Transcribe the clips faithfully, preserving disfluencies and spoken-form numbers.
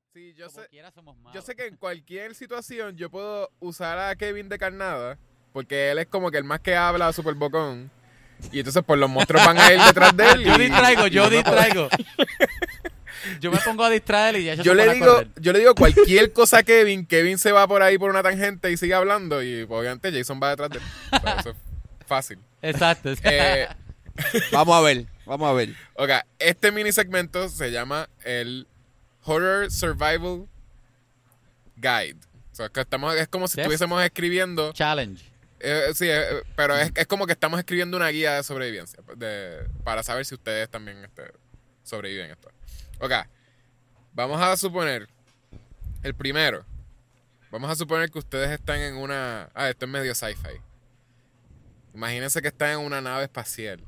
Sí, yo Como sé, quiera somos malos. yo sé que en cualquier situación yo puedo usar a Kevin de carnada, porque él es como que el más que habla, super bocón. Y entonces pues los monstruos van a ir detrás de él. Yo y- distraigo, y yo no me puedo- distraigo. Yo me pongo a distraer y ya ellos Yo se le van a digo, correr. yo le digo cualquier cosa a Kevin, Kevin se va por ahí por una tangente y sigue hablando y pues, obviamente Jason va detrás de él. O sea, eso es fácil. Exacto. Eh, Vamos a ver, vamos a ver. ok, este mini segmento se llama el Horror Survival Guide. O sea, que estamos, es como si Yes. estuviésemos escribiendo, Challenge. eh, sí, eh, pero es, es como que estamos escribiendo una guía de sobrevivencia de, para saber si ustedes también este, sobreviven esto. Ok, vamos a suponer, el primero, vamos a suponer que ustedes están en una, ah, esto es medio sci-fi. Imagínense que están en una nave espacial.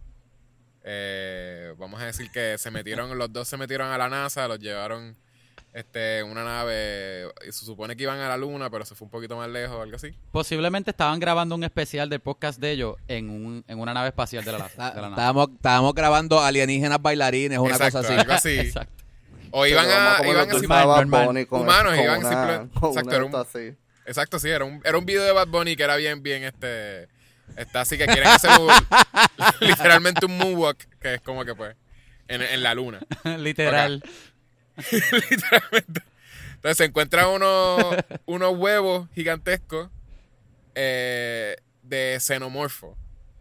Eh, vamos a decir que se metieron, los dos se metieron a la NASA, los llevaron este, en una nave, y se supone que iban a la luna, pero se fue un poquito más lejos o algo así. Posiblemente estaban grabando un especial del podcast de ellos en, un, en una nave espacial de la, Está- de la NASA. Estábamos, estábamos grabando alienígenas bailarines, una Exacto, cosa así. algo así. Exacto. O iban a, iban a encima, Bad Bunny Bunny con, humanos, con iban una, simple- con exacto, una era un- esto así. exacto, sí, era un, era un video de Bad Bunny que era bien, bien, este, está así que quieren hacer un- literalmente un moonwalk, que es como que pues, en, en la luna. Literal. Literalmente. Entonces se encuentran unos, unos huevos gigantescos eh, de xenomorfo.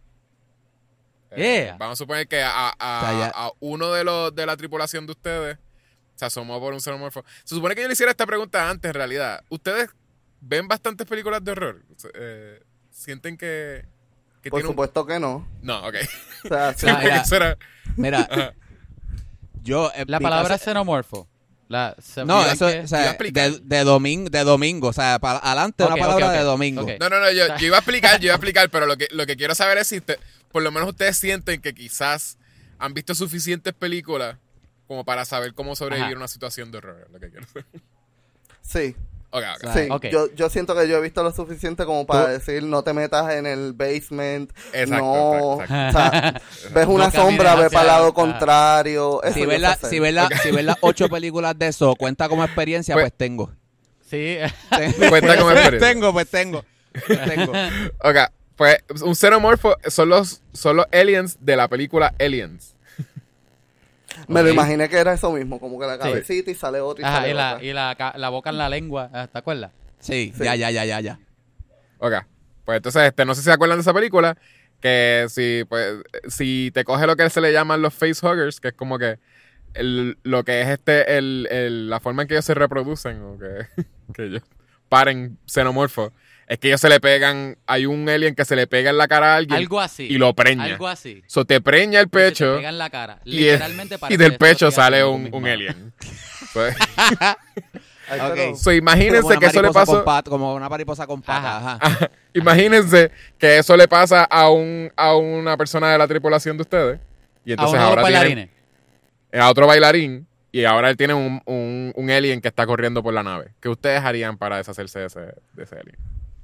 Eh, Yeah. Vamos a suponer que a, a- O sea, ya- a uno de los de la tripulación de ustedes se asomó por un xenomorfo. Se supone que yo le hiciera esta pregunta antes, en realidad. ¿Ustedes ven bastantes películas de horror? Eh, ¿Sienten que, que Por tiene un- supuesto que no. No, ok. O sea, sí, Sí, Ah, porque era- eso era- Mira, Ajá. yo... en La mi palabra caso- xenomorfo. La, se- No, ¿y eso qué? o Te sea, iba a explicar. de, de, domingo, de domingo, o sea, para adelante Ok, una ok, palabra ok. de domingo. Ok. No, no, no, yo, yo iba a explicar, yo iba a explicar, pero lo que, lo que quiero saber es si usted- por lo menos ustedes sienten que quizás han visto suficientes películas como para saber cómo sobrevivir Ajá. a una situación de horror. Es lo que quiero saber. sí. Ok, ok. sea, Sí, ok. yo, yo siento que yo he visto lo suficiente como para Tú- decir no te metas en el basement, Exacto, no, exacto, o sea, ves una No sombra, camines ve hacia- para el lado ajá. contrario. Eso Si yo ves, sé la, hacer. si, ves la, si ves las ocho películas de eso, cuenta como experiencia, Pues- pues, tengo. Sí. Cuenta como experiencia. tengo, pues tengo. Pues tengo. Ok, pues un xenomorfo son los, son los aliens de la película Aliens. Me lo Ok. imaginé que era eso mismo, como que la cabecita y sale otra y Ajá, sale y, la, otra. y la, ca- la boca en la lengua. ah, ¿Te acuerdas? Sí, Sí. ya, ya, ya, ya, ya. Ok, pues entonces, este, no sé si se acuerdan de esa película, que si, pues, si te coge lo que se le llaman los facehuggers, que es como que el, lo que es este, el, el- la forma en que ellos se reproducen, o que, que ellos paren xenomorfos, es que ellos se le pegan, hay un alien que se le pega en la cara a alguien Algo así. y lo preña. Algo así. So te preña el Y se te pecho pega en la cara. y, Literalmente y parece del esto pecho estoy sale haciendo un, con mis un manos. alien. Pues, Ay, Ok. pero- so imagínense Como una que eso le mariposa pasó. con pat- como una mariposa con patas. Ajá. Ajá. Imagínense que eso le pasa a un a una persona de la tripulación de ustedes. Y A entonces uno de los ahora tienen bailarines. a otro bailarín. Y ahora él tiene un, un, un alien que está corriendo por la nave. ¿Qué ustedes harían para deshacerse de ese, de ese alien?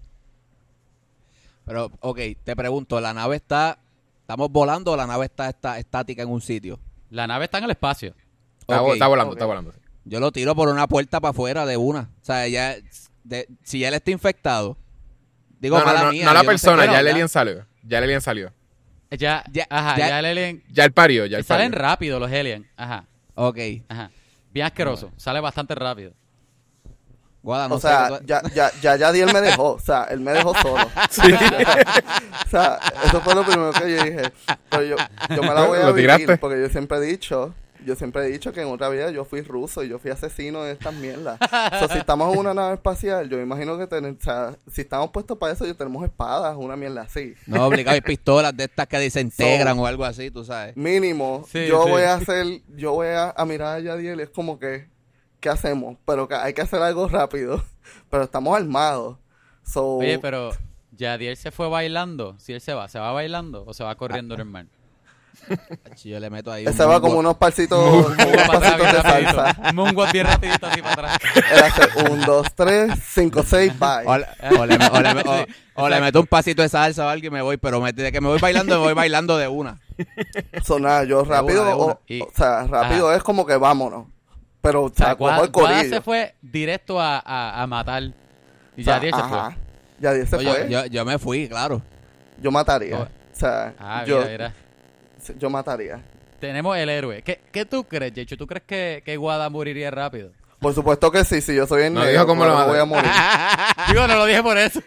Pero, ok, te pregunto, ¿la nave está... ¿Estamos volando o la nave está, está estática en un sitio? La nave está en el espacio. Está, Ok. está volando, Ok. está volando. Yo lo tiro por una puerta para afuera de una. O sea, ya... de- si él está infectado... Digo, No, no, mala no, mía, no la yo sé persona, qué, ya el ¿verdad? alien salió. Ya el alien salió. Ya, Ya- ajá, ya- ya, el alien. Ya el parió, ya Y el salen parió. rápido los aliens. Ajá, Ok. ajá. Bien asqueroso. Sale bastante rápido. Guada, no o sé sea, qué tú- ya, ya, ya Yadiel me dejó, o sea, él me dejó solo. O sea, eso fue lo primero que yo dije. Pero yo, yo me la voy a ¿Lo vivir, tiraste? porque yo siempre he dicho, yo siempre he dicho que en otra vida yo fui ruso y yo fui asesino de estas mierdas. O sea, si estamos en una nave espacial, yo me imagino que tener, o sea, si estamos puestos para eso, yo tenemos espadas, una mierda así. No, obligado, hay pistolas de estas que desintegran o algo así, tú sabes. Mínimo, Sí, yo sí. voy a hacer, yo voy a, a mirar a Yadiel y es como que, ¿qué hacemos? Pero que hay que hacer algo rápido. Pero estamos armados. So, Oye, pero Yadiel se fue bailando. Si él se va, ¿se va bailando o se va corriendo en el mar? Si yo le meto ahí él un se va como moonwalk. unos pasitos, unos Para atrás, pasitos bien de rapidito. salsa. Moonwalk bien rapidito así para atrás. Él hace un, dos, tres, cinco, seis, bye. O, le, o le- o le- o- o le meto un pasito de salsa o algo y me voy, pero me- de que me voy bailando, me voy bailando de una. So, nada, yo rápido, de una. o, Y- o sea, rápido Ajá. es como que vámonos. Pero, o O sea, sea, cojo Guada, el Guada corillo. se fue directo a, a, a matar. Y O sea, Yadiel se fue. ajá. Yadiel se Oye, fue. yo, yo me fui, claro. Yo mataría. Oh. O sea, Ah, yo, mira, mira. yo mataría. Tenemos el héroe. ¿Qué, qué tú crees, Jecho? ¿Tú crees que, que Guada moriría rápido? Por supuesto que sí, si yo soy el No negro, dijo cómo claro lo que voy a mata. morir. Digo, no lo dije por eso.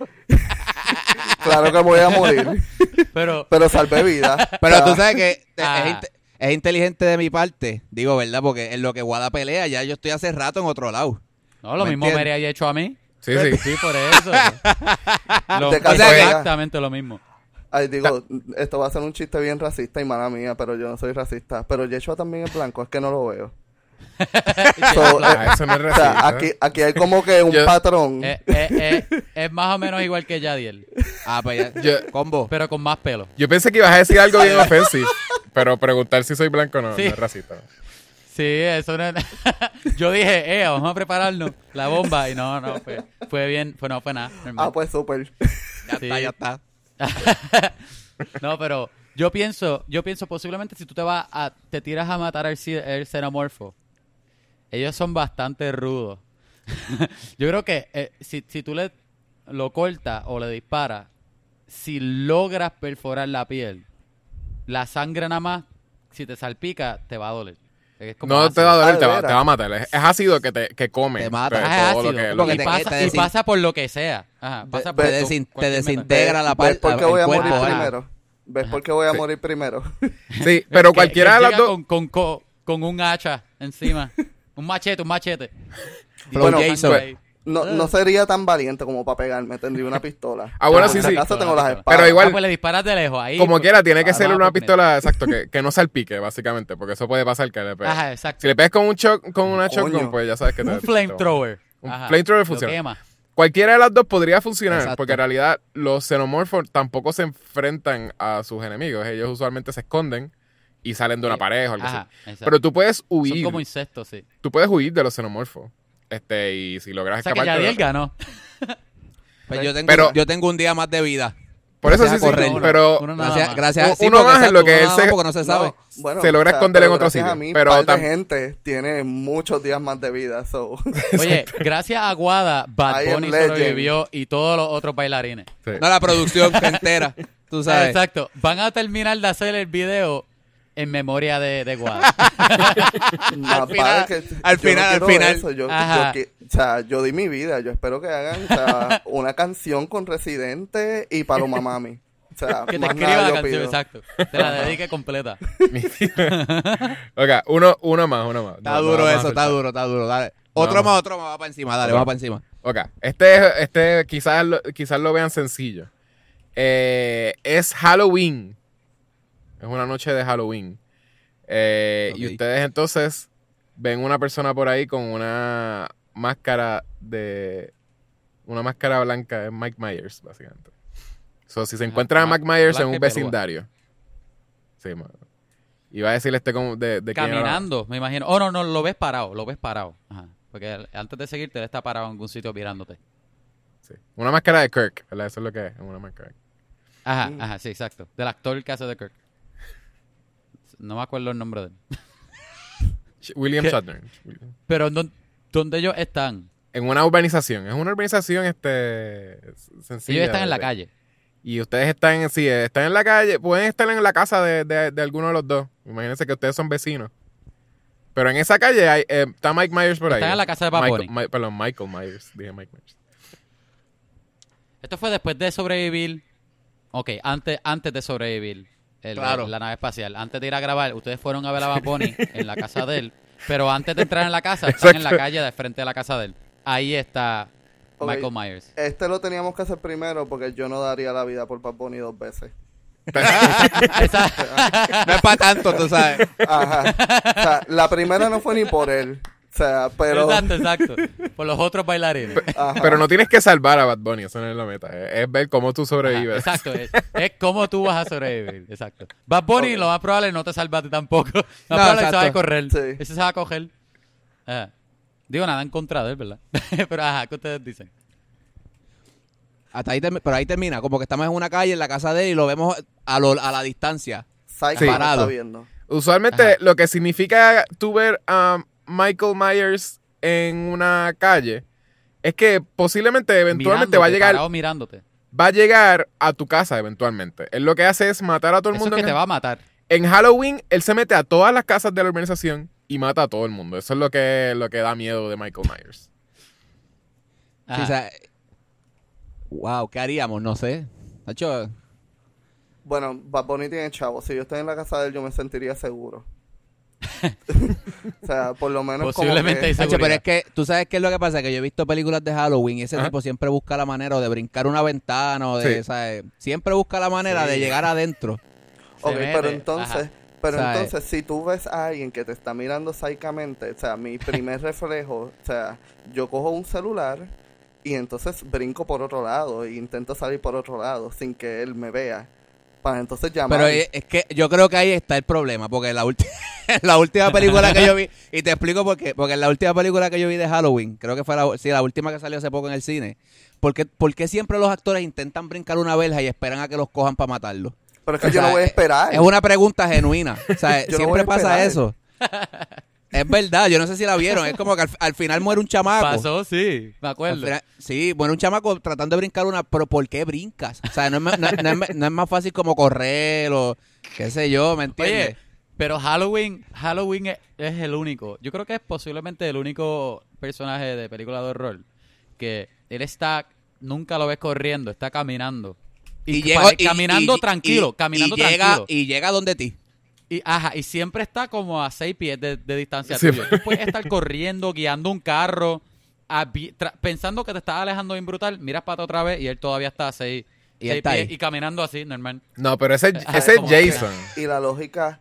Claro que voy a morir. Pero, Pero salvé vida. Pero O sea, tú sabes que te- Ah. es, inte- es inteligente de mi parte, digo, ¿verdad? Porque en lo que Guada pelea, ya yo estoy hace rato en otro lado. no, lo ¿Me mismo entiendes? me había hecho a mí. Sí, sí. Sí, por eso. Lo- De es casualidad. exactamente lo mismo. Ay, digo, esto va a ser un chiste bien racista y mala mía, pero yo no soy racista. Pero Yeshua también es blanco, es que no lo veo. So, Ah, eh, eso no es o racista. sea, aquí, aquí hay como que un Yo- patrón. Eh, eh, eh, es más o menos igual que Yadiel, Ah, pues ya. Yo- Combo. pero con más pelo. Yo pensé que ibas a decir algo bien ofensivo, pero preguntar si soy blanco no, Sí. no es racista. Sí, eso no es... Yo dije, eh, vamos a prepararnos la bomba. Y no, no, fue, fue bien, fue, no fue nada. normal. Ah, pues súper. Ya Sí. está, ya está. No, pero yo pienso, yo pienso posiblemente si tú te vas a, te tiras a matar al, ci- el xenomorfo, ellos son bastante rudos. Yo creo que eh, si, si tú le lo cortas o le disparas, si logras perforar la piel, la sangre nada más, si te salpica, te va a doler. Es como No te ácido. va a doler, Ah, te ¿de va, veras? te va a matar. Es, es ácido que te que come. Te mata. pues, Ah, es todo lo ácido. que- lo Porque y, te- pasa, te y desin- pasa por lo que sea. Ajá, pasa Te, por desin- te cualquier desintegra la ¿Ves parte. por qué el voy a cuerpo, morir ¿eh? primero? ¿Ves Ajá. por qué voy a Sí. morir primero? Sí, pero Que- cualquiera que de las llega dos. Con, con, con, con un hacha encima. Un machete, un machete. Flow Bueno, Jason. Sangre No, no sería tan valiente como para pegarme, tendría una pistola. Ah, bueno, Ah, sí, Por si sí. acaso tengo las Pero espadas. Pero igual- Ah, pues le disparas de lejos ahí. Como pues, quiera, tiene que ah, ser no, una pues, pistola, exacto, que, que no salpique, básicamente, porque eso puede pasar que le pegue. Ajá, exacto. Si le pegas con un shock, con una Coño. shotgun, pues ya sabes que te... Un flamethrower. Un Ajá. flamethrower Lo funciona. quema. Cualquiera de las dos podría funcionar, Exacto. porque en realidad los xenomorfos tampoco se enfrentan a sus enemigos. Ellos usualmente se esconden y salen de una Sí. pareja o algo Ajá, así. exacto. Pero tú puedes Son huir. como insectos, sí. Tú puedes huir de los xenomorfos. Este, y si logras O sea que escapar... Yadiel ganó. Pues yo tengo, Pero- yo tengo un día más de vida. Por eso sí, Gracias a sí, correr. pero Uno nada Gracias, más. gracias. U- sí, uno porque más en exacto, lo que uno él nada se- más porque no se sabe. No, bueno, se logra o sea, esconder en pero otro gracias sitio, a mí, pero par de tam- gente tiene muchos días más de vida. So. Oye, gracias a Guada, Bad I am Bunny legend. sobrevivió y todos los otros bailarines. Sí. No, la producción entera. Tú sabes. Exacto. Van a terminar de hacer el video en memoria de, de Guada. Más Al vale final- que- al yo final, al quiero final. eso, Yo, Ajá. yo qui- o sea, yo di mi vida. Yo espero que hagan o sea, una canción con Residente y Paloma Mami. O sea, Que te más escriba nada la yo canción, pido. exacto. Te la dedique completa. Ok, uno, uno más, uno más. Está No, no duro vamos a eso, está soltar. duro, está duro. Dale. Otro Vamos. más, otro más. Va para encima, dale, Otro. va para encima. Ok, este, es- este quizás, lo, quizás lo vean sencillo. Eh, es Halloween. Es una noche de Halloween. Eh, Ok. Y ustedes entonces ven una persona por ahí con una máscara de... Una máscara blanca, es Mike Myers, básicamente. So, si se Ajá, encuentran a ma- Mike Myers en blanca y un pelúa. vecindario. Sí, mano. Iba a decirle este como de, de quién era. Caminando, me imagino. Oh, no, no, lo ves parado, lo ves parado. Ajá. Porque antes de seguirte, él está parado en algún sitio mirándote. Sí. Una máscara de Kirk, ¿verdad? Eso es lo que es, una máscara. Ajá, Mm. ajá, sí, exacto. Del actor que hace de Kirk. No me acuerdo el nombre de él. William ¿Qué? Shatner. Pero ¿dó- ¿dónde ellos están? En una urbanización. Es una urbanización este sencilla. Ellos están en la de- calle. Y ustedes están, sí, están en la calle. Pueden estar en la casa de, de, de alguno de los dos. Imagínense que ustedes son vecinos. Pero en esa calle hay, eh, está Mike Myers por ahí. Están en la casa de Bad Michael, Bunny. Mi- perdón, Michael Myers. Dije Mike Myers. Esto fue después de sobrevivir. Ok, antes, antes de sobrevivir. el- Claro. la nave espacial. Antes de ir a grabar, ustedes fueron a ver a Bad Bunny en la casa de él. Pero antes de entrar en la casa, están en la calle de frente de la casa de él. Ahí está Ok. Michael Myers. Este lo teníamos que hacer primero porque yo no daría la vida por Bad Bunny dos veces. Esa- No es para tanto, tú sabes. Ajá. O sea, la primera no fue ni por él. O sea, pero... Exacto, exacto. Por los otros bailarines. Ajá. Pero no tienes que salvar a Bad Bunny. Eso no es la meta. Es, es ver cómo tú Ajá, sobrevives. exacto, es, es cómo tú vas a sobrevivir. Exacto. Bad Bunny, Ok. lo más probable no te salvaste tampoco. Lo más No, probable es que se va a exacto. correr. Sí. Ese se va a coger. Ajá. Digo nada en contra de él, ¿verdad? Pero ajá, ¿qué ustedes dicen? Hasta ahí termi- pero ahí termina, como que estamos en una calle en la casa de él y lo vemos a, lo- a la distancia. Psycho Sí. no Parado. está viendo. Usualmente Ajá. lo que significa tú ver a Michael Myers en una calle, es que posiblemente, eventualmente Mirándote, va a llegar, parado mirándote. va a llegar a tu casa eventualmente. Él lo que hace es matar a todo el Eso es mundo. que en, te va a matar. en Halloween, él se mete a todas las casas de la urbanización y mata a todo el mundo. Eso es lo que, lo que da miedo de Michael Myers. Sí, Ajá. o sea, wow, ¿qué haríamos? No sé. Nacho, Bueno, Bad Bunny tiene chavo. Si yo estoy en la casa de él, yo me sentiría seguro. O sea, por lo menos Posiblemente como hay que... Nacho, pero seguridad. es que tú sabes qué es lo que pasa, que yo he visto películas de Halloween y ese Ajá. tipo siempre busca la manera o de brincar una ventana o de, Sí. ¿sabes? Siempre busca la manera Sí. de llegar adentro. Se Ok, mete. pero entonces, Ajá. pero O sea, entonces si tú ves a alguien que te está mirando psíquicamente, o sea, mi primer reflejo, o sea, yo cojo un celular y entonces brinco por otro lado e intento salir por otro lado sin que él me vea, para entonces llamar. Pero es, es que yo creo que ahí está el problema, porque en la, ulti- en la última película que yo vi, y te explico por qué, porque en la última película que yo vi de Halloween, creo que fue la, sí, la última que salió hace poco en el cine, ¿por qué, por qué siempre los actores intentan brincar una verja y esperan a que los cojan para matarlos? Pero es que O yo sea, no voy a esperar. Es una pregunta genuina. O sea, Yo no siempre voy a pasa esperar. eso. Es verdad, yo no sé si la vieron. Es como que al, al final muere un chamaco. Pasó, sí, me Al acuerdo. final- sí, muere un chamaco tratando de brincar una. Pero ¿por qué brincas? O sea, no es, ma- no, no es, no es más fácil como correr o qué sé yo, ¿me entiendes? Oye, pero Halloween, Halloween es, es el único. Yo creo que es posiblemente el único personaje de película de horror que él está, nunca lo ves corriendo, está caminando. Y, llega- pare- y- caminando y- tranquilo, y- caminando y llega, tranquilo. Y llega donde ti. Y, ajá, y siempre está como a seis pies de, de distancia Sí. tuyo. Tú puedes estar corriendo, guiando un carro, a vi- tra- pensando que te estás alejando bien brutal, miras para atrás otra vez y él todavía está a seis, Y él seis está pies ahí. y caminando así, normal. No, pero ese, Ajá, ese es como que- Jason. Y la lógica,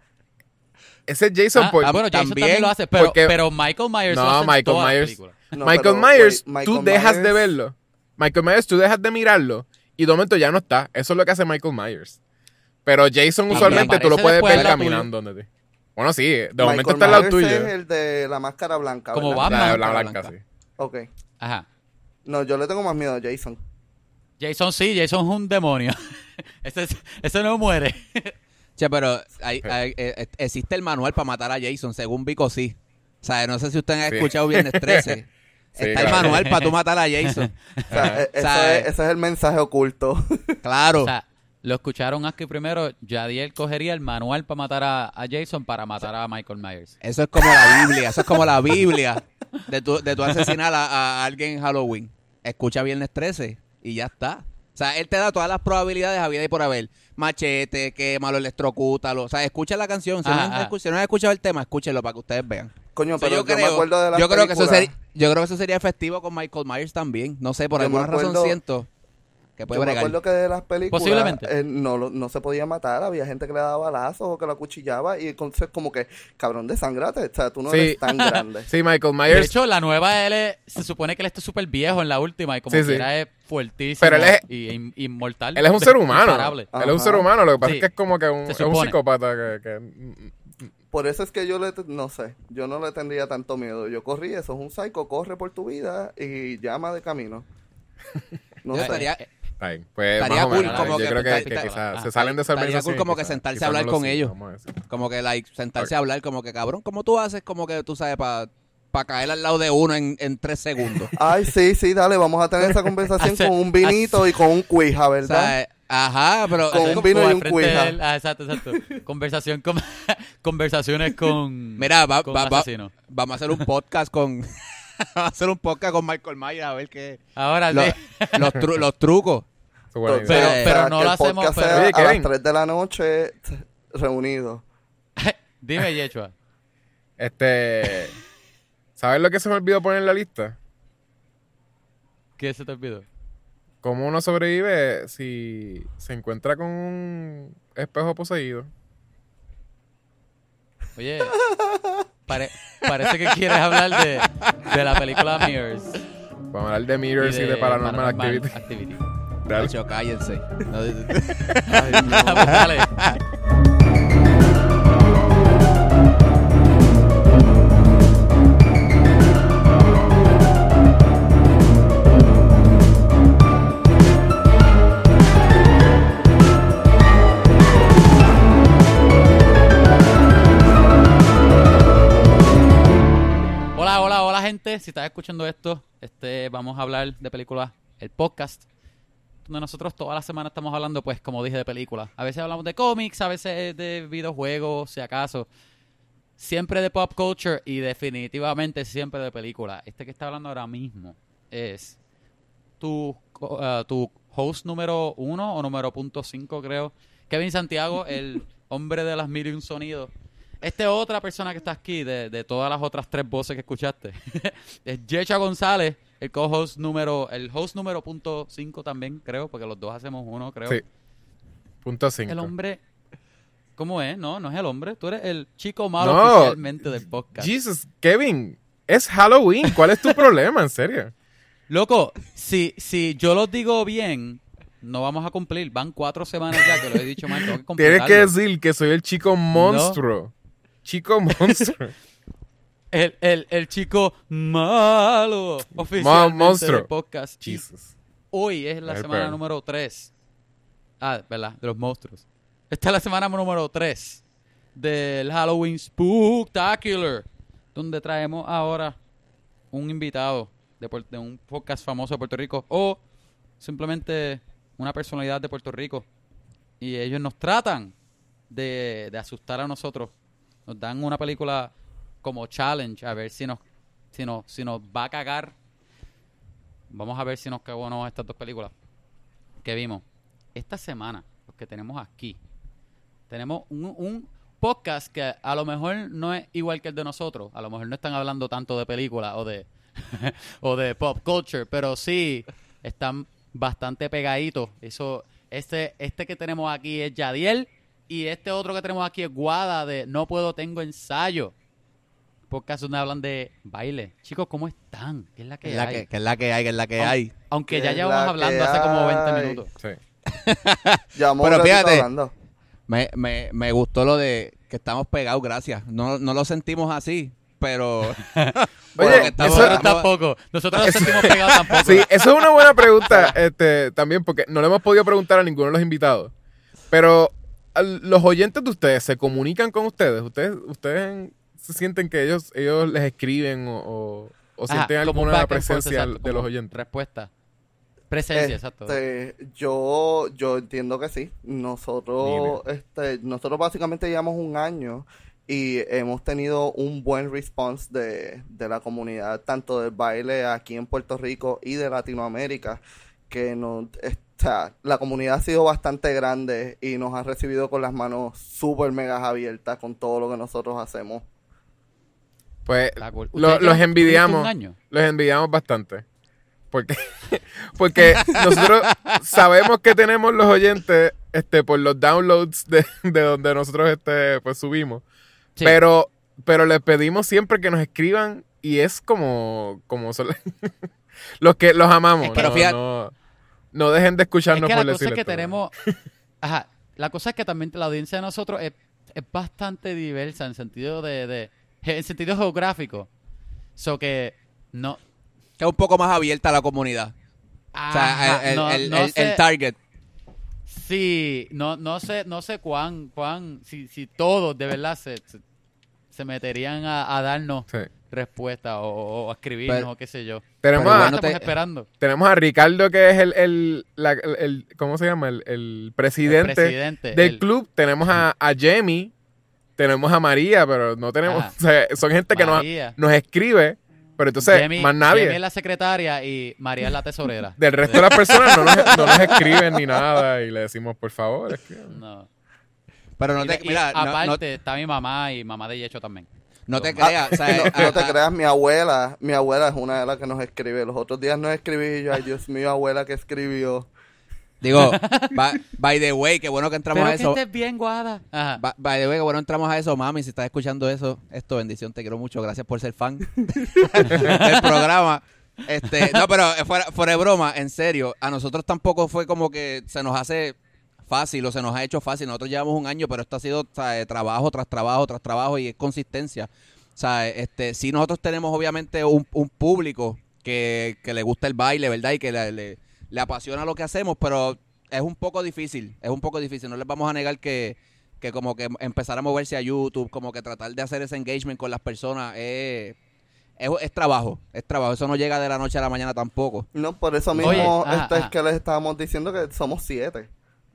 Ese es Jason Ah, por- ah, bueno, Jason también, también lo hace, pero, porque- pero Michael Myers No, lo hace en Michael todas las Myers- películas. no, Michael pero, Myers, wait, tú Michael dejas de Myers- verlo. Michael Myers, tú dejas de mirarlo y de momento ya no está. Eso es lo que hace Michael Myers. Pero Jason También usualmente tú lo aparece puedes después ver al lado tuyo. caminando donde ti. Bueno, sí, de Michael momento está al lado Myers tuyo. es el de la máscara blanca, Como ¿verdad? Batman. La, la Blanca, blanca, blanca. sí. Ok. Ajá. No, yo le tengo más miedo a Jason. Jason sí, Jason es un demonio. ese, es- ese no muere. Che, pero hay- hay- eh, existe el manual para matar a Jason, según Vico sí. O sea, no sé si ustedes han Sí. escuchado Viernes trece. Sí, Está el claro. manual para tú matar a Jason. O sea, e- eso sea, es- ese es el mensaje oculto. Claro. O sea, lo escucharon aquí primero. Yadiel cogería el manual para matar a, a Jason para matar a Michael Myers. Eso es como la Biblia, eso es como la Biblia de tu, de tu asesinar a, a alguien en Halloween. Escucha Viernes trece y ya está. O sea, él te da todas las probabilidades a vida y por haber. Machete, quémalo, electrocútalo. O sea, escucha la canción. Si, Ah, no, han ah. escuch- si no han escuchado el tema, escúchenlo para que ustedes vean. Coño, O sea, pero yo, yo, creo, me acuerdo de las yo, creo que eso películas. sería, yo creo que eso sería efectivo con Michael Myers también. No sé, por Yo me alguna razón acuerdo- siento que puede Yo me bregar. acuerdo que de las películas Posiblemente. eh, no, lo- no se podía matar, había gente que le daba balazos o que lo acuchillaba y entonces como que, cabrón, desangrate, o sea, tú no Sí. eres tan grande. Sí, Michael De Myers. hecho, la nueva él es- se supone que él está súper viejo en la última y como Sí, sí. quiera es fuertísimo Pero él es- y in- inmortal. Él es un ser humano. Imparable. Él es un Ajá. ser humano. Lo que pasa Sí. es que es como que un, Se es un supone. psicópata que, que- Por eso es que yo le, no sé, yo no le tendría tanto miedo. Yo corrí, eso es un psycho, corre por tu vida y llama de camino. No Yo sé. estaría, Está bien. Pues Estaría más o cool menos. como Yo que- creo que, estaría- que quizás ajá. se salen de esa Estaría organización cool y como que quizás- sentarse quizás a hablar no lo con siguen, ellos. vamos a decir. como que like, sentarse Ok. a hablar, como que cabrón, ¿cómo tú haces? Como que tú sabes, para caer al lado de uno en, en tres segundos. Ay, sí, sí, dale, vamos a tener esa conversación Hace- con un vinito y con un cuija, O ¿verdad? sea, ajá, pero Con es un como- vino Como y al un frente de cuija. él. Ah, exacto, exacto. Conversación con, conversaciones con, mira, va- con va- va- asesinos. vamos a hacer un podcast con vamos a hacer un podcast con Michael Myers a ver qué Ahora los, sí. los, tru- los trucos. Su buena Entonces, idea. Pero- o pero sea, no que lo el hacemos, podcast pero- sea Oye, a las Kevin. tres de la noche reunidos. Dime, Yechua. Este. ¿Sabes lo que se me olvidó poner en la lista? ¿Qué se te olvidó? ¿Cómo uno sobrevive si se encuentra con un espejo poseído? Oye, pare- parece que quieres hablar de, de la película Mirrors. Vamos a hablar de Mirrors y de, Paranormal, Activity. Activity. Dale. Nacho, cállense. No, Ay, no. Dale. gente, si estás escuchando esto, este, vamos a hablar de películas, el podcast, donde nosotros toda la semana estamos hablando, pues, como dije, de películas. A veces hablamos de cómics, a veces de videojuegos, si acaso. Siempre de pop culture y definitivamente siempre de películas. Este que está hablando ahora mismo es tu, uh, tu host número uno o número punto cinco, creo. Kevin Santiago, el hombre de las mil y un sonidos. Este otra persona que está aquí, de, de todas las otras tres voces que escuchaste, es Yecha González, el co-host número, el host número punto cinco también, creo, porque los dos hacemos uno, creo. Sí. Punto cinco. El hombre, ¿cómo es? No, no es el hombre. Tú eres el chico malo No. oficialmente del podcast. Jesus, Kevin, es Halloween. ¿Cuál es tu problema? En serio. Loco, si, si yo los digo bien, no vamos a cumplir. Van cuatro semanas ya que lo he dicho mal. Tengo que Tienes completarlo. que decir que soy el chico monstruo. Chico monstruo. El, el, el chico malo oficialmente monstruo. del podcast. Y Jesus. hoy es la Ay, semana pero- número tres. Ah, ¿verdad? De los monstruos. Esta es la semana número tres del Halloween Spooktacular, donde traemos ahora un invitado de, Puer- de un podcast famoso de Puerto Rico o simplemente una personalidad de Puerto Rico. Y ellos nos tratan de, de asustar a nosotros. Nos dan una película como challenge a ver si nos, si nos, si nos va a cagar. Vamos a ver si nos cagó o no estas dos películas que vimos. Esta semana, los que tenemos aquí, tenemos un, un podcast que a lo mejor no es igual que el de nosotros. A lo mejor no están hablando tanto de películas o de o de pop culture, pero sí están bastante pegaditos. Eso, este, este que tenemos aquí es Yadiel y este otro que tenemos aquí es Guada de No Puedo, Tengo Ensayo. Podcast donde hablan de baile. Chicos, ¿cómo están? ¿Qué es la que Que es la hay? que, que es la que hay, que es la que Aun- hay. Aunque Que ya es llevamos la hablando que hace como veinte hay. minutos. Sí. Llevamos Pero un ratito fíjate, hablando. Me, me, me gustó lo de que estamos pegados, gracias. No, no lo sentimos así, pero... Oye, Bueno, que estamos- Nosotros estamos- tampoco. Nosotros nos sentimos pegados tampoco. Sí, eso es una buena pregunta este, también, porque no le hemos podido preguntar a ninguno de los invitados. Pero al- los oyentes de ustedes se comunican con ustedes. Ustedes, ustedes se sienten que ellos, ellos les escriben o, o, o Ajá, sienten como un alguna back and forth, presencia exacto, de los como oyentes. Respuesta. Presencia, exacto. Este, yo, yo entiendo que sí. Nosotros, este, nosotros básicamente llevamos un año y hemos tenido un buen response de, de la comunidad, tanto del baile aquí en Puerto Rico y de Latinoamérica, que nos, está, la comunidad ha sido bastante grande y nos ha recibido con las manos súper megas abiertas con todo lo que nosotros hacemos. Pues Está cool. lo- ¿Ustedes los llevan- envidiamos. un año? Los envidiamos bastante. Porque, porque nosotros sabemos que tenemos los oyentes este, por los downloads de, de donde nosotros este, pues, subimos. Sí. Pero, pero les pedimos siempre que nos escriban y es como, como son- los que los amamos. Es que- no, Pero fíjate- no, no dejen de escucharnos Es que por la cosa es decirles que todo. tenemos... Ajá. La cosa es que también la audiencia de nosotros es, es bastante diversa en sentido de, de... En sentido geográfico. So que... No... Que es un poco más abierta a la comunidad. O sea, Ajá, el, no- el, no el- sé- el target. Sí, no, no sé, no sé cuán, cuán, si, si todos de verdad se, se, se meterían a, a darnos Sí. respuesta o, o a escribirnos Pero- o qué sé yo. Tenemos, Pero a, bueno, Estamos te- esperando. tenemos a Ricardo, que es el, el, la- el- el- ¿cómo se llama? El, el presidente, El presidente, del el- club. Tenemos a, a Jamie, tenemos a María, pero no tenemos, Ajá. o sea, son gente que nos, María. nos escribe, pero entonces Jamie- más nadie. Jamie es la secretaria y María es la tesorera. Del resto de las personas no nos, no nos escriben ni nada y le decimos, por favor, escriban. No. Pero no Y- te, y mira, no- no, aparte está mi mamá y mamá de Yecho también. no te Ah, creas. o sea, No, a- no te a- creas, mi abuela, mi abuela es una de las que nos escribe. Los otros días nos escribí y yo, ay Dios mío, abuela que escribió. Digo, by, by the way, qué bueno que entramos Pero a que eso. estés bien, Guada. Ajá. By, by the way, qué bueno entramos a eso, mami. Si estás escuchando eso, esto, bendición, te quiero mucho. Gracias por ser fan del programa. Este, no, pero fuera, fuera de broma, en serio, a nosotros tampoco fue como que se nos hace fácil o se nos ha hecho fácil. Nosotros llevamos un año, pero esto ha sido, o sea, trabajo tras trabajo tras trabajo y es consistencia. O sea, este, sí nosotros tenemos obviamente un, un público que, que le gusta el baile, ¿verdad? Y que le, le, le apasiona lo que hacemos, pero es un poco difícil, es un poco difícil. No les vamos a negar que, que como que empezar a moverse a YouTube, como que tratar de hacer ese engagement con las personas es, es, es trabajo, es trabajo. Eso no llega de la noche a la mañana tampoco. No, por eso mismo Oye, ajá, este, es ajá. que les estábamos diciendo que somos siete.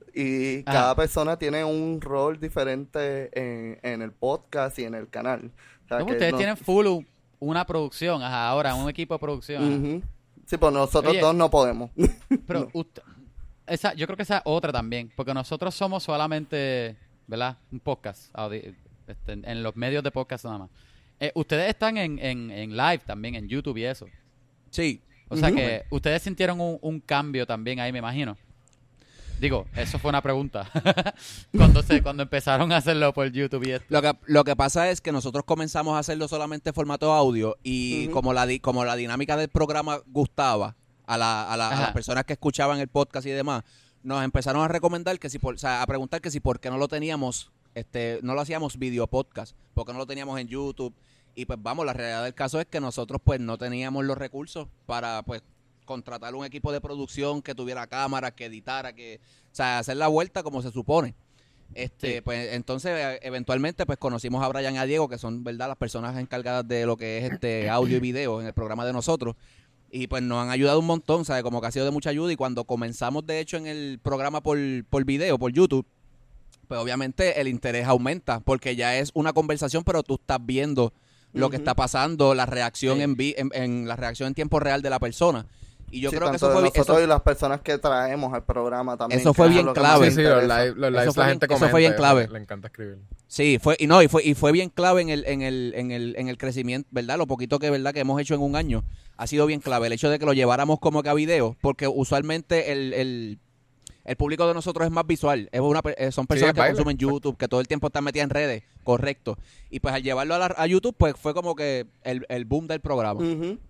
Y Ajá. cada persona tiene un rol diferente en, en el podcast y en el canal. O sea, No, que ustedes no- tienen full u- una producción, ajá, ahora un equipo de producción. ajá. Ujú. Sí, pues nosotros Oye. dos no podemos. Pero usted- esa, yo creo que esa es otra también, porque nosotros somos solamente, ¿verdad? Un podcast, audi- este, en, en los medios de podcast nada más. Eh, ustedes están en, en, en live también, en YouTube y eso. Sí. O sea Ujú. que ustedes sintieron un, un cambio también ahí, me imagino. Digo, eso fue una pregunta. cuando se cuando empezaron a hacerlo por YouTube y esto. Lo que, lo que pasa es que nosotros comenzamos a hacerlo solamente en formato audio y Ujú. como, la, di- como la dinámica del programa gustaba a, la, a, la- a Ajá. las personas que escuchaban el podcast y demás, nos empezaron a recomendar que si, por, o sea, a preguntar que si por qué no lo teníamos, este, no lo hacíamos video podcast, por qué no lo teníamos en YouTube. Y pues vamos, la realidad del caso es que nosotros pues no teníamos los recursos para pues contratar un equipo de producción que tuviera cámara, que editara, que, o sea, hacer la vuelta como se supone. Este, Sí. pues entonces eh, eventualmente pues conocimos a Brian y a Diego, que son, ¿verdad?, las personas encargadas de lo que es este audio y video en el programa de nosotros. Y pues nos han ayudado un montón, ¿sabes? Como que ha sido de mucha ayuda. Y cuando comenzamos, de hecho, en el programa por, por video, por YouTube, pues obviamente el interés aumenta, porque ya es una conversación, pero tú estás viendo lo que Ujú. está pasando, la reacción Sí. en, vi- en, en la reacción en tiempo real de la persona. Y yo Sí, creo que tanto eso de fue bi- nosotros eso- y las personas que traemos al programa también. Eso que fue es bien lo que clave. más Sí, sí, los interesa. live, los Eso lives fue la bien- gente eso comenta. fue bien clave. Le encanta escribir. Sí, fue y no, y fue y fue bien clave en el en el en el en el crecimiento, ¿verdad? Lo poquito que verdad que hemos hecho en un año ha sido bien clave el hecho de que lo lleváramos como que a video, porque usualmente el, el, el público de nosotros es más visual, es una per- eh, son personas es que baile. consumen YouTube, que todo el tiempo están metidas en redes, correcto. Y pues al llevarlo a, la- a YouTube pues fue como que el, el boom del programa. Ujú.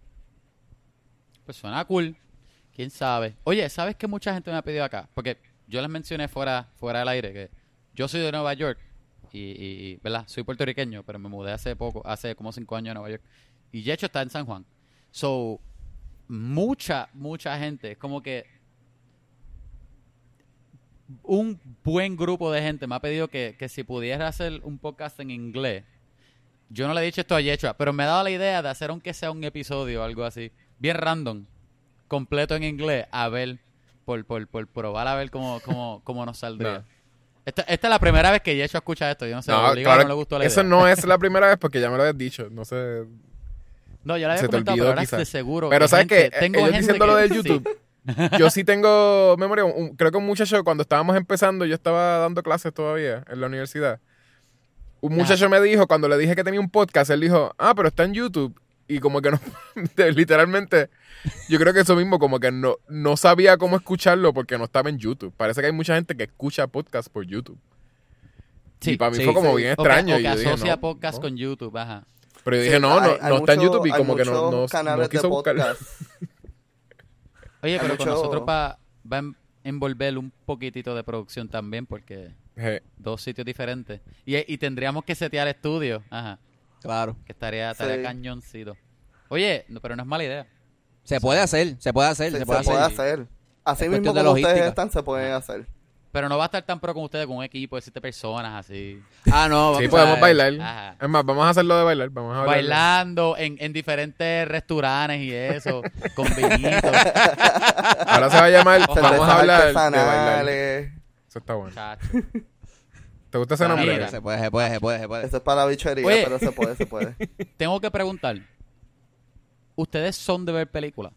Pues suena cool. ¿Quién sabe? Oye, ¿sabes qué mucha gente me ha pedido acá? Porque yo les mencioné fuera, fuera del aire que yo soy de Nueva York y, y- y, ¿verdad? Soy puertorriqueño, pero me mudé hace poco, hace como cinco años a Nueva York. Y Yecho está en San Juan. So, mucha, mucha gente, es como que un buen grupo de gente me ha pedido que, que si pudiera hacer un podcast en inglés. Yo no le he dicho esto a Yechua, pero me ha dado la idea de hacer aunque sea un episodio o algo así, bien random, completo en inglés, a ver, por, por, por probar a ver cómo, cómo, cómo nos saldría. No. Esta, esta es la primera vez que Yechua escucha esto, yo no sé, No, obligado claro, no le gustó la eso idea. no es la primera vez porque ya me lo habías dicho. No sé. No, yo la había se te comentado, olvidó pero ahora quizás. de seguro. Pero que ¿sabes gente- qué? Tengo Ellos gente diciendo lo que- del sí. YouTube. Yo sí tengo memoria. un- creo que un muchacho, cuando estábamos empezando, yo estaba dando clases todavía en la universidad. Un Ajá. muchacho me dijo, cuando le dije que tenía un podcast, él dijo, ah, pero está en YouTube. Y como que no, de- literalmente, yo creo que eso mismo, como que no, no sabía cómo escucharlo porque no estaba en YouTube. Parece que hay mucha gente que escucha podcast por YouTube. Sí. Y para mí Sí, fue como sí. bien O que, extraño. o que y yo dije, asocia no, podcast no. con YouTube, ajá. Pero yo Sí, dije, no, no, hay- hay no está en mucho- YouTube y hay como que no, muchos no, canales no quiso de buscarlo. podcast. Oye, Hay pero con mucho- nosotros va, va a en- envolver un poquitito de producción también, porque Je. dos sitios diferentes. Y, y tendríamos que setear estudios, ajá, Claro. que estaría, estaría Sí. cañoncito. Oye, no, pero no es mala idea. Se puede hacer, se puede hacer, Se, se se puede puede hacer. hacer. Así Es mismo cuestión de como ustedes logística. están, se puede hacer. Pero no va a estar tan pro como ustedes, con un equipo de siete personas, así. Ah, no, Sí, o sea, podemos bailar. Ajá. Es más, vamos a hacerlo de bailar. Vamos a bailar. Bailando en, en diferentes restaurantes y eso, con vinitos. Ahora se va a llamar, vamos Cervezas a hablar de bailar. artesanales. Eso está bueno. Chacho. ¿Te gusta ese Ah, nombre? mira. Se puede, se puede, se puede, se puede. Eso es para la bichería, Oye. pero se puede, se puede. Tengo que preguntar, ¿ustedes son de ver películas?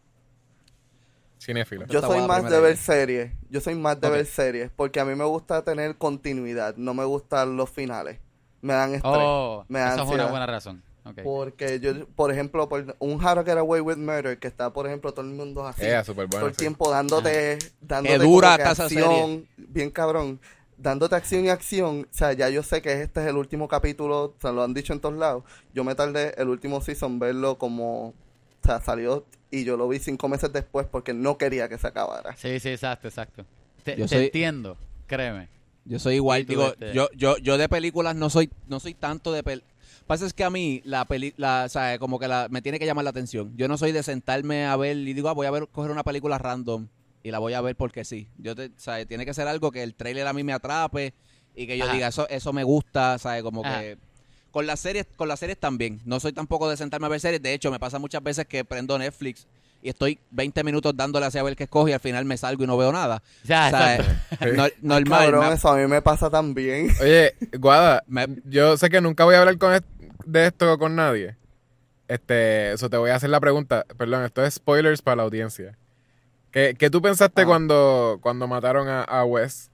Cinéfilo. Yo Esta soy guapa más primera de ver vez. series. Yo soy más de Ok. ver series. Porque a mí me gusta tener continuidad. No me gustan los finales. Me dan estrés. Oh, me da esa es una ansiedad. buena razón. Okay. Porque yo, por ejemplo, por un How to Get Away with Murder, que está, por ejemplo, todo el mundo así. Eh, súper todo bueno. el tiempo dándote, dándote Qué dura como que está esa acción, bien cabrón, dándote acción y acción. O sea, ya yo sé que este es el último capítulo, se lo han dicho en todos lados. Yo me tardé el último season verlo como, o sea, salió y yo lo vi cinco meses después porque no quería que se acabara. Sí, sí, exacto, exacto. Te, Yo te soy- entiendo, créeme. Yo soy igual, ¿Y tú, digo, este? yo, yo, yo de películas no soy, no soy tanto de pel pasa es que a mí la peli, la, o sea, como que la, me tiene que llamar la atención. Yo no soy de sentarme a ver y digo, ah, voy a ver, coger una película random y la voy a ver porque sí. Yo te, o sea, tiene que ser algo que el trailer a mí me atrape y que yo Ajá. diga, eso, eso me gusta, ¿sabes? Como Ajá. que con las series, con las series también. No soy tampoco de sentarme a ver series. De hecho, me pasa muchas veces que prendo Netflix y estoy veinte minutos dándole hacia ver qué escojo y al final me salgo y no veo nada. Ya, o sea, exacto. no- normal. Cabrón, me- eso a mí me pasa también. Oye, Guada, Me- yo sé que nunca voy a hablar con est- de esto con nadie. Este, eso te voy a hacer la pregunta. Perdón, esto es spoilers para la audiencia. ¿Qué, qué tú pensaste Ah. cuando, cuando mataron a, a Wes?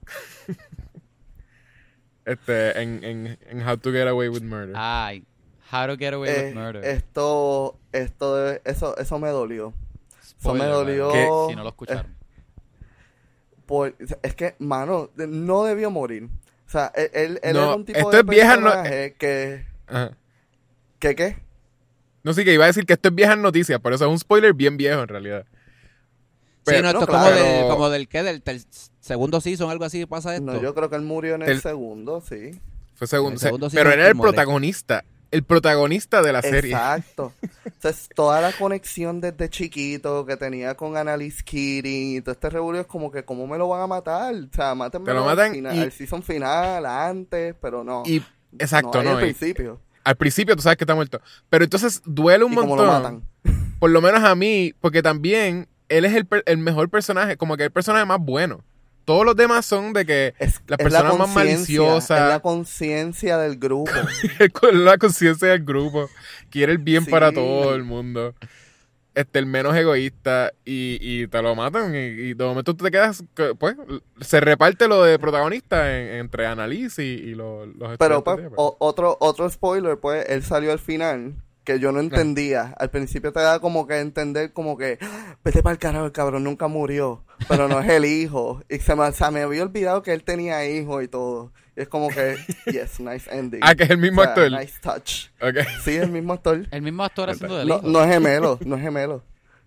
este, en, en, en How to Get Away with Murder. Ay, How to Get Away Eh, with Murder. esto, esto, de- eso, eso me dolió. Eso me Spoiler, dolió. ¿Qué? Si no lo escucharon. Por- es que, mano, de- no debió morir. O sea, él, él, él No, era un tipo esto de es vieja, no- personaje que... Ajá. ¿Qué qué? No sé, que iba a decir que esto es vieja en noticias, pero eso es un spoiler bien viejo en realidad. sí, Pero- no, esto no, es como, claro. del, como del, ¿qué? Del, ter- segundo season, algo así pasa esto. No, yo creo que él murió en el, El- segundo, sí. Fue segundo. El segundo se- sí pero fue era el el que muere. protagonista. El protagonista de la serie. Exacto. Entonces, toda la conexión desde chiquito que tenía con Annalise Keating y todo este revuelo es como que, ¿cómo me lo van a matar? O sea, mátenme Te lo matan al, final, y- al season final, antes, pero no. Y, exacto, ahí no. al y- principio. al principio tú sabes que está muerto. Pero entonces duele un Y cómo montón. lo matan. Por lo menos a mí, porque también él es el, per- el mejor personaje, como que el personaje más bueno. Todos los demás son de que Es, las es personas la más conciencia, maliciosas, Es la conciencia del grupo. con la conciencia del grupo, quiere el bien Sí. para todo el mundo. Este, el menos egoísta y, y te lo matan y, y de momento tú te quedas, que, pues, se reparte lo de protagonista en- entre Annalise y, y los, los Pero estudiantes pues, de ella, o- otro, otro spoiler, pues, él salió al final, que yo no entendía. Al principio te da como que entender como que, "Ah, vete para el carajo, el cabrón nunca murió, pero no es el hijo. Y se me, o sea, me había olvidado que él tenía hijo y todo. Y es como que, yes, nice ending. Ah, que es el mismo O sea, actor. Nice touch. Ok. Sí, es el mismo actor. El mismo actor haciendo del No, hijo. no es gemelo, no es gemelo.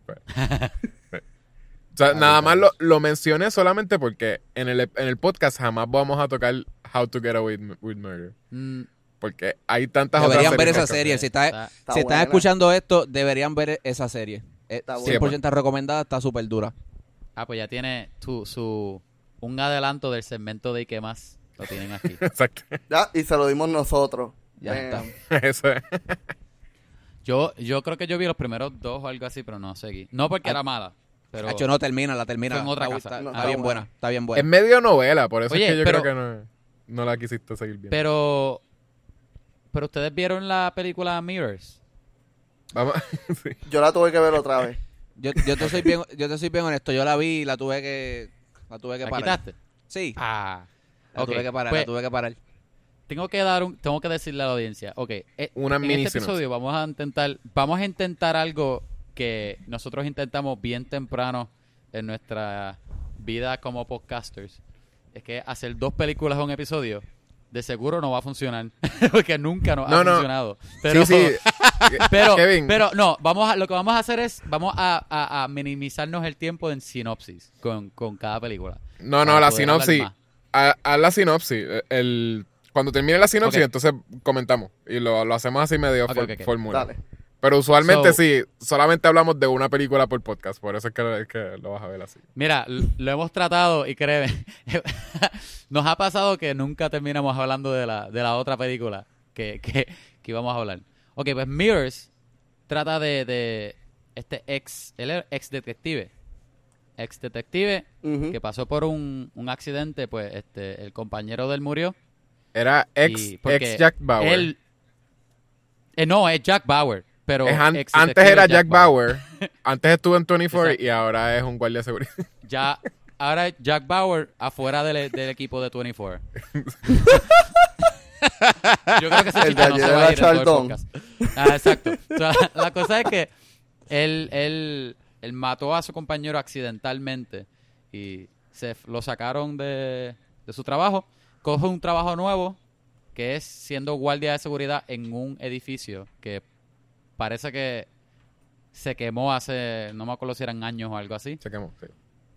O sea, Ah, nada bien, más bien. lo, lo mencioné solamente porque en el, en el podcast jamás vamos a tocar How to Get Away with Murder. Mm, Porque hay tantas Deberían otras ver series esa que- serie. Si, está- Está- Está si están buena. escuchando esto, deberían ver esa serie. Es Está buena. cien por ciento recomendada, está súper dura. ah, pues ya tiene tu, su un adelanto del segmento de ¿Y qué más? Lo tienen aquí. Exacto. Ya, y se lo dimos nosotros. Ya Damn. está. Eso es. Yo, yo creo que yo vi los primeros dos o algo así, pero no seguí. No porque Ah, era mala, pero... Hacho, no termina, la termina. Fue en otra está, casa. está- No, está está bien buena. buena, está bien Es buena. medio novela, por eso Oye, es que yo pero- creo que no, no la quisiste seguir bien. Pero... Pero ustedes vieron la película Mirrors. Vamos. Sí. Yo la tuve que ver otra vez. Yo, yo te soy bien, yo te soy bien honesto. Yo la vi y la tuve que, la tuve que ¿La parar. quitaste? Sí, Ah. la ok, tuve que parar, pues, la tuve que parar. Tengo que dar un, tengo que decirle a la audiencia, ok, eh, Una en mini este episodio vamos a intentar, vamos a intentar algo que nosotros intentamos bien temprano en nuestra vida como podcasters, es que hacer dos películas a un episodio de seguro no va a funcionar, porque nunca nos No, ha no. funcionado. Pero, sí, sí. pero, Kevin. pero no, vamos a, lo que vamos a hacer es, vamos a, a- a minimizarnos el tiempo en sinopsis con, con cada película. No, no, para la poder hablar sinopsis. más. Haz haz la sinopsis. El, cuando termine la sinopsis, Ok. entonces comentamos. Y lo, lo hacemos así medio Ok, for- ok, ok. fórmula. Dale. Pero usualmente So- sí, solamente hablamos de una película por podcast. Por eso es que, es que lo vas a ver así. Mira, l- lo hemos tratado y créeme, nos ha pasado que nunca terminamos hablando de la, de la otra película que, que, que íbamos a hablar. Ok, pues Mirrors trata de, de este ex, él era ex detective, ex detective Ujú. que pasó por un, un accidente, pues este el compañero de él murió. Era ex, y porque ex Jack Bauer. él- eh, no, es Jack Bauer, pero Es an- ex antes detective era es Jack Bauer. Antes estuvo en veinticuatro Exacto. y ahora es un guardia de seguridad. Ya, ahora es Jack Bauer afuera del, del equipo de veinticuatro. Yo creo que ese El chiste de no se ayer va era a ir en todo el Charlton. podcast. Ah, exacto. O sea, la cosa es que él, él, él mató a su compañero accidentalmente y se f- lo sacaron de, de su trabajo. Coge un trabajo nuevo que es siendo guardia de seguridad en un edificio que parece que se quemó hace, no me acuerdo si eran años o algo así. Se quemó, sí.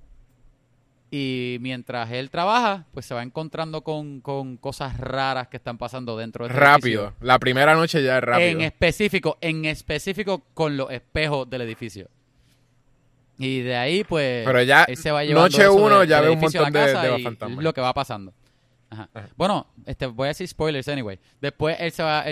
Y mientras él trabaja, pues se va encontrando con, con cosas raras que están pasando dentro de este Rápido. edificio. La primera noche ya es rápido. En específico, en específico con los espejos del edificio. Y de ahí, pues, Pero ya, él se va llevando noche eso uno de- ya del ve un edificio a la montón de- casa de y fantasmas. lo que va pasando. Ajá. Ajá. Bueno, este, voy a decir spoilers anyway. Después él se va, él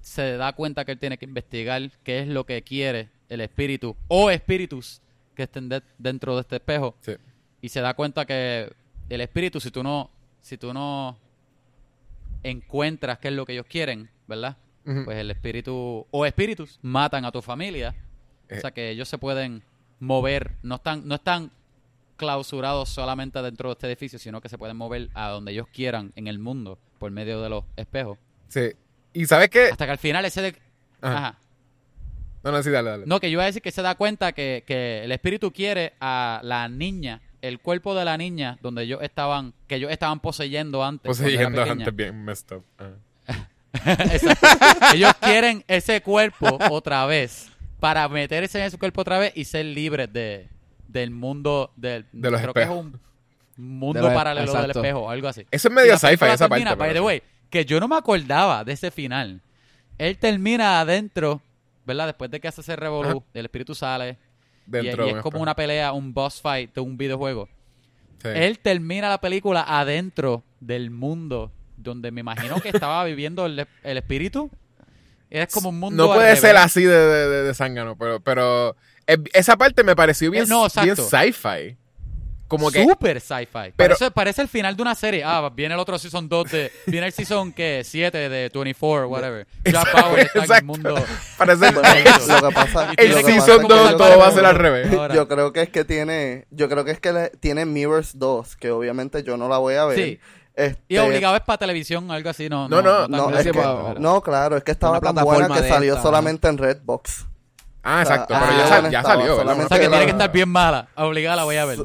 se da cuenta que él tiene que investigar qué es lo que quiere el espíritu o espíritus que estén de- dentro de este espejo. Sí. Y se da cuenta que el espíritu, si tú no, si tú no encuentras qué es lo que ellos quieren, ¿verdad? Ujú. Pues el espíritu o espíritus matan a tu familia. Eh. O sea que ellos se pueden mover, no están, no están clausurados solamente dentro de este edificio, sino que se pueden mover a donde ellos quieran en el mundo por medio de los espejos. Sí. ¿Y sabes qué? Hasta que al final ese de... Ajá. Ajá. No, no, sí, dale, dale. No, que yo iba a decir que se da cuenta que, que el espíritu quiere a la niña, el cuerpo de la niña, donde ellos estaban, que ellos estaban poseyendo antes. cuando era Poseyendo pequeña. antes bien messed up. Ajá. Exacto. Ellos quieren ese cuerpo otra vez para meterse en ese cuerpo otra vez y ser libres de, del mundo del De los creo que es espejos. un mundo De los- paralelo del exacto. espejo, algo así. Eso es Y medio la sci-fi película esa termina, parte. by pero the sí. way, que yo no me acordaba de ese final. Él termina adentro, ¿verdad? Después de que hace ese revolú, Ajá. el espíritu sale y, Dentro y de es un como espejo. una pelea, un boss fight de un videojuego. Sí. Él termina la película adentro del mundo donde me imagino que estaba viviendo el, el espíritu. Es como un mundo No al puede revés. ser así de, de, de, de zángano, pero, pero eh, esa parte me pareció bien, Eh, no, bien exacto. sci-fi. Como que Super sci-fi. Pero- Parece, parece el final de una serie. Ah, viene el otro season dos de... Viene el season, ¿qué? siete de veinticuatro, whatever. Jack Bauer está en el Exacto. mundo... parece Bueno, lo que pasa, el lo que pasa season es que dos yo todo creo- va a ser al revés. Ahora. Yo creo que es que tiene, yo creo que es que le- tiene Mirrors dos, que obviamente yo no la voy a ver. Sí. Este, Y obligado es para televisión, algo así. No, No, no, tan no, grande. es que, para- no, claro, es que estaba Una tan buena plataforma que de salió esta, solamente en Redbox. Ah, exacto, Ah, pero ya, ah, sal- bueno, ya estaba salió, ¿verdad? solamente O sea, que la- tiene que estar bien mala. Obligada la voy a ver.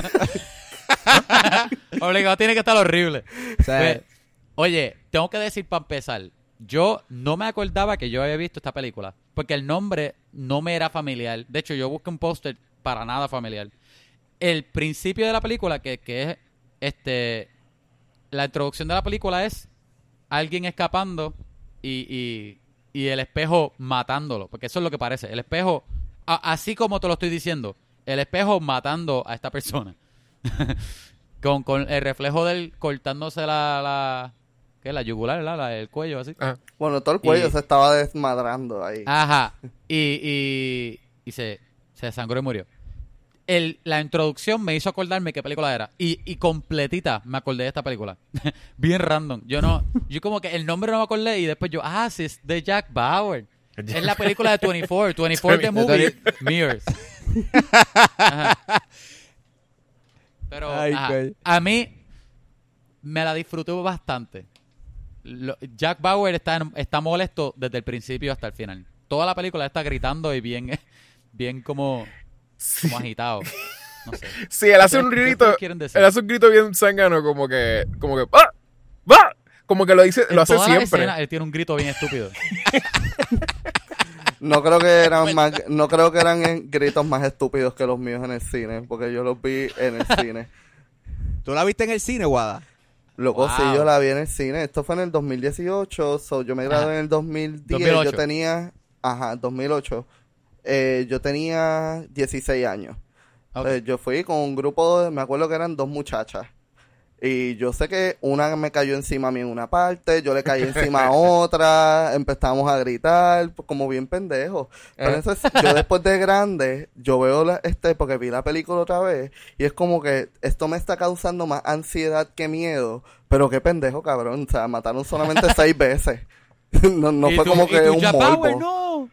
Obligado tiene que estar horrible. O sea, Pues, oye, tengo que decir para empezar, yo no me acordaba que yo había visto esta película, porque el nombre no me era familiar. De hecho, yo busqué un póster para nada familiar. El principio de la película, que, que es este, la introducción de la película es alguien escapando y, y, y el espejo matándolo, porque eso es lo que parece. El espejo, a- así como te lo estoy diciendo, el espejo matando a esta persona. con, con el reflejo del cortándose la, la ¿qué? La yugular, ¿verdad? La- el cuello, así. Ajá. Bueno, todo el cuello Y- se estaba desmadrando ahí. Ajá. Y, y, y se, se desangró y murió. El, la introducción me hizo acordarme qué película era. Y, y completita me acordé de esta película. Bien random. Yo no, yo como que el nombre no me acordé y después yo, ah, sí, es de Jack Bauer. Es la película de veinticuatro. veinticuatro The Movie. Mirrors. Ajá. Pero Ay, ajá, coño. a mí me la disfruté bastante. Lo- Jack Bauer está, está molesto desde el principio hasta el final. Toda la película está gritando y bien, bien como, como agitado. No sé. Sí, él hace ¿Qué- un qué grito, ustedes quieren decir? él hace un grito bien zángano, como que, como que, ¡ah! ¡ah! Como que lo dice, En lo hace toda la siempre. escena, él tiene un grito bien estúpido. No creo que eran más, no creo que eran eh, gritos más estúpidos que los míos en el cine, porque yo los vi en el cine. ¿tú la viste en el cine, Guada? Loco, sí, Wow. yo la vi en el cine. Esto fue en el dos mil dieciocho, so yo me gradué Ajá. en el dos mil diez. dos mil ocho. Yo tenía, ajá, dos mil ocho. Eh, yo tenía dieciséis años. Ok. Eh, yo fui con un grupo, de, me acuerdo que eran dos muchachas. Y yo sé que una me cayó encima a mí en una parte, yo le caí encima a otra, empezamos a gritar, pues, como bien pendejos. Pero Eh. entonces, yo después de grande, yo veo la, este, porque vi la película otra vez, y es como que esto me está causando más ansiedad que miedo, pero qué pendejo, cabrón, o sea, mataron solamente seis veces. No, no Y fue tú- como y que tú, un Jack morbo. Bauer, no.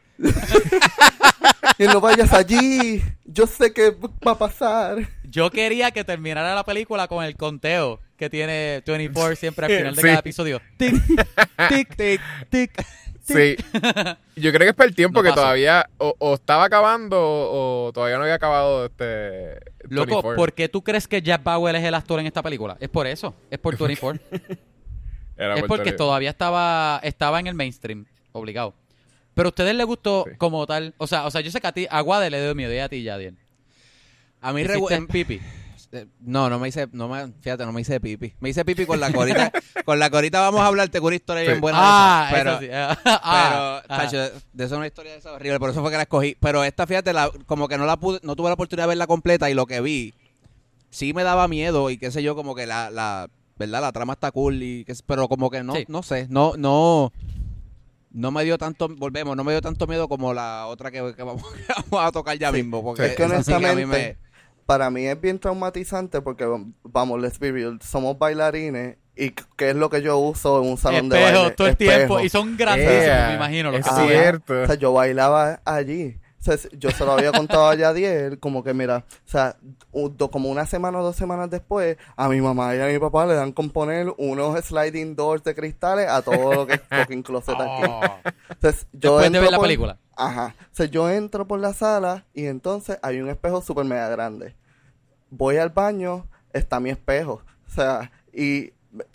Y no vayas allí, yo sé que va a pasar. Yo quería que terminara la película con el conteo que tiene veinticuatro siempre al final de Sí. cada episodio. Tic, tic, tic, tic. Sí. Yo creo que es por el tiempo No que pasó. todavía o, o estaba acabando o, o todavía no había acabado este Loco, veinticuatro. ¿por qué tú crees que Jack Bauer es el actor en esta película? Es por eso. Es por veinticuatro. Era es Puerto porque Rico. todavía estaba estaba en el mainstream, obligado. Pero a ustedes les gustó Sí. como tal. O sea, o sea, yo sé que a ti, a Guade le dio miedo y a ti, Yadiel. A mí ¿Hiciste regu- el pipi? Eh, No, no me hice, no me, fíjate, no me hice pipi. Me hice pipi con la corita, con la corita vamos a hablar, tengo una historia Sí. bien buena Ah, de esa, pero, eso sí. Ah, pero, ah. tacho, de eso es una historia de esa horrible, por eso fue que la escogí. Pero esta, fíjate, la, como que no la pude, no tuve la oportunidad de verla completa y lo que vi, sí me daba miedo y qué sé yo, como que la, la, verdad, la trama está cool y que, pero como que no, Sí. no sé, no, no, no me dio tanto, volvemos, no me dio tanto miedo como la otra que, que vamos, que vamos a tocar ya Sí. mismo. Porque Es que esa sí que a mí honestamente, me... para mí es bien traumatizante porque, vamos, let's be real, somos bailarines y ¿qué es lo que yo uso en un salón de Espejo baile? todo el Espejo. tiempo. Y son grandísimos, Yeah, me imagino. Los es que Ajá. se cierto. O sea, yo bailaba allí. O sea, yo se lo había contado a Yadiel, como que mira, o sea, un- do- como una semana o dos semanas después, a mi mamá y a mi papá le dan con poner unos sliding doors de cristales a todo lo que es fucking closet aquí. Oh. Entonces, yo Después de entro ver la por- película. Ajá. O sea, yo entro por la sala y entonces hay un espejo súper mega grande. Voy al baño, está mi espejo. O sea, y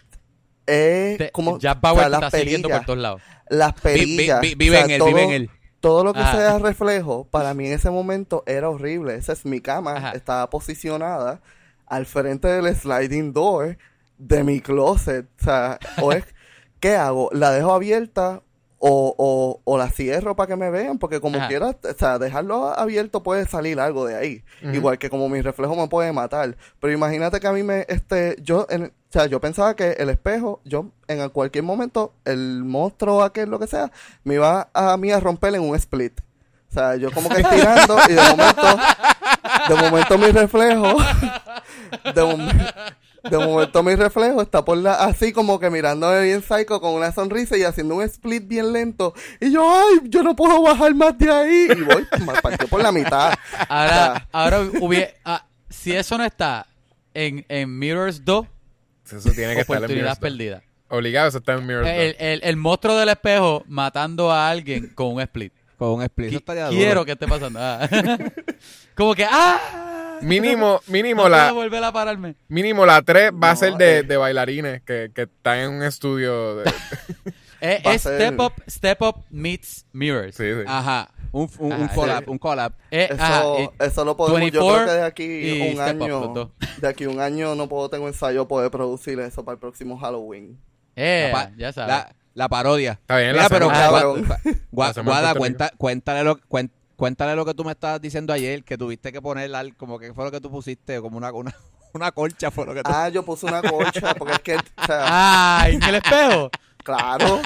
es Te- como... Jack o Bauer sea, te las está siguiendo por perillas, todos lados. las Vi- vi- perillas. vi- vive o sea, en él, todo, vive en él. todo lo que Ajá. sea reflejo, para mí en ese momento era horrible. Esa es mi cama, Ajá. estaba posicionada al frente del sliding door de mi closet. O sea, o es, ¿qué hago? ¿La dejo abierta o, o, o la cierro para que me vean? Porque como Ajá. quiera, o sea, dejarlo abierto puede salir algo de ahí. Ujú. Igual que como mi reflejo me puede matar. Pero imagínate que a mí me, este, yo, en, o sea, yo pensaba que el espejo, yo en cualquier momento, el monstruo aquel, lo que sea, me iba a mí a romper en un split. O sea, yo como que estirando y de momento, de momento mi reflejo, de, mom- de momento mi reflejo está por la, así como que mirándome bien psycho con una sonrisa y haciendo un split bien lento. Y yo, ay, yo no puedo bajar más de ahí. Y voy, me partió por la mitad. Ahora, ahora hubiera, ah, si eso no está en, en Mirrors dos, Eso tiene que estar en oportunidad Mirror's dos. perdida. Obligado, eso está en Mirror's El, el, el monstruo del espejo matando a alguien con un split. Con un split. Eso Qui- estaría Quiero duro. que esté pasando. Ah. Como que, ¡ah! dos. Mínimo, mínimo No la... puedo volver a pararme. Mínimo la tres va a No, ser de, eh. de bailarines que, que están en un estudio de... Eh, Va a es ser- Step Up, Step Up meets Mirrors. Sí, sí. Ajá. Un, un, un Ajá, collab, sí. un collab. Eh, Eso, ajá, eh, eso lo podemos, yo creo que de aquí y un Step Up, los año, dos. de aquí un año no puedo, tengo ensayo poder producir eso para el próximo Halloween. eh, La pa- ya sabes. La, la parodia. Está bien, Mira, la pero hacemos. Gua- Cabrón. Gua- Gua- La hacemos en Guada, Puerto cuenta, cuéntale, lo, cuen- cuéntale lo que tú me estabas diciendo ayer, que tuviste que poner al- como que fue lo que tú pusiste, como una, una, una colcha fue lo que tú... Ah, yo puse una colcha porque es que, o sea, ¡Ay, en el espejo! claro.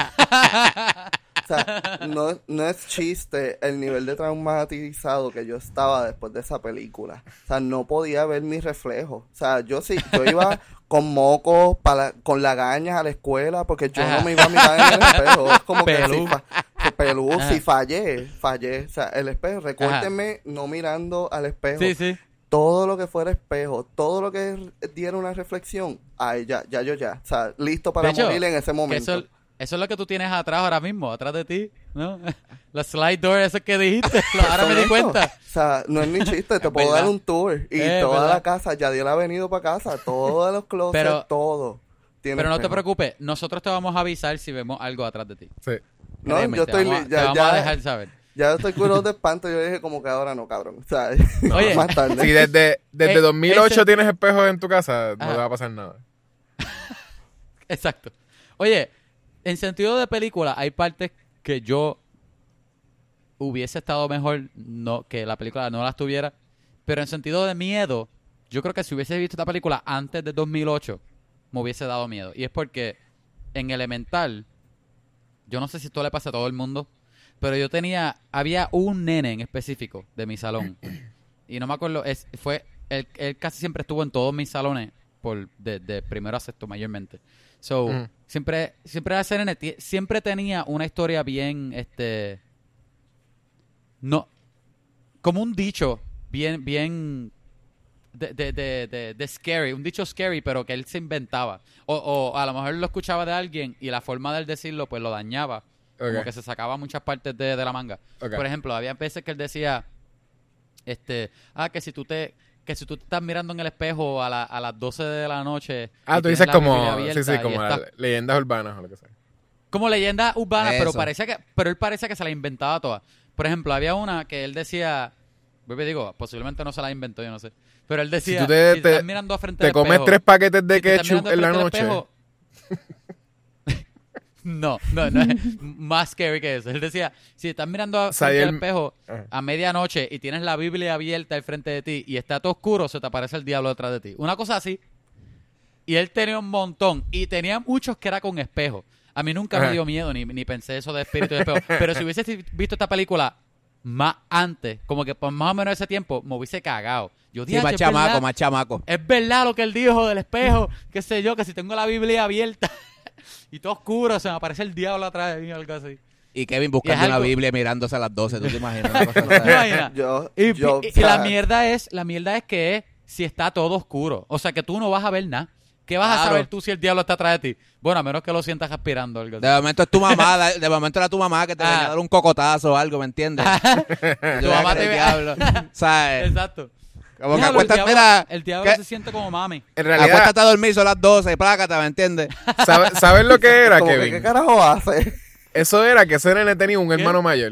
O sea, no, no es chiste el nivel de traumatizado que yo estaba después de esa película. O sea, no podía ver mi reflejo. O sea, yo sí, yo iba con mocos, para, con lagañas a la escuela porque yo Ajá. no me iba a mirar en el espejo. Es como que Pelú. si, fa- que pelú, Ajá. si fallé, fallé. O sea, el espejo, recuérdenme no mirando al espejo. Sí, sí. Todo lo que fuera espejo, todo lo que diera una reflexión, ay, ya, ya, yo ya. O sea, listo para De hecho, morir en ese Que momento. eso, eso es lo que tú tienes atrás ahora mismo, atrás de ti, ¿no? La slide door, eso que dijiste. lo- ahora me di Eso. cuenta. O sea, no es ni chiste, te Es puedo verdad. dar un tour. Y Es toda verdad. la casa, Yadiel ha venido para casa, todos los closets, Pero- todo. tiene Pero no te espejo. preocupes, nosotros te vamos a avisar si vemos algo atrás de ti. Sí. No, Créeme, yo te estoy vamos, a- li- te ya, vamos ya, a dejar saber. ya estoy curado de espanto. Yo dije como que ahora no, cabrón. O sea, Oye. más tarde. Si desde, desde Eh, dos mil ocho ese- tienes espejos en tu casa, no Ajá. te va a pasar nada. Exacto. Oye, en sentido de película, hay partes que yo hubiese estado mejor no que la película no las tuviera. Pero en sentido de miedo, yo creo que si hubiese visto esta película antes de dos mil ocho, me hubiese dado miedo. Y es porque en Elemental, yo no sé si esto le pasa a todo el mundo, pero yo tenía, había un nene en específico de mi salón. Y no me acuerdo, es, fue, él, él casi siempre estuvo en todos mis salones, por de, de primero a sexto mayormente. So, Ujú. siempre, siempre ese nene tie- siempre tenía una historia bien, este, no, como un dicho bien, bien de, de, de, de, de scary, un dicho scary, pero que él se inventaba. O, o a lo mejor lo escuchaba de alguien y la forma de él decirlo, pues lo dañaba. Como Ok. que se sacaba muchas partes de, de la manga. Ok. Por ejemplo, había veces que él decía, este, ah, que si tú te, que si tú te estás mirando en el espejo a, la, a las doce de la noche. Ah, y tú tienes dices la como, Biblia sí, abierta sí, y como estás- las leyendas urbanas o lo que sea. como leyenda urbana, pero Eso. parecía que, pero él parecía que se la inventaba toda. Por ejemplo, había una que él decía, vuelvo y digo, posiblemente no se la inventó, yo no sé. Pero él decía, Si tú te- si te- estás mirando a frente Te del comes espejo, tres paquetes de si te estás ketchup mirando en la frente al noche. espejo- no, no, no es más scary que eso. Él decía, si estás mirando a frente Sadiel- al espejo Ajá. a medianoche y tienes la Biblia abierta al frente de ti y está todo oscuro, se te aparece el diablo detrás de ti. Una cosa así. Y él tenía un montón. Y tenía muchos que era con espejo. A mí nunca Ajá. me dio miedo, ni, ni pensé eso de espíritu de espejo. Pero si hubiese visto esta película más antes, como que por más o menos ese tiempo, me hubiese cagado. Yo Sí, dije, más es chamaco, verdad, más chamaco. es verdad lo que él dijo del espejo, qué sé yo, que si tengo la Biblia abierta y todo oscuro, se me aparece el diablo atrás de mí o algo así. Y Kevin buscando Y es una algo- Biblia mirándose a las doce, ¿tú te imaginas? Una cosa ¿Te así. imaginas? Yo, Y, yo, y- o y sea, la mierda es, la mierda es que es si está todo oscuro. O sea que tú no vas a ver nada. ¿Qué vas a Claro. saber tú si el diablo está atrás de ti? Bueno, a menos que lo sientas aspirando o algo así. De momento es tu mamá, de de momento era tu mamá que te Ah. venía a dar un cocotazo o algo, ¿me entiendes? Tu mamá te ve- diablo. ¿Sabes? Exacto. Como que Diablo, el acuéstate, diablo, mira, el diablo que- se siente como mami. En realidad, acuéstate a dormir, son las doce, plácate, ¿me entiendes? ¿sabe- ¿sabes lo que era, como que, Kevin? ¿qué carajo hace? Eso era que ese nene tenía un hermano mayor.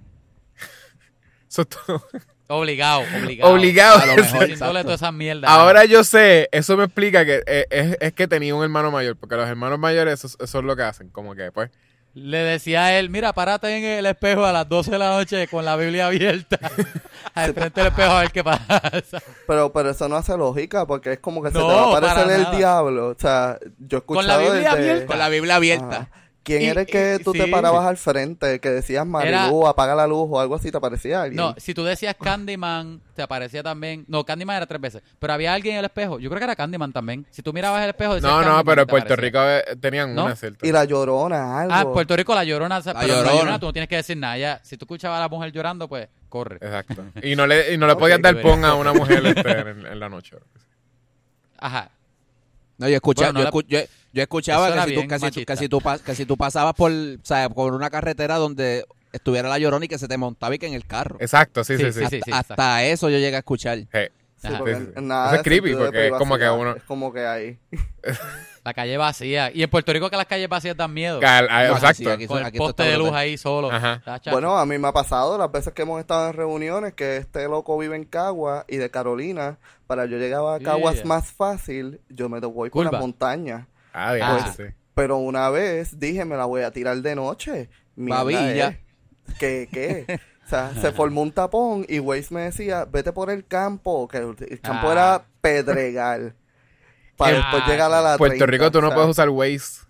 Eso es todo. Obligado, obligado. Obligado. A lo mejor, Haciéndole exacto. todas esas mierdas. Ahora yo sé, eso me explica que eh, es, es que tenía un hermano mayor, porque los hermanos mayores eso, eso es lo que hacen, como que pues. Le decía a él, mira, párate en el espejo a las doce de la noche con la Biblia abierta. Al frente del espejo a ver qué pasa. Pero, pero eso no hace lógica porque es como que se No, te va a para aparecer el nada. diablo. O sea, yo he Con la escuchado Biblia desde- abierta. Con la Biblia abierta. Ajá. ¿Quién Y- eres que y- tú te sí. parabas al frente? Que decías Marilu, apaga la luz o algo así, ¿te aparecía alguien? No, si tú decías Candyman, te aparecía también. No, Candyman era tres veces. Pero había alguien en el espejo. Yo creo que era Candyman también. Si tú mirabas el espejo, decías No, no, Candyman, pero en te Puerto aparecía. Rico eh, tenían ¿No? una cierta. Y la llorona, algo. Ah, Puerto Rico, la llorona. La pero la Llorona. llorona tú no tienes que decir nada. Ya, si tú escuchabas a la mujer llorando, pues corre. Exacto. Y no le, y no le Ok, podías dar debería pon a una mujer este, en, en la noche. Ajá. No, yo escuchaba, Bueno, no yo, escu- yo, yo escuchaba Eso que era si, tú, bien que, si tú, machista. que, si tú, pas- que si tú pasabas por, o sea, por una carretera donde estuviera la llorona y que se te montaba y que en el carro. Exacto, sí, sí, Sí, sí. sí, hasta hasta eso yo llegué a escuchar. Sí. Sí, Ajá. porque Sí, sí. nada Eso es de creepy, sentido de porque es como que privacidad, uno- Es como que ahí. La calle vacía. Y en Puerto Rico que las calles vacías dan miedo. Cal- ah, No, exacto. sí, aquí- Con el aquí esto poste está de luz brutal. ahí solo. Ajá. Está chacho. Bueno, a mí me ha pasado las veces que hemos estado en reuniones que este loco vive en Cagua y de Carolina. Para yo llegar a Caguas Yeah. más fácil, yo me voy por Curva. las montañas. Ah, bien, Ah. sí. Pero una vez dije, me la voy a tirar de noche. Mierda Babilla. es. ¿Qué, qué? O sea, se formó un tapón y Waze me decía, vete por el campo, que el, el campo Ah. era pedregal. Para Ah, después llegar a la Puerto treinta, Rico tú no o sea, puedes usar Waze.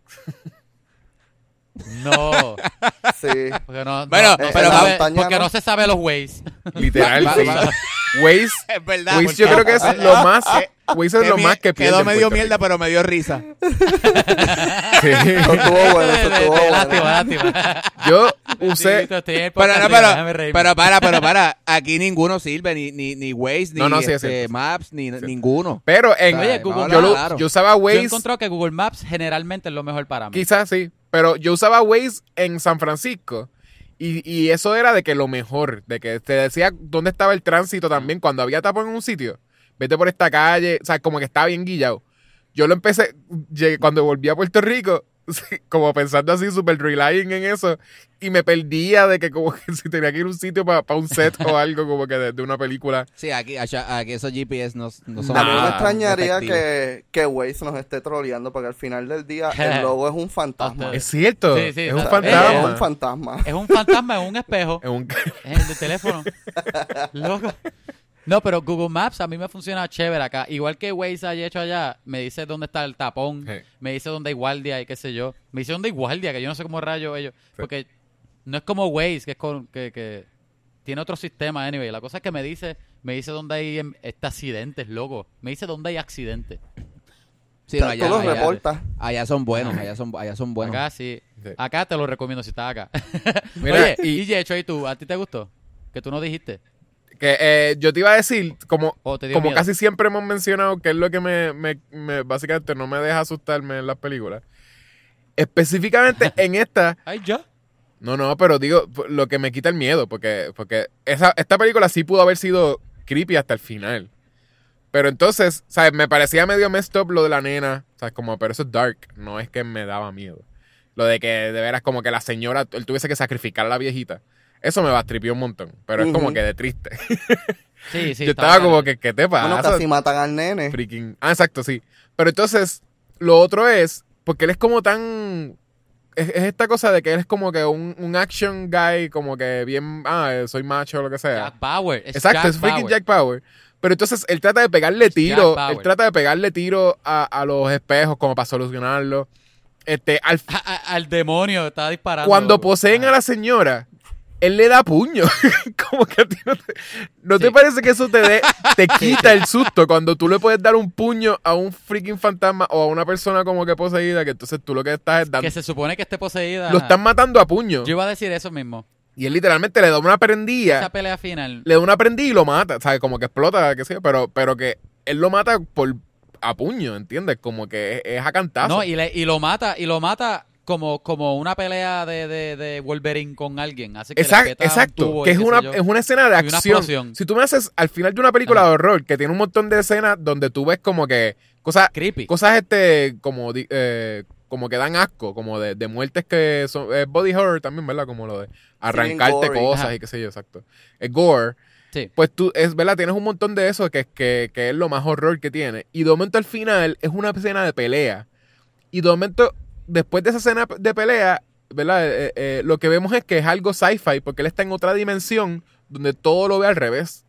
No. Sí. Porque no, Bueno, no- no pero se la sabe, montaña porque no- no se sabe los ways. Literal, Va- sí. va- Waze, Es verdad. Waze yo creo que es lo más, Waze es lo más que pierde Quedó en medio Puerto mierda, Rico. pero me dio risa. Sí. Eso estuvo bueno, eso estuvo bueno. Lástima, lástima. Yo usé, Bendito, estoy en el Pero, podcast no, de- pero, déjame reírme. pero para, pero para. Aquí ninguno sirve, ni, ni, ni Waze, ni No, no, sí, es este, cierto. Maps, ni ninguno. pero en, Oye, Ay, Google vamos a yo, hablar lo- claro. yo usaba Yo he Waze, encontrado que Google Maps generalmente es lo mejor para mí. quizás sí, pero yo usaba Waze en San Francisco y, y eso era de que lo mejor, de que te decía dónde estaba el tránsito también, cuando había tapón en un sitio, vete por esta calle, o sea, como que estaba bien guillado. Yo lo empecé, llegué, cuando volví a Puerto Rico, como pensando así, súper relying en eso, y me perdía de que como que si tenía que ir a un sitio para un set o algo como que de, de una película. Sí, aquí, allá- aquí esos G P S no, no son A mí me nada extrañaría efectivos. que, que Waze nos esté troleando, porque al final del día el logo es un fantasma. Es cierto, Sí, sí, es o un sea, fantasma. Es un fantasma. Es un fantasma en un espejo. Es un- Es el de teléfono. Loco. No, pero Google Maps a mí me funciona chévere acá. Igual que Waze haya hecho allá, me dice dónde está el tapón, Sí. me dice dónde hay guardia y qué sé yo. Me dice dónde hay guardia, que yo no sé cómo rayo ellos. Porque no es como Waze, que es con, que, que tiene otro sistema, anyway. La cosa es que me dice, me dice dónde hay em, este accidentes, loco. Me dice dónde hay accidentes. Sí, O no, sea, allá, tú los allá- reportas. allá son buenos, allá son, allá son buenos. Acá sí. Sí. Acá te lo recomiendo si estás acá. Mira, Oye, y- y Yecho, ¿y tú? ¿A ti te gustó? Que tú no dijiste. Que eh, yo te iba a decir, como, ¿O te dio como miedo? casi siempre hemos mencionado, que es lo que me, me, me- básicamente no me deja asustarme en las películas. Específicamente en esta, Ay, ya. no, no, pero digo, lo que me quita el miedo, porque, porque esa, esta película sí pudo haber sido creepy hasta el final. Pero entonces, ¿sabes? Me parecía medio messed up lo de la nena, ¿sabes? Como, pero eso es dark, no es que me daba miedo. Lo de que de veras como que la señora, él tuviese que sacrificar a la viejita. Eso me bastripió un montón, pero es como Ujú. que de triste. Sí, sí. Yo estaba caro. como que, ¿qué te pasa? Bueno, casi matan al nene. Freaking. Ah, exacto, sí. Pero entonces, lo otro es, porque él es como tan. Es, es esta cosa de que él es como que un, un action guy, como que bien. Ah, soy macho o lo que sea. Jack Bauer. Es exacto, Jack es freaking Bauer. Jack Power. Pero entonces él trata de pegarle tiro. Bauer. Él trata de pegarle tiro a, a los espejos como para solucionarlo. Este, al, A- a- al demonio estaba disparando. cuando poseen a la señora, él le da puño. Como que a ti no te, ¿no te Sí. parece que eso te dé, te quita el susto cuando tú le puedes dar un puño a un freaking fantasma o a una persona como que poseída, que entonces tú lo que estás es dando, Que se supone que esté poseída. lo están matando a puño. Yo iba a decir eso mismo. Y él literalmente le da una prendilla, Esa pelea final. le da una prendilla y lo mata, ¿sabes? Como que explota, qué sé yo, pero, pero que él lo mata por a puño, ¿entiendes? Como que es, es a cantazo. No, y, le- y lo mata, y lo mata como, como una pelea de, de, de Wolverine con alguien. Así que le Exacto, peta un exacto, tubo que y es qué sé una, yo. es una escena de Y una acción. explosión. Si tú me haces al final de una película Ajá. de horror que tiene un montón de escenas donde tú ves como que cosas, Creepy. cosas este, como, di- eh, como que dan asco, como de, de muertes que son, eh, body horror también, ¿verdad? Como lo de arrancarte gory. cosas Ajá. y qué sé yo, exacto. Es gore. Sí. Pues tú, es verdad, tienes un montón de eso que, que, que es lo más horror que tiene. Y de momento al final es una escena de pelea. Y de momento, después de esa escena de pelea, ¿verdad? Eh, eh, lo que vemos es que es algo sci-fi porque él está en otra dimensión donde todo lo ve al revés.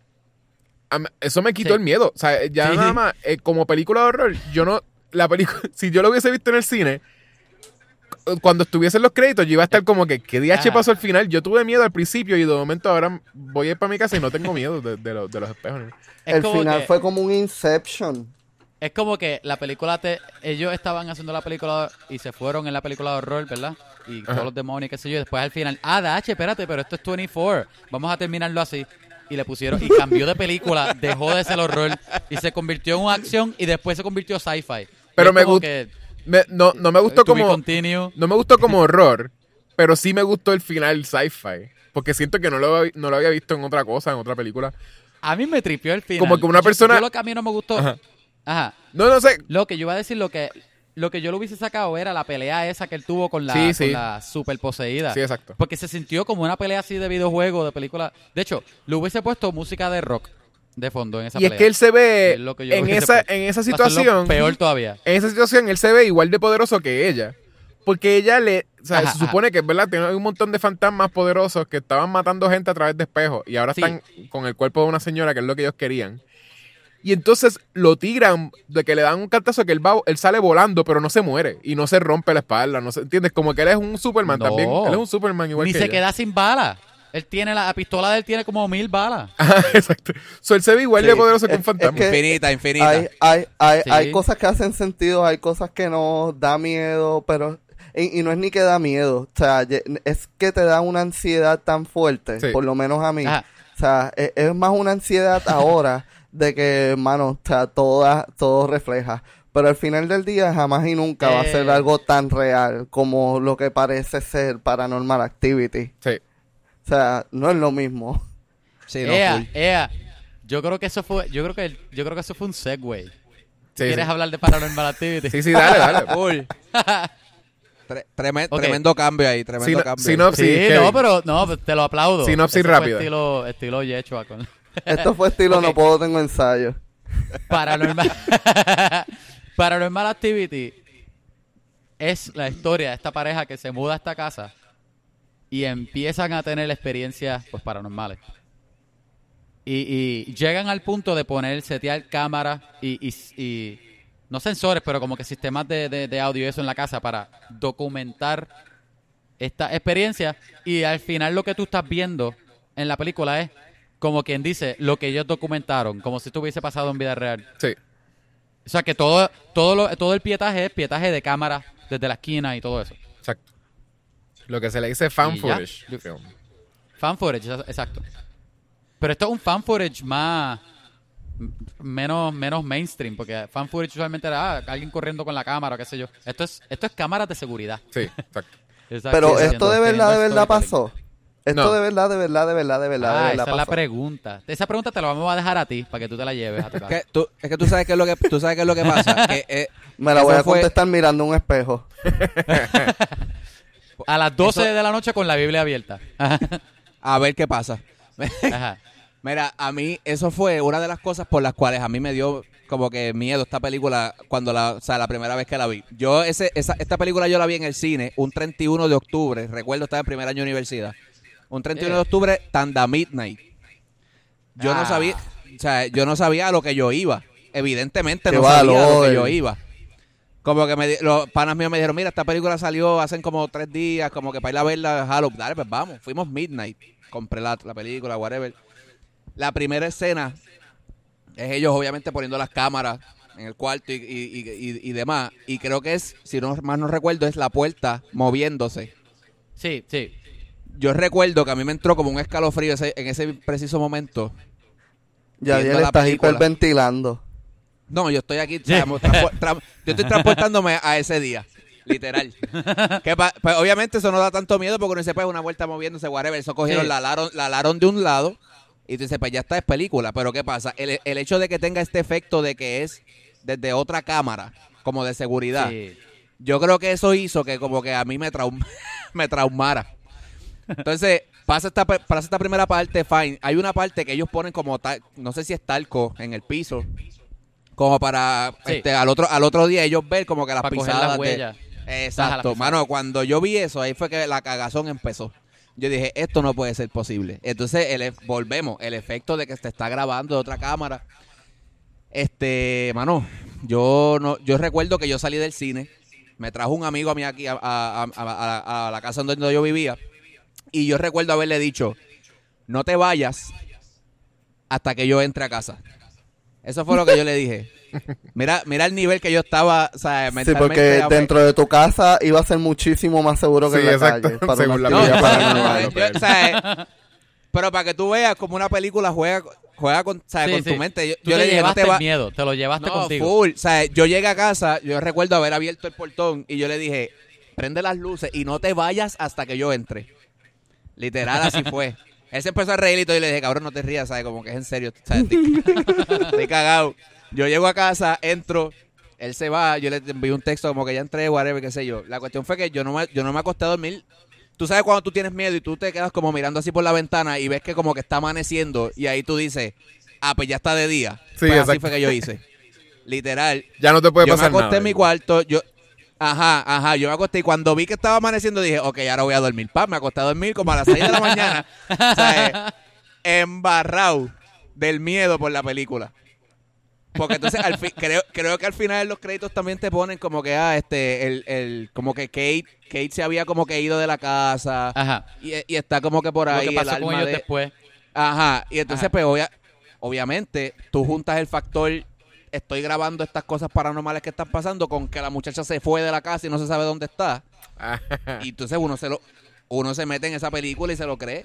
A mí- Eso me quitó Sí. el miedo. O sea, ya Sí, nada sí. más, eh, como película de horror, yo no. La película, si yo lo hubiese visto en el cine, cuando estuviesen los créditos, yo iba a estar como que, ¿qué D H Ajá. pasó al final? Yo tuve miedo al principio y de momento ahora voy a ir para mi casa y no tengo miedo de, de los- de los espejos. ¿no? Es El como final que- fue como un Inception. Es como que la película te, ellos estaban haciendo la película y se fueron en la película de horror, ¿verdad? Y Ajá. todos los demonios, qué sé yo, y después al final, ah, Dache, espérate, pero esto es veinticuatro, vamos a terminarlo así. Y le pusieron, y cambió de película, dejó de ser horror, y se convirtió en una acción, y después se convirtió en sci-fi. Pero Y es me como gust- que, Me- no, no me gustó to be como. continue. No me gustó como horror, pero sí me gustó el final sci-fi. Porque siento que no lo, había- no lo había visto en otra cosa, en otra película. A mí me tripió el final. Como que una Yo- persona- Yo, lo que a mí no me gustó, Ajá. ajá, No, no sé. lo que yo iba a decir, lo que lo que yo lo hubiese sacado era la pelea esa que él tuvo con la, Sí, con sí. la super poseída. Sí, exacto. Porque se sintió como una pelea así de videojuego, de película. De hecho, le hubiese puesto música de rock de fondo en esa Y es pelea. que él se ve Es lo que yo en hubiese esa, puesto. en esa Para hacerlo situación. peor todavía. En esa situación, él se ve igual de poderoso que ella. Porque ella le. O sea, Ajá, se supone que, ¿verdad? Tiene un montón de fantasmas poderosos que estaban matando gente a través de espejos. Y ahora Sí. están con el cuerpo de una señora, que es lo que ellos querían. Y entonces lo tiran de que le dan un cartazo que él, va, él sale volando, pero no se muere. Y no se rompe la espalda. No se, ¿entiendes? Como que él es un Superman No. también. Él es un Superman igual Ni que se ella. queda sin balas. Él tiene la, la pistola de él tiene como mil balas. Ajá, exacto. So, él se ve igual Sí, de poderoso que es- un fantasma. es que- Infinita, infinita. Hay, hay, hay, Sí. hay cosas que hacen sentido, hay cosas que no da miedo, pero... Y, y no es ni que da miedo, o sea, ye- es que te da una ansiedad tan fuerte, Sí. por lo menos a mí. Ajá. O sea, es, es más una ansiedad ahora de que, hermano, o sea, todo, todo refleja. Pero al final del día jamás y nunca va a ser Eh. algo tan real como lo que parece ser Paranormal Activity. Sí. O sea, no es lo mismo. Sí, no, ea, full. ea. Yo creo que eso fue, yo creo que el- yo creo que eso fue un segue. Sí, ¿Quieres sí. hablar de Paranormal Activity? Sí, sí, dale, dale. Full. Tre- tremen- Ok. Tremendo cambio ahí, tremendo Sino- cambio. sinopsis, Sí, Kevin. no, pero no, pues, te lo aplaudo. Sinopsis Eso fue rápida. Estilo, estilo Yechua con Esto fue estilo Ok. no puedo, tengo ensayo. Paranormal. Paranormal Activity es la historia de esta pareja que se muda a esta casa y empiezan a tener experiencias pues paranormales. Y, y llegan al punto de poner, setear cámaras y, y, y no sensores, pero como que sistemas de, de, de audio y eso en la casa para documentar esta experiencia. Y al final lo que tú estás viendo en la película es como quien dice lo que ellos documentaron, como si esto hubiese pasado en vida real. Sí. O sea que todo, todo, lo, todo el pietaje es pietaje de cámara desde la esquina y todo eso. Exacto. Lo que se le dice fan Y ya. footage. Yo- film. Fan footage, exa- exacto. Pero esto es un fan footage más m- menos menos mainstream, porque fan footage usualmente era ah, alguien corriendo con la cámara o qué sé yo. Esto es esto es cámaras de seguridad. Sí, exacto. Exacto. Pero Sí, esto de haciendo- verdad, de teniendo verdad storytelling. pasó. Esto No. de verdad, de verdad, de verdad, de verdad, de Ah, verdad esa es la pasó. pregunta. Esa pregunta te la vamos a dejar a ti para que tú te la lleves a tu casa. Que tú- es que tú sabes qué es lo que tú sabes qué es lo que pasa. Que, eh, Me la eso voy a fue- contestar mirando un espejo. A las doce Eso- de la noche con la Biblia abierta. A ver qué pasa. Ajá. Mira, a mí eso fue una de las cosas por las cuales a mí me dio como que miedo esta película cuando la, o sea, la primera vez que la vi. Yo ese esa, esta película yo la vi en el cine un treinta y uno de octubre, recuerdo estaba en primer año de universidad. Un treinta y uno de octubre, Tanda Midnight. Yo Ah. no sabía, o sea, yo no sabía a lo que yo iba. Evidentemente Qué no sabía a lo valor. que yo iba. Como que me, di- los panas míos me dijeron, mira, esta película salió hace como tres días, como que para ir a verla, Halloween. Dale, pues vamos. Fuimos midnight. Compré la, la película, whatever. La primera escena es ellos obviamente poniendo las cámaras en el cuarto y, y, y, y- y demás. Y creo que es, si no más no recuerdo, es la puerta moviéndose. Sí, sí. Yo recuerdo que a mí me entró como un escalofrío ese- en ese preciso momento. Ya viendo él la estás película. hiperventilando. No, yo estoy aquí, tramo- transpo- tra- yo estoy transportándome a ese día, literal. Que pa- pues, obviamente eso no da tanto miedo porque uno dice, pues una vuelta moviéndose, whatever. Eso cogieron, Sí. la alaron, la alaron de un lado y tú dices, pues ya está, es película. Pero ¿qué pasa? El, el hecho de que tenga este efecto de que es desde otra cámara, como de seguridad, Sí. yo creo que eso hizo que como que a mí me, traum- me traumara. Entonces, pasa esta, pe- pasa esta primera parte, fine. Hay una parte que ellos ponen como, tal, no sé si es talco en el piso, como para Sí. este, al otro al otro día ellos ver como que las Para coger pisadas las de- huellas. Exacto, Ajá, mano, cuando yo vi eso, ahí fue que la cagazón empezó. Yo dije, esto no puede ser posible. Entonces, el, e- volvemos, el efecto de que se está grabando de otra cámara. Este, mano, yo no yo recuerdo que yo salí del cine, me trajo un amigo a mí aquí a, a- a- a- a la casa donde yo vivía y yo recuerdo haberle dicho, no te vayas hasta que yo entre a casa. Eso fue lo que yo le dije. Mira, mira el nivel que yo estaba, o sea, Sí, mentalmente. porque a- dentro de tu casa iba a ser muchísimo más seguro que Sí, en la exacto. calle. Para Según una la No, teoría actividad no, no, paranormal, no, lo yo- peor. o sea, pero para que tú veas como una película juega juega con, o sea, Sí, con sí. tu mente. Yo, Tú yo te le dije, no llevaste te va- el miedo, te lo llevaste No, contigo. full. O sea, yo llegué a casa, yo recuerdo haber abierto el portón y yo le dije, prende las luces y no te vayas hasta que yo entre. Literal, así fue. Él se empezó a reír y todo, y le dije, cabrón, no te rías, ¿sabes? Como que es en serio, ¿sabes? Estoy, estoy cagado. Yo llego a casa, entro, él se va, yo le envío un texto como que ya entré, whatever, qué sé yo. La cuestión fue que yo no me, yo no me acosté a dormir. Tú sabes cuando tú tienes miedo y tú te quedas como mirando así por la ventana y ves que como que está amaneciendo y ahí tú dices, ah, pues ya está de día. Sí, Pues así exacto. fue que yo hice. Literal. Ya no te puede Yo me pasar acosté nada. en mi cuarto, yo... Ajá, ajá, yo me acosté y cuando vi que estaba amaneciendo dije, ok, ahora voy a dormir. Pa, me acosté a dormir como a las seis de la mañana. O sea, eh, embarrado del miedo por la película. Porque entonces al fin, creo, creo que al final de los créditos también te ponen como que, ah, este, el, el, como que Kate, Kate se había como que ido de la casa Ajá. y, y está como que por Lo ahí que el pasó con alma ellos de... después. Ajá, y entonces Ajá. pues obvia- obviamente tú juntas el factor estoy grabando estas cosas paranormales que están pasando con que la muchacha se fue de la casa y no se sabe dónde está. Y entonces uno se lo uno se mete en esa película y se lo cree.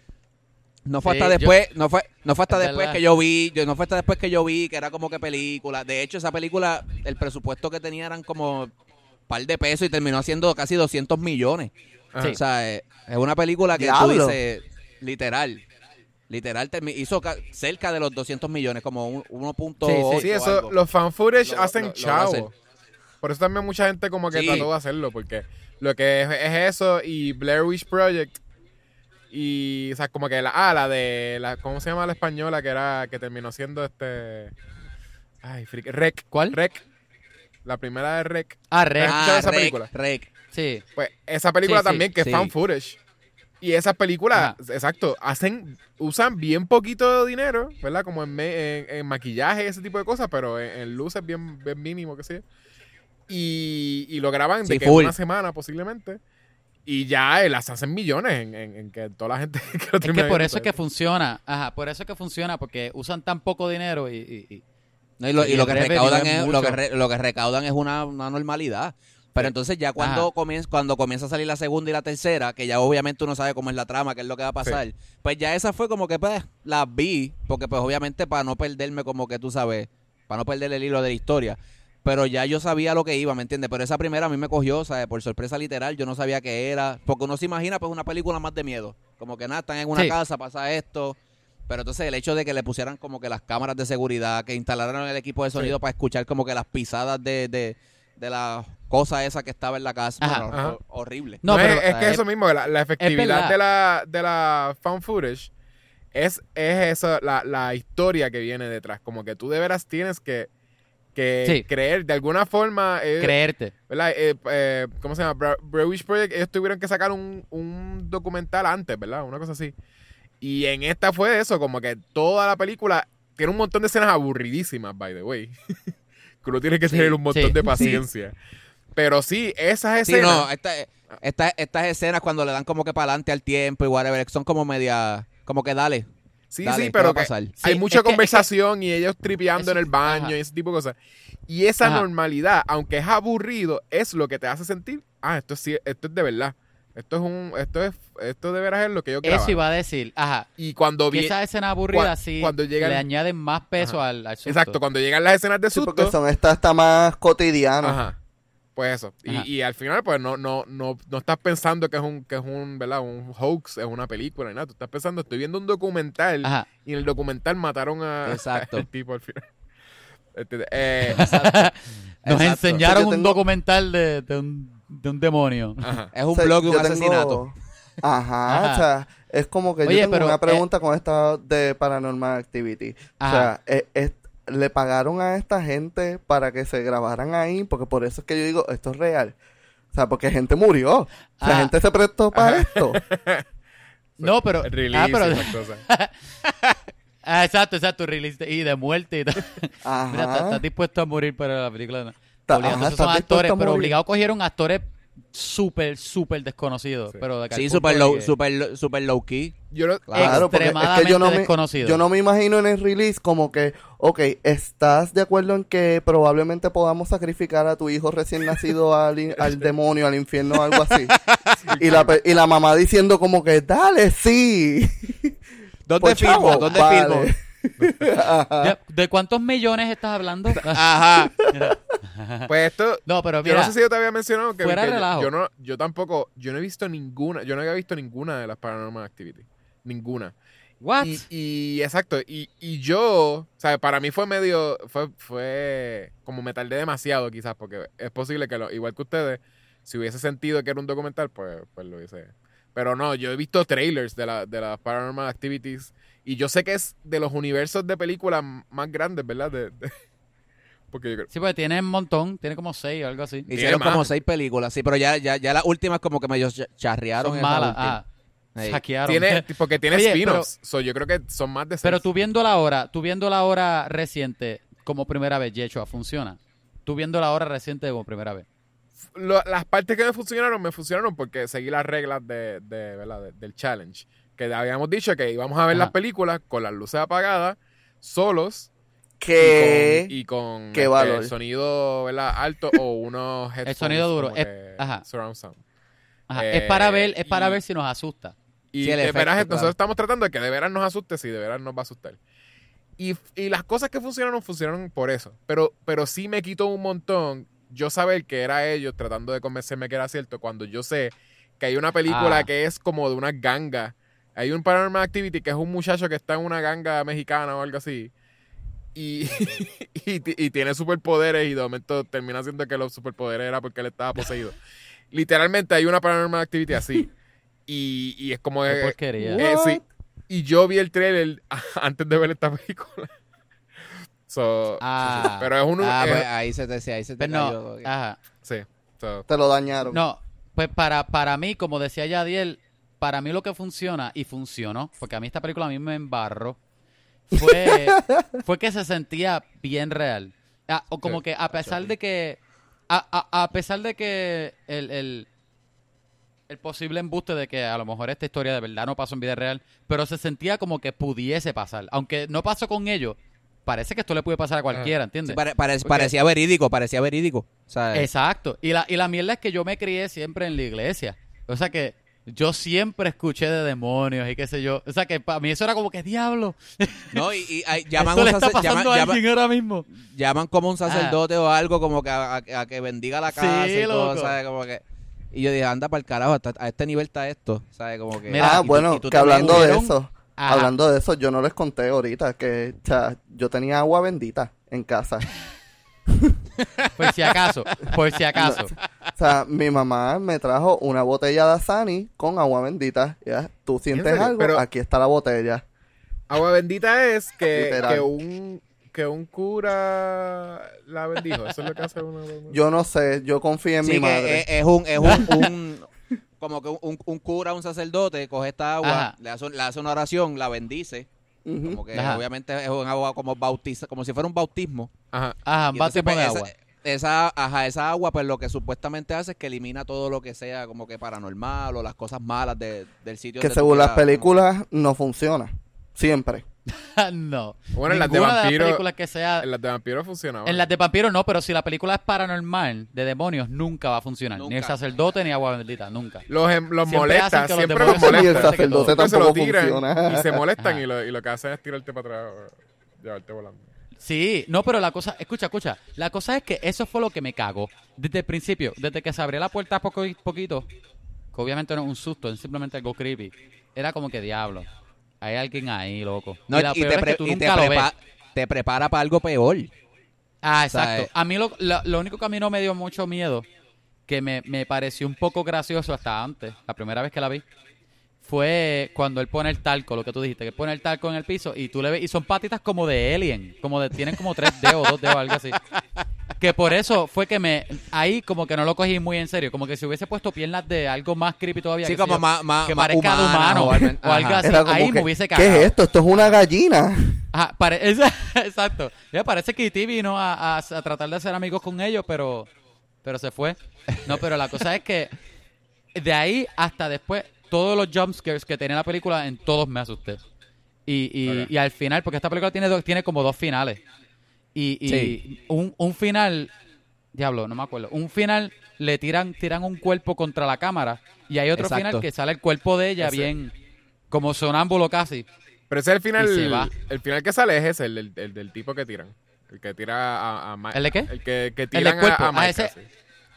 No fue Sí, hasta yo- después, no fue no fue hasta Es después verdad. que yo vi, yo no fue hasta después que yo vi que era como que película. De hecho, esa película el presupuesto que tenía eran como un par de pesos y terminó haciendo casi doscientos millones. Ajá. O sea, eh, es una película que Diablo. tú dices literal Literal, termi- hizo ca- cerca de los doscientos millones, como un- uno punto ocho. Sí, Sí, o eso, algo. los fan footage Lo- hacen lo- lo va a hacer. chavo. Por eso también mucha gente como que Sí. trató de hacerlo, porque lo que es, es eso y Blair Witch Project y, o sea, como que la, ah, la de, la, ¿cómo se llama la española que era, que terminó siendo este, ay, freak, Rec. ¿Cuál? Rec. La primera de Rec. Ah, Rec. ¿Has escuchado esa Rec, película? Rec. Sí. Pues esa película Sí, sí. también, que es Sí. fan footage. Y esas películas, exacto, hacen, usan bien poquito dinero, ¿verdad? Como en, me- en, en maquillaje y ese tipo de cosas, pero en, en luces bien, bien mínimo, que sé yo. Y, y lo graban de Sí, que en full. una semana posiblemente. Y ya eh, las hacen millones en, en, en que toda la gente que lo Es que termina por viendo, eso es que ¿sabes? funciona. Ajá, por eso es que funciona, porque usan tan poco dinero y... y- y- No, y lo, y Y lo el que revenue recaudan es es, lo que, mucho. re- lo que recaudan es una, una normalidad. Pero entonces ya cuando Ajá. comienza, cuando comienza a salir la segunda y la tercera, que ya obviamente uno sabe cómo es la trama, qué es lo que va a pasar, pues ya esa fue como que pues las vi, porque pues obviamente para no perderme como que tú sabes, para no perder el hilo de la historia. Pero ya yo sabía lo que iba, ¿me entiendes? Pero esa primera a mí me cogió, ¿sabes? Por sorpresa literal, yo no sabía qué era. Porque uno se imagina pues una película más de miedo. Como que nada, están en una Sí. casa, pasa esto. Pero entonces el hecho de que le pusieran como que las cámaras de seguridad, que instalaran el equipo de sonido Sí. para escuchar como que las pisadas de, de, de la cosa esa que estaba en la casa. Ajá. Bueno, Ajá. hor- horrible. No, No, pero, es, es o que sea, eso mismo, la, la efectividad verdad. de la, de la fan footage es, es eso, la, la historia que viene detrás. Como que tú de veras tienes que, que Sí. creer de alguna forma. eh, creerte. ¿Verdad? Eh, eh, ¿Cómo se llama? Bra- Blair Witch Project, ellos tuvieron que sacar un, un documental antes, ¿verdad? Una cosa así. Y en esta fue eso, como que toda la película tiene un montón de escenas aburridísimas, by the way. que uno tiene que Sí, tener un montón sí, de sí. paciencia. Pero sí, esas Sí, escenas... no, esta, esta, estas escenas cuando le dan como que para adelante al tiempo y whatever, son como media, como que dale. Sí, Dale, sí, ¿qué pero va a que pasar? hay Sí, mucha es que- conversación y ellos tripeando Eso- en el baño ajá. y ese tipo de cosas. Y esa Ajá. normalidad, aunque es aburrido, es lo que te hace sentir, ah, esto sí, esto es de verdad. Esto es un, esto es, esto de veras es lo que yo grababa. Eso iba a decir, ajá. Y cuando Que vi, esa escena aburrida cua- sí cuando llegan- le añaden más peso Ajá. al, al susto. exacto, cuando llegan las escenas de Sí, porque susto, son estas está más cotidianas. ajá, pues eso. Y, Ajá. y al final, pues no, no, no, no estás pensando que es un, que es un, ¿verdad? Un hoax, es una película y nada. Tú estás pensando, estoy viendo un documental Ajá. y en el documental mataron a, Exacto. al tipo al final. Este, eh, Nos Exacto. enseñaron Yo un tengo- documental de, de, un, de un demonio. ajá. Es un O sea, blog de un yo tengo- asesinato. Ajá, Ajá. o sea, es como que Oye, yo tengo pero, una eh, pregunta con esta de Paranormal Activity. Ajá. O sea, eh, es- le pagaron a esta gente para que se grabaran ahí, porque por eso es que yo digo, esto es real. O sea, porque gente murió. La Ah. gente se prestó para esto. No, pero... El release ah, pero y esas cosas. ah, exacto, exacto. Release de- y de muerte y tal. Ajá. Mira, estás estás dispuesto a morir para la película. Ta- Obligado. ajá, Entonces son estás dispuesto actores, a pero morir. obligado cogieron actores súper, súper desconocidos. Sí. Pero de que al Sí, punto super de low, que- super, lo- super low key. Yo no, Claro, porque es que extremadamente yo no, me, desconocido. yo no me imagino en el release como que, ok, ¿estás de acuerdo en que probablemente podamos sacrificar a tu hijo recién nacido al, in- al demonio, al infierno o algo así? y, la, pe- y la mamá diciendo como que, dale, sí. ¿Dónde Pues, filmo? chavo, ¿Dónde vale. filmo? ¿De, de cuántos millones estás hablando? Ajá. pues esto, No, pero yo mira, no sé si yo te había mencionado que, fuera que yo- relajo. yo no, yo tampoco, yo no he visto ninguna, yo no había visto ninguna de las Paranormal Activity, ninguna. ¿what? Y, y exacto, y, y yo, ¿sabes? Para mí fue medio, fue, fue, como me tardé demasiado quizás, porque es posible que, lo, igual que ustedes, si hubiese sentido que era un documental, pues, pues lo hubiese. Pero no, yo he visto trailers de, la, de las Paranormal Activities, y yo sé que es de los universos de películas más grandes, ¿verdad? De, de- porque yo creo, Sí, porque tiene un montón, tiene como seis o algo así. Hicieron más. como seis películas, sí, pero ya, ya, ya las últimas como que medio ch- charrearon. Son esa malas. última. Ah, Ey. hackearon. tiene, porque tiene Oye, spin-offs, so, yo creo que son más de seis. Pero tú viendo la hora, tú viendo la hora reciente como primera vez, Yeshua, funciona. Tú viendo la hora reciente como primera vez. Lo- las partes que me funcionaron, me funcionaron porque seguí las reglas de, de, ¿verdad? de- del challenge. Que habíamos dicho que íbamos a ver Ajá. las películas con las luces apagadas, solos, ¿Qué? y con, y con qué este, valor. el sonido, ¿verdad? alto o unos headphones. sonido duro, como es- que ajá. surround sound. Ajá, Eh, es para ver, es para y- ver si nos asusta. Y Sí, el de efecto, veras, claro. nosotros estamos tratando de que de veras nos asuste, si de veras nos va a asustar. Y, y las cosas que funcionaron, funcionaron por eso. Pero, pero sí me quitó un montón yo saber que era ellos tratando de convencerme que era cierto cuando yo sé que hay una película Ah. que es como de una ganga. Hay un Paranormal Activity que es un muchacho que está en una ganga mexicana o algo así. Y, y, ti- y tiene superpoderes y de momento termina siendo que los superpoderes era porque él estaba poseído. Literalmente hay una Paranormal Activity así. Y, y es como... Qué eh, porquería. eh, sí. Y yo vi el trailer antes de ver esta película. So, Ah. sí, sí. Pero es un... Ah, es- pues ahí se te, sí, ahí se te Pero cayó. no, ajá. sí. So, Te lo dañaron. No, pues para, para mí, como decía Yadiel, para mí lo que funciona, y funcionó, porque a mí esta película a mí me embarró, fue, fue que se sentía bien real. Ah, o como Sí, que a pesar de que, a, a, a pesar de que el, el, el posible embuste de que a lo mejor esta historia de verdad no pasó en vida real, pero se sentía como que pudiese pasar. Aunque no pasó con ellos, parece que esto le puede pasar a cualquiera, Sí, ¿entiendes? pare- pare- Porque- parecía verídico, parecía verídico. O sea, Exacto. Y la, y la mierda es que yo me crié siempre en la iglesia. O sea que yo siempre escuché de demonios y qué sé yo. O sea que para mí eso era como que diablo. no, y, y hay- llaman, Esto un le está sacer- pasando llaman- a llaman- alguien ahora mismo. llaman como un sacerdote o algo como que a, a- a que bendiga la Sí, casa y todo, loco. ¿sabes? Como que... Y yo dije, anda para el carajo, hasta- a este nivel está esto, ¿sabes? Como que... Mira, ah, y tú- bueno, y tú que te hablando de metieron- eso, Ajá. hablando de eso, yo no les conté ahorita que, o sea, yo tenía agua bendita en casa. Por si acaso. Por si acaso. O sea, mi mamá me trajo una botella de Asani con agua bendita. ¿Ya? Tú sientes serio? algo, Pero- aquí está la botella. agua bendita es que, Literal. que un que un cura la bendijo. Eso es lo que hace uno. Yo no sé, yo confío en Sí, mi que madre. es, es un... Es un, un- como que un, un cura, un sacerdote, coge esta agua, Ajá. le hace, le hace una oración, la bendice Ujú. Como que Ajá. obviamente es un agua como bautiza, como si fuera un bautismo. Ajá. Ajá, Y un entonces, bautismo de pues, agua. esa, esa, ajá, esa agua, pues lo que supuestamente hace es que elimina todo lo que sea como que paranormal o las cosas malas de- del sitio. Que donde tú según las quieras, películas no funciona. Siempre. No. Bueno, en las de Ninguna de las vampiro- películas que sea... En las de vampiros funcionaba. En las de vampiros no, pero si la película es paranormal, de demonios, nunca va a funcionar. Ni el Nunca. sacerdote ni agua bendita, nunca. Los, em- los Siempre molesta, hacen que los siempre demonios los sean Y el molesta. más fuertes que todo. sacerdote Siempre se lo tampoco tiran funciona. y se molestan Ajá. y lo, y lo que hacen es tirarte para atrás o llevarte volando. Sí, no, pero la cosa, escucha, escucha, la cosa es que eso fue lo que me cagó. Desde el principio, desde que se abrió la puerta poco poquito, que obviamente no es un susto, es simplemente algo creepy, era como que diablo, hay alguien ahí, loco. No, y la y peor te, es pre- que tú y te nunca lo ves. prepa- te prepara para algo peor. Ah, O sea, exacto. eh. A mí lo, lo, lo único que a mí no me dio mucho miedo, que me, me pareció un poco gracioso hasta antes, la primera vez que la vi, fue cuando él pone el talco, lo que tú dijiste, que él pone el talco en el piso y tú le ves, y son patitas como de alien, como de, tienen como tres dedos, dos dedos, algo así. Que por eso fue que me, ahí como que no lo cogí muy en serio, como que si hubiese puesto piernas de algo más creepy todavía. Sí, qué sé como yo, más, más, que más parezca de humana, humano o o, algo- algo ajá. así, Era como ahí que, me hubiese ¿qué cagado. es esto? Esto es una gallina. Ajá, pare- esa- exacto. Ya parece que E T vino a, a, a tratar de ser amigos con ellos, pero, pero se fue. No, pero la cosa es que de ahí hasta después, todos los jumpscares que tenía la película, en todos me asusté. Y, y, Ok. y al final, porque esta película tiene, dos- tiene como dos finales. Y, y Sí. un, un final, diablo, no me acuerdo. Un final le tiran, tiran un cuerpo contra la cámara. Y hay otro Exacto. final que sale el cuerpo de ella Ese. bien, como sonámbulo casi. Pero ese es el final. Y se va. El final que sale es ese, el, del- el del tipo que tiran. El que tira a, a Ma- ¿El de qué? El que, que del tiran a, cuerpo. a Ah, Micah, ese- sí.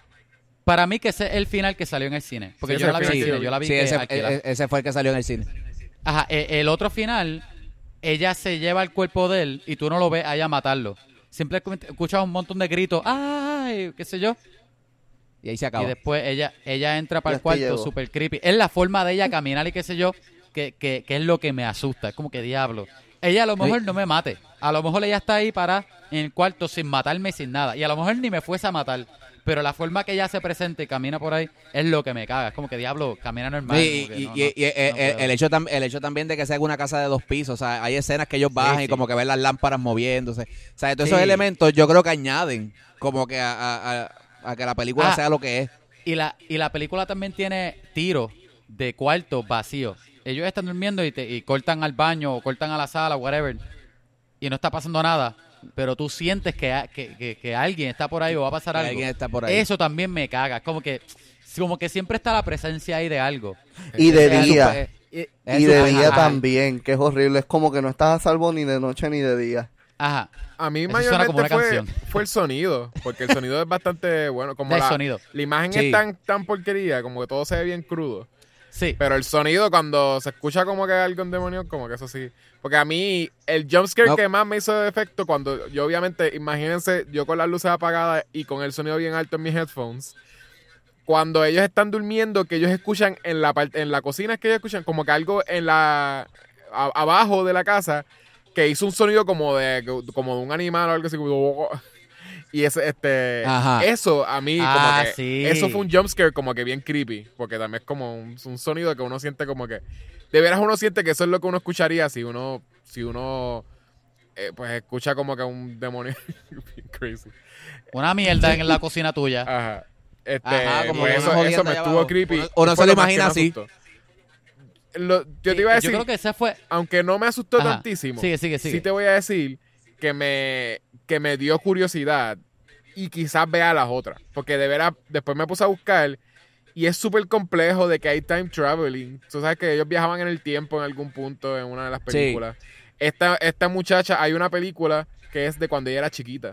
Para mí que ese es el final que salió en el cine. Porque Sí, yo ese no la vi es en el el final cine, que yo la vi Sí, que ese, alquilada. e- ese fue el que salió en el cine. Ajá, e- el otro final, ella se lleva el cuerpo de él y tú no lo ves a ella matarlo. Simplemente escuchas un montón de gritos, ¡ay! qué sé yo. Y ahí se acabó. Y después ella ella entra para Y el hasta cuarto llegó. super creepy. Es la forma de ella caminar y qué sé yo, que, que, que es lo que me asusta. Es como que diablo. Ella a lo mejor no me mate. A lo mejor ella está ahí para en el cuarto sin matarme, sin nada. Y a lo mejor ni me fuese a matar. Pero la forma que ella se presenta y camina por ahí es lo que me caga. Es como que diablo, camina normal. Sí, como que y, no, y- no, y- eh, no eh, puedo. el, hecho tam- el hecho también de que sea una casa de dos pisos, o sea, hay escenas que ellos bajan Sí, y sí. como que ven las lámparas moviéndose. O sea, todos Sí. esos elementos yo creo que añaden como que a, a- a- a que la película Ah. sea lo que es. Y la, y la película también tiene tiros de cuartos vacíos. Ellos están durmiendo y, te, y cortan al baño o cortan a la sala, whatever. Y no está pasando nada. Pero tú sientes que, a- que, que- que alguien está por ahí o va a pasar Que algo. alguien está por ahí. Eso también me caga. Es como que, como que siempre está la presencia ahí de algo. Y de Es día. súper- eh, Es Y de súper- día ajá. también, que es horrible. Es como que no estás a salvo ni de noche ni de día. Ajá. A mí Eso suena como mayormente una fue, canción. fue el sonido, porque el sonido es bastante bueno. Como Del la, sonido. la imagen Sí. es tan, tan porquería, como que todo se ve bien crudo. Sí. Pero el sonido, cuando se escucha como que hay algo en demonio, como que eso sí. Porque a mí, el jumpscare No. que más me hizo efecto, cuando yo obviamente, imagínense, yo con las luces apagadas y con el sonido bien alto en mis headphones, cuando ellos están durmiendo, que ellos escuchan en la parte, en la cocina, es que ellos escuchan como que algo en la, a- abajo de la casa, que hizo un sonido como de, como de un animal o algo así, como, y ese, este, Ajá. eso a mí, Ah, como que, sí. eso fue un jumpscare como que bien creepy, porque también es como un, un sonido que uno siente como que, de veras uno siente que eso es lo que uno escucharía si uno, si uno, eh, pues escucha como que un demonio bien crazy. Una mierda en la cocina tuya. Ajá. Este, Ajá, como pues una eso, jodienda eso me allá estuvo abajo. creepy. Uno- uno Fue se lo más que imagina me así. asustó. Lo- yo Sí, te iba a decir, Yo creo que ese fue... aunque no me asustó Ajá. tantísimo, Sigue, sigue, sigue. sí te voy a decir que me, que me dio curiosidad y quizás vea las otras. Porque de veras, después me puse a buscar y es súper complejo de que hay time traveling. Tú sabes que ellos viajaban en el tiempo en algún punto en una de las Sí. películas. Esta, esta muchacha, hay una película que es de cuando ella era chiquita.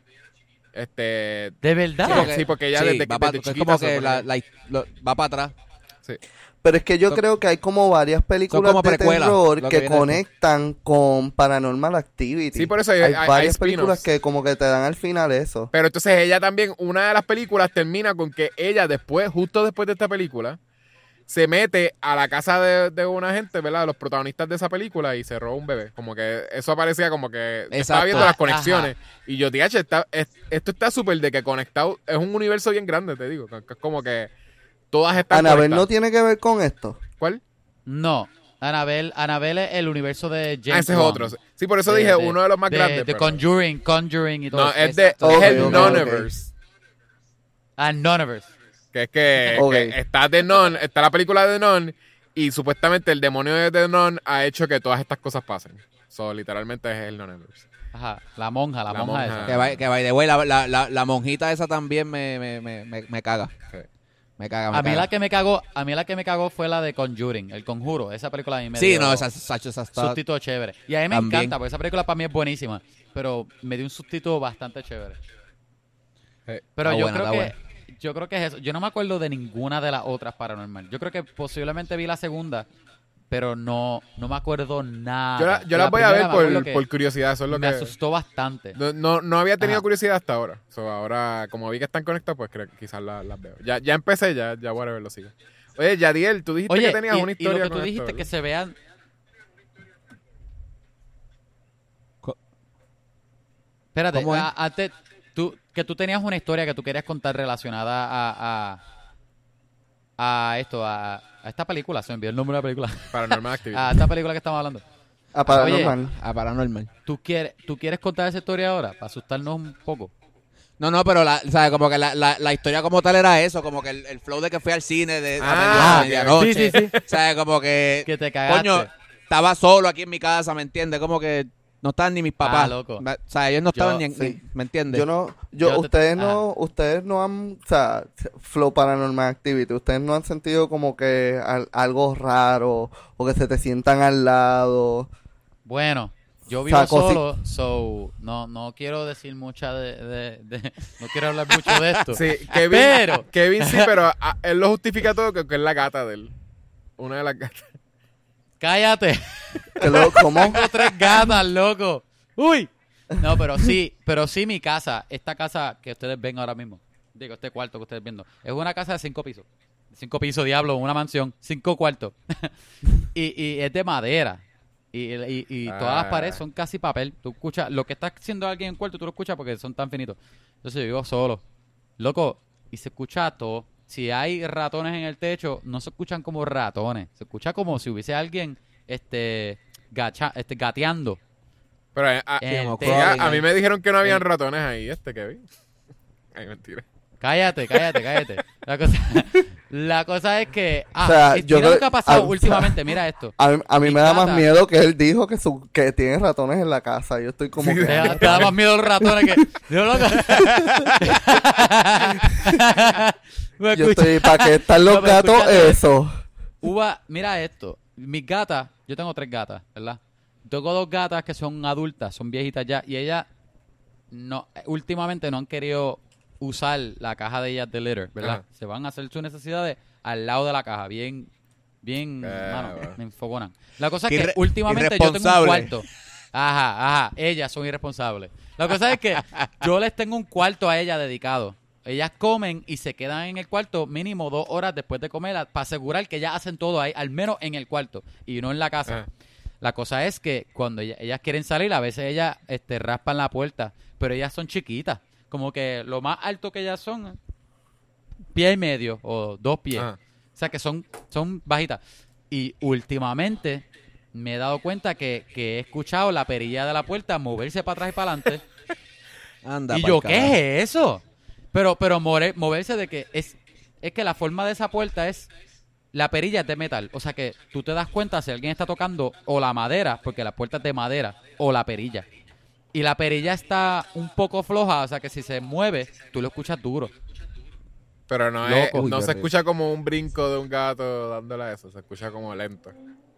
Este, ¿De verdad? Sí, porque- sí, porque ella desde- va pa- desde es chiquita como se que pone- la- la- lo- va para atrás. sí. Pero es que yo Son- creo que hay como varias películas como de precuelas, terror lo que que viene conectan con Paranormal Activity. Sí, por eso hay- hay, hay- hay varias spin-offs. películas que como que te dan al final eso. Pero entonces ella también, una de las películas termina con que ella después, justo después de esta película, se mete a la casa de, de una gente, ¿verdad? De los protagonistas de esa película y se roba un bebé. Como que eso aparecía como que estaba Exacto. viendo las Ah, conexiones. Y yo, tía, está, es- esto está súper de que conectado. Es un universo bien grande, te digo. que Es como que todas están Annabelle conectadas. no tiene que ver con esto. ¿Cuál? No. Annabelle, Annabelle es el universo de James Ah, ese es Wan. otro. Sí, por eso De- dije de- uno de los más de, grandes. De pero- Conjuring, Conjuring y todo No, eso. es, de, Exacto. es Ok, el ok, Noniverse. Ah, Noniverse. Que es que, Ok. que está The Nun, está la película de Nun, y supuestamente el demonio de The Nun ha hecho que todas estas cosas pasen. So, literalmente es el Noniverse. Ajá, la monja, la, La monja, monja. esa. Que by, que by the way, la, la, la, la monjita esa también me, me, me, me, me caga. Sí. Me caga, me A mí caga. la que me cagó, a mí la que me cagó fue la de Conjuring, El Conjuro. Esa película a mí me Sí, dio no, esa, Sacho, esa está... sustito chévere. Y a mí me También. encanta, porque esa película para mí es buenísima, pero me dio un sustito bastante chévere. Sí. Pero Está yo buena, creo está que yo creo que es eso. Yo no me acuerdo de ninguna de las otras paranormal. Yo creo que posiblemente vi la segunda, pero no no me acuerdo nada. Yo, la- yo La las voy a primera ver me acuerdo por, que por curiosidad. Eso es lo me que. asustó bastante. No, no, no había tenido Ajá. curiosidad hasta ahora. So, ahora, como vi que están conectados, pues creo que quizás la- las veo. Ya, ya empecé, ya, ya voy a verlo, sigo. Oye, Yadiel, tú dijiste Oye, que tenías y, una y historia lo que tú con dijiste esto, que se vean. Co- Espérate, ¿Cómo es? a- antes, tú, que tú tenías una historia que tú querías contar relacionada a, a, a esto, a, a esta película. Se me olvidó el nombre de la película. Paranormal Activity. A esta película que estamos hablando. A paranormal. A paranormal. ¿Tú quieres, ¿Tú quieres contar esa historia ahora? Para asustarnos un poco. No, no, pero la, ¿sabes? Como que la, la, la historia como tal era eso, como que el, el flow de que fui al cine de Ah, a media- medianoche. sí, sí, sí. ¿Sabes? Como que, Que te cagaste. coño, estaba solo aquí en mi casa, ¿me entiendes? Como que no estaban ni mis papás. Ah, loco. O sea, ellos no Yo- estaban ni, en- sí. ni- ¿me entiendes? Yo no, yo, Yo te- ustedes no, ajá. ustedes no han, o sea, Flow Paranormal Activity, ustedes no han sentido como que al- algo raro o que se te sientan al lado. Bueno, yo O vivo sea, cosi- solo, so no, no quiero decir mucha de, de, de- no quiero hablar mucho de esto. Sí, Kevin, Pero- Kevin sí, pero a- él lo justifica todo que, que es la gata de él. Una de las gatas. Cállate. Que lo- ¿Cómo? Tengo tres gatas, loco. Uy. No, pero sí, pero sí mi casa, esta casa que ustedes ven ahora mismo, digo, este cuarto que ustedes viendo, es una casa de cinco pisos. Cinco pisos, diablo, una mansión, cinco cuartos. y, y es de madera. Y, y, y todas las Ah. paredes son casi papel. Tú escuchas, lo que está haciendo alguien en el cuarto, tú lo escuchas porque son tan finitos. Entonces yo vivo solo. Loco, y se escucha todo. Si hay ratones en el techo, no se escuchan como ratones. Se escucha como si hubiese alguien este, gacha, este gateando. Pero eh, a, en el como techo. ya, crawling a mí me dijeron que no habían Eh. ratones ahí, este Kevin. Ay, mentira. Cállate, cállate, cállate. La cosa, la cosa es que... Ah, O sea, y yo mira lo creo- que ha pasado ah, o sea, últimamente. Mira esto. A, mí- a mí Mi me da gata- más miedo que él dijo que su, que tiene ratones en la casa. Yo estoy como Sí, que... Te, da- te da más miedo los ratones que... Yo, loco. Me Yo escucha. estoy, ¿para qué están los No, pero gatos escúchate. eso? Uva, mira esto. Mis gatas, yo tengo tres gatas, ¿verdad? Tengo dos gatas que son adultas, son viejitas ya, y ellas no, últimamente no han querido usar la caja de ellas de litter, ¿verdad? Ajá. Se van a hacer sus necesidades al lado de la caja, bien, bien, Ah, mano, bueno. me enfogonan. La cosa es Qué que irre- últimamente yo tengo un irresponsable. cuarto. Ajá, ajá, ellas son irresponsables. La cosa es que yo les tengo un cuarto a ellas dedicado. Ellas comen y se quedan en el cuarto mínimo dos horas después de comer para asegurar que ellas hacen todo ahí, al menos en el cuarto y no en la casa. Ah. La cosa es que cuando ella- ellas quieren salir, a veces ellas este, raspan la puerta, pero ellas son chiquitas. Como que lo más alto que ellas son, eh, pie y medio o dos pies. Ajá. O sea que son, son bajitas. Y últimamente me he dado cuenta que, que he escuchado la perilla de la puerta moverse para atrás y para adelante. Anda Y pa'l yo, carajo. ¿qué es eso? Pero, pero more- moverse de que es, es que la forma de esa puerta es, la perilla es de metal. O sea que tú te das cuenta si alguien está tocando o la madera, porque la puerta es de madera, o la perilla. Y la perilla está un poco floja, o sea que si se mueve, tú lo escuchas duro. Pero no, es, Loco. Uy, no qué se rico. escucha como un brinco de un gato dándole a eso, se escucha como lento.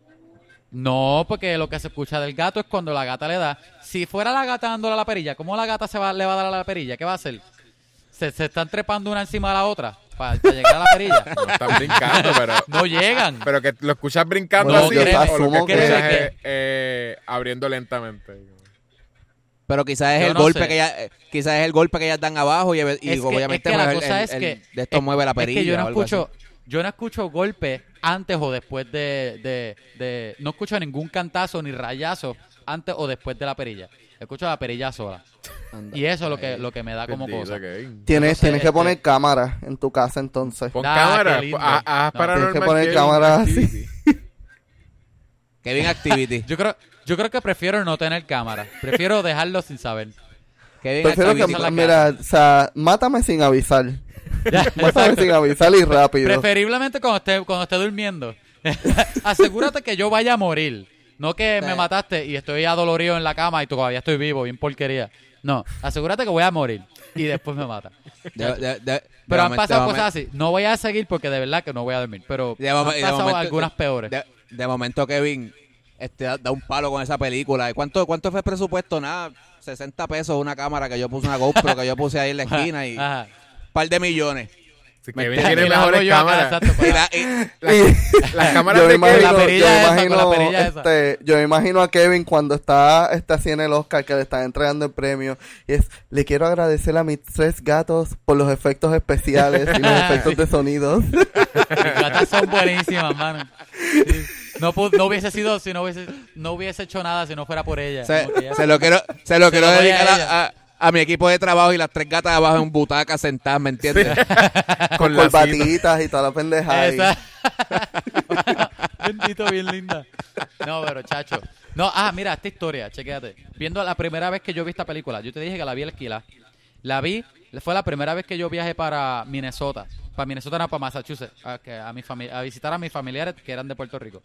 No, porque lo que se escucha del gato es cuando la gata le da. Si fuera la gata dándole a la perilla, ¿cómo la gata se va, le va a dar a la perilla? ¿Qué va a hacer? Se, se están trepando una encima de la otra para llegar a la perilla. No están brincando, pero... No llegan. Pero que lo escuchas brincando Bueno, así yo o lo que asumo que- escuchas Créeme es eh, abriendo lentamente. Pero quizás es Yo el no golpe sé. que ya, eh, quizás es el golpe que ellas dan abajo y, y Es que- obviamente es que la pues, el- cosa el- es el- que- de esto es- mueve la es perilla que yo no o algo escucho, así. yo no escucho golpes antes o después de, de, de- no escucho ningún cantazo ni rayazo antes o después de la perilla. Escucho la perilla sola. Anda. Y eso es lo que, lo que me da como Bendito, cosa. Kevin. Tienes, No sé, tienes que este- poner cámara en tu casa entonces. Pon Ah, cámara, qué lindo. haz haz No, paranormal tienes que poner Kevin cámara así. Activity. Kevin Activity. Yo creo, yo creo que prefiero no tener cámara. Prefiero dejarlo sin saber. Kevin Prefiero Activity. que, Esa es la mira, o sea, mátame sin avisar. Mátame Exacto. sin avisar y rápido. Preferiblemente cuando esté, cuando esté durmiendo. Asegúrate que yo vaya a morir. No que me mataste y estoy adolorido en la cama y todavía estoy vivo, bien porquería. No, asegúrate que voy a morir y después me mata. De- de- de- Pero de han momen- pasado de cosas así. No voy a seguir porque de verdad que no voy a dormir. Pero De han momen- de pasado momento- algunas de- peores. De, de momento Kevin este, da, da un palo con esa película. ¿Cuánto, ¿Cuánto fue el presupuesto? Nada, sesenta pesos una cámara que yo puse, una GoPro que yo puse ahí en la esquina y un Ajá. par de millones. Si Me Kevin entiendes. tiene Y la hago mejores yo acá, cámaras. exacto, Y para- la- y- Las, Y- las cámaras yo me de Kevin. imagino, la perilla yo me esa, con la imagino, perilla esa. este, yo me imagino a Kevin cuando está, está así en el Oscar que le están entregando el premio y es, le quiero agradecer a mis tres gatos por los efectos especiales y los efectos de sonidos. Las gatas son buenísimas, mano. Sí. No, pu- no hubiese sido, si no hubiese, no hubiese hecho nada si no fuera por ella. se, Como que ya- se lo quiero, se lo Se quiero lo doy a dedicar a, ella. a- a mi equipo de trabajo y las tres gatas abajo en butaca sentadas, ¿me entiendes? Con Con la cita. batitas y toda la pendejada. ahí. Esa- Bendito, bien linda. No, pero chacho. No, ah, mira, esta historia, chequéate. Viendo la primera vez que yo vi esta película, yo te dije que la vi alquilada. La vi, fue la primera vez que yo viajé para Minnesota. Para Minnesota, no, para Massachusetts. A, que a, mi fami- a visitar a mis familiares que eran de Puerto Rico.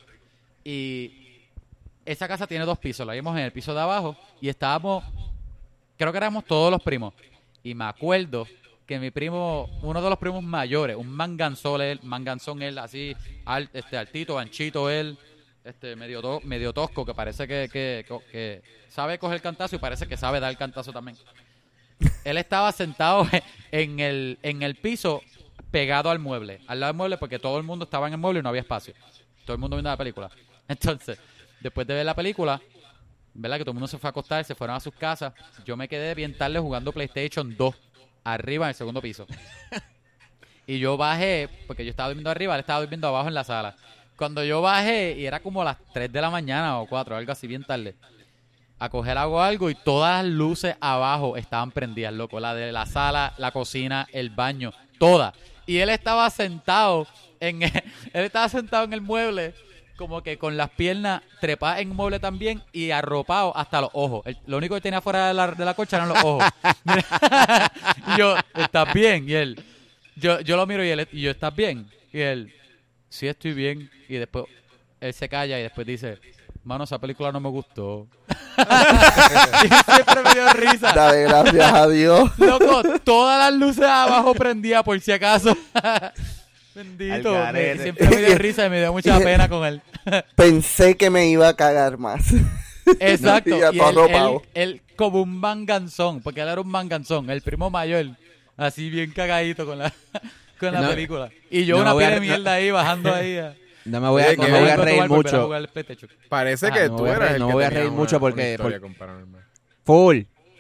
Y esa casa tiene dos pisos. La vimos en el piso de abajo y estábamos, creo que éramos todos los primos. Y me acuerdo que mi primo, uno de los primos mayores, un manganzón él, manganzón él, así, al- este, altito, anchito él, este, medio, to- medio tosco, que parece que, que, que- que sabe coger cantazo y parece que sabe dar cantazo también. Él estaba sentado en el, en el piso pegado al mueble, al lado del mueble, porque todo el mundo estaba en el mueble y no había espacio. Todo el mundo viendo la película. Entonces, después de ver la película, ¿verdad? Que todo el mundo se fue a acostar, se fueron a sus casas. Yo me quedé bien tarde jugando PlayStation dos, arriba en el segundo piso. Y yo bajé, porque yo estaba durmiendo arriba, él estaba durmiendo abajo en la sala. Cuando yo bajé, y era como las tres de la mañana o cuatro, algo así, bien tarde, a coger algo algo y todas las luces abajo estaban prendidas, loco. La de la sala, la cocina, el baño, todas. Y él estaba sentado en el, él estaba sentado en el mueble, como que con las piernas trepadas en el mueble también y arropado hasta los ojos. El- lo único que tenía fuera de la, de la colcha eran los ojos. Y yo, ¿estás bien? Y él, yo, yo lo miro y él, y yo, ¿estás bien? Y él, sí, estoy bien. Y después él se calla y después dice, mano, esa película no me gustó. Y siempre me dio risa. Dale gracias a Dios. Loco, todas las luces abajo prendidas por si acaso. Bendito. Al Me- garete. siempre me dio risa y me dio mucha pena con él. Pensé que me iba a cagar más. Exacto. Y ya Y todo él, arropado. él, él como un manganzón, porque él era un manganzón, el primo mayor, así bien cagadito con la, con la No, película. Y yo no una voy a- pie de mierda ahí bajando ahí. A, No me voy a, Oye, no que me voy a vengo a reír tomar, volver a mucho. jugar el PlayStation. Parece Ah, que no tú voy a eras reír- el no que voy a tenía reír una- mucho una porque- historia por- con Paranormal. Full.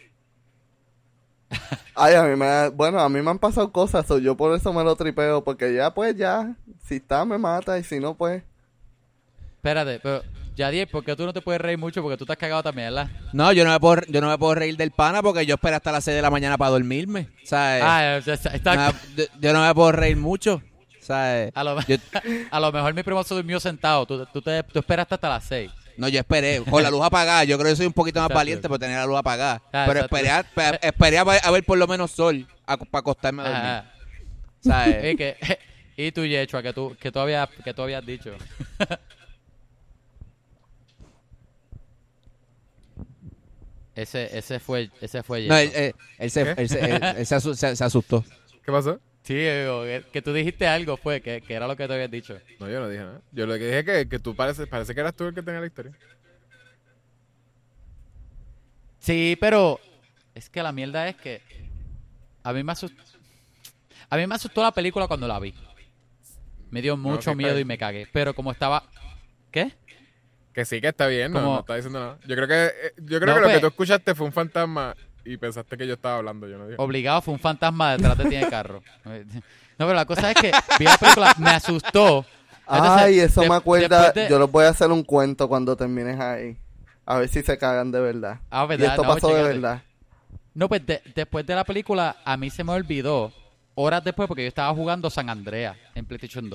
Ay, a mí me da- bueno, a mí me han pasado cosas, so yo por eso me lo tripeo, porque ya pues ya, si está me mata y si no pues... Espérate, pero Yadier, ¿por qué tú no te puedes reír mucho? Porque tú te has cagado también, ¿verdad? No, yo no me puedo, yo no me puedo reír del pana porque yo esperé hasta las seis de la mañana para dormirme. ¿Sabes? Ah, ya está- está- No, yo, yo no me puedo reír mucho. ¿Sabes? a, lo, Yo- a lo mejor mi primo se durmió sentado. Tú, tú, te, tú esperaste hasta las seis. No, yo esperé, con la luz apagada. Yo creo que soy un poquito más Exacto. valiente por tener la luz apagada. Ah, Pero exacto. esperé, a, pe- esperé a, ver- a ver por lo menos sol a- para acostarme a dormir. Ajá. ¿Sabes? Y, que, y tú, Yechua, que tú, que tú, habías, que tú habías dicho. ese, ese fue, ese fue No, Yechua. él, él- él se, ¿Qué? él se- él- él se asu- se- se asustó. ¿Qué pasó? Sí, digo, que, que tú dijiste algo, fue, que, que era lo que te habías dicho. No, yo no dije nada. Yo lo que dije es que, que tú parece, parece que eras tú el que tenía la historia. Sí, pero es que la mierda es que a mí me asustó, a mí me asustó la película cuando la vi. Me dio mucho ok, miedo está y me cagué. Pero como estaba... ¿Qué? Que sí, que está bien, no, Como- no está diciendo nada. Yo creo que, eh, yo creo No, que lo pues- que tú escuchaste fue un fantasma y pensaste que yo estaba hablando, yo no dije. Obligado fue un fantasma detrás de ti en el carro. No, pero la cosa es que vi la película, me asustó. Entonces, Ay, eso de- me acuerda, después de- yo les voy a hacer un cuento cuando termines ahí. A ver si se cagan de verdad. Ah, Y ¿verdad? esto No, pasó de chécate. verdad. No, pues de- después de la película, a mí se me olvidó, horas después, porque yo estaba jugando San Andreas en PlayStation dos.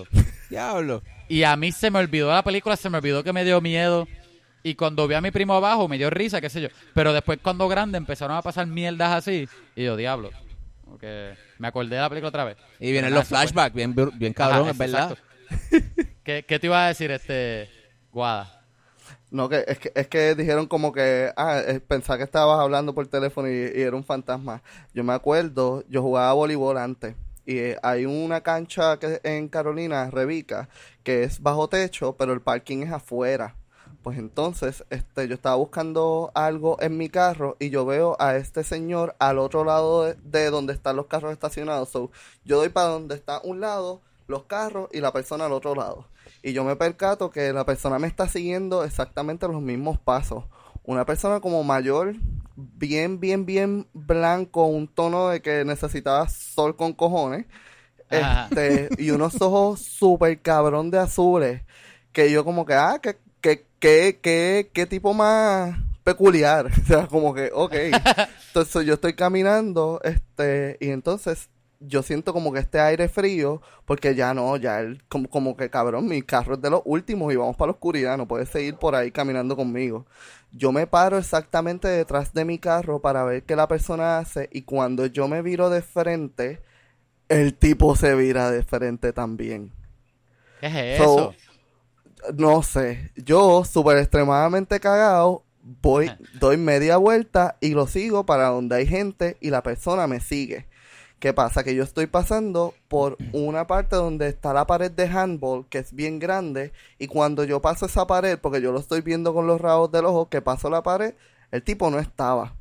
Diablo. Y a mí se me olvidó la película, se me olvidó que me dio miedo. Y cuando vi a mi primo abajo me dio risa, qué sé yo. Pero después cuando grande empezaron a pasar mierdas así. Y yo, diablo. Porque me acordé de la película otra vez. Y vienen Pero los nada, eso flashbacks, bien, bien fue. cabrón, Ajá, es verdad. exacto. ¿Qué, ¿Qué te iba a decir, este Guada? No, que es que, es que dijeron como que, ah, eh, pensaba que estabas hablando por teléfono y, y era un fantasma. Yo me acuerdo, yo jugaba voleibol antes y eh, hay una cancha que en Carolina, Revica, que es bajo techo, pero el parking es afuera. Pues entonces, este, yo estaba buscando algo en mi carro y yo veo a este señor al otro lado de, de donde están los carros estacionados. So, yo doy para donde está un lado, los carros y la persona al otro lado. Y yo me percato que la persona me está siguiendo exactamente los mismos pasos. Una persona como mayor, bien, bien, bien blanco, un tono de que necesitaba sol con cojones. Ajá. Este, y unos ojos súper cabrón de azules. Que yo como que, ah, qué, qué, qué, qué, qué tipo más peculiar. O sea, como que, ok. Entonces yo estoy caminando, este, y entonces yo siento como que este aire frío, porque ya no, ya él, como, como que cabrón, mi carro es de los últimos y vamos para la oscuridad, no puedes seguir por ahí caminando conmigo. Yo me paro exactamente detrás de mi carro para ver qué la persona hace y cuando yo me viro de frente, el tipo se vira de frente también. ¿Qué es So, eso? no sé, yo súper extremadamente cagado, voy, doy media vuelta y lo sigo para donde hay gente y la persona me sigue. ¿Qué pasa? Que yo estoy pasando por una parte donde está la pared de handball, que es bien grande, y cuando yo paso esa pared, porque yo lo estoy viendo con los rabos del ojo, que paso la pared, el tipo no estaba.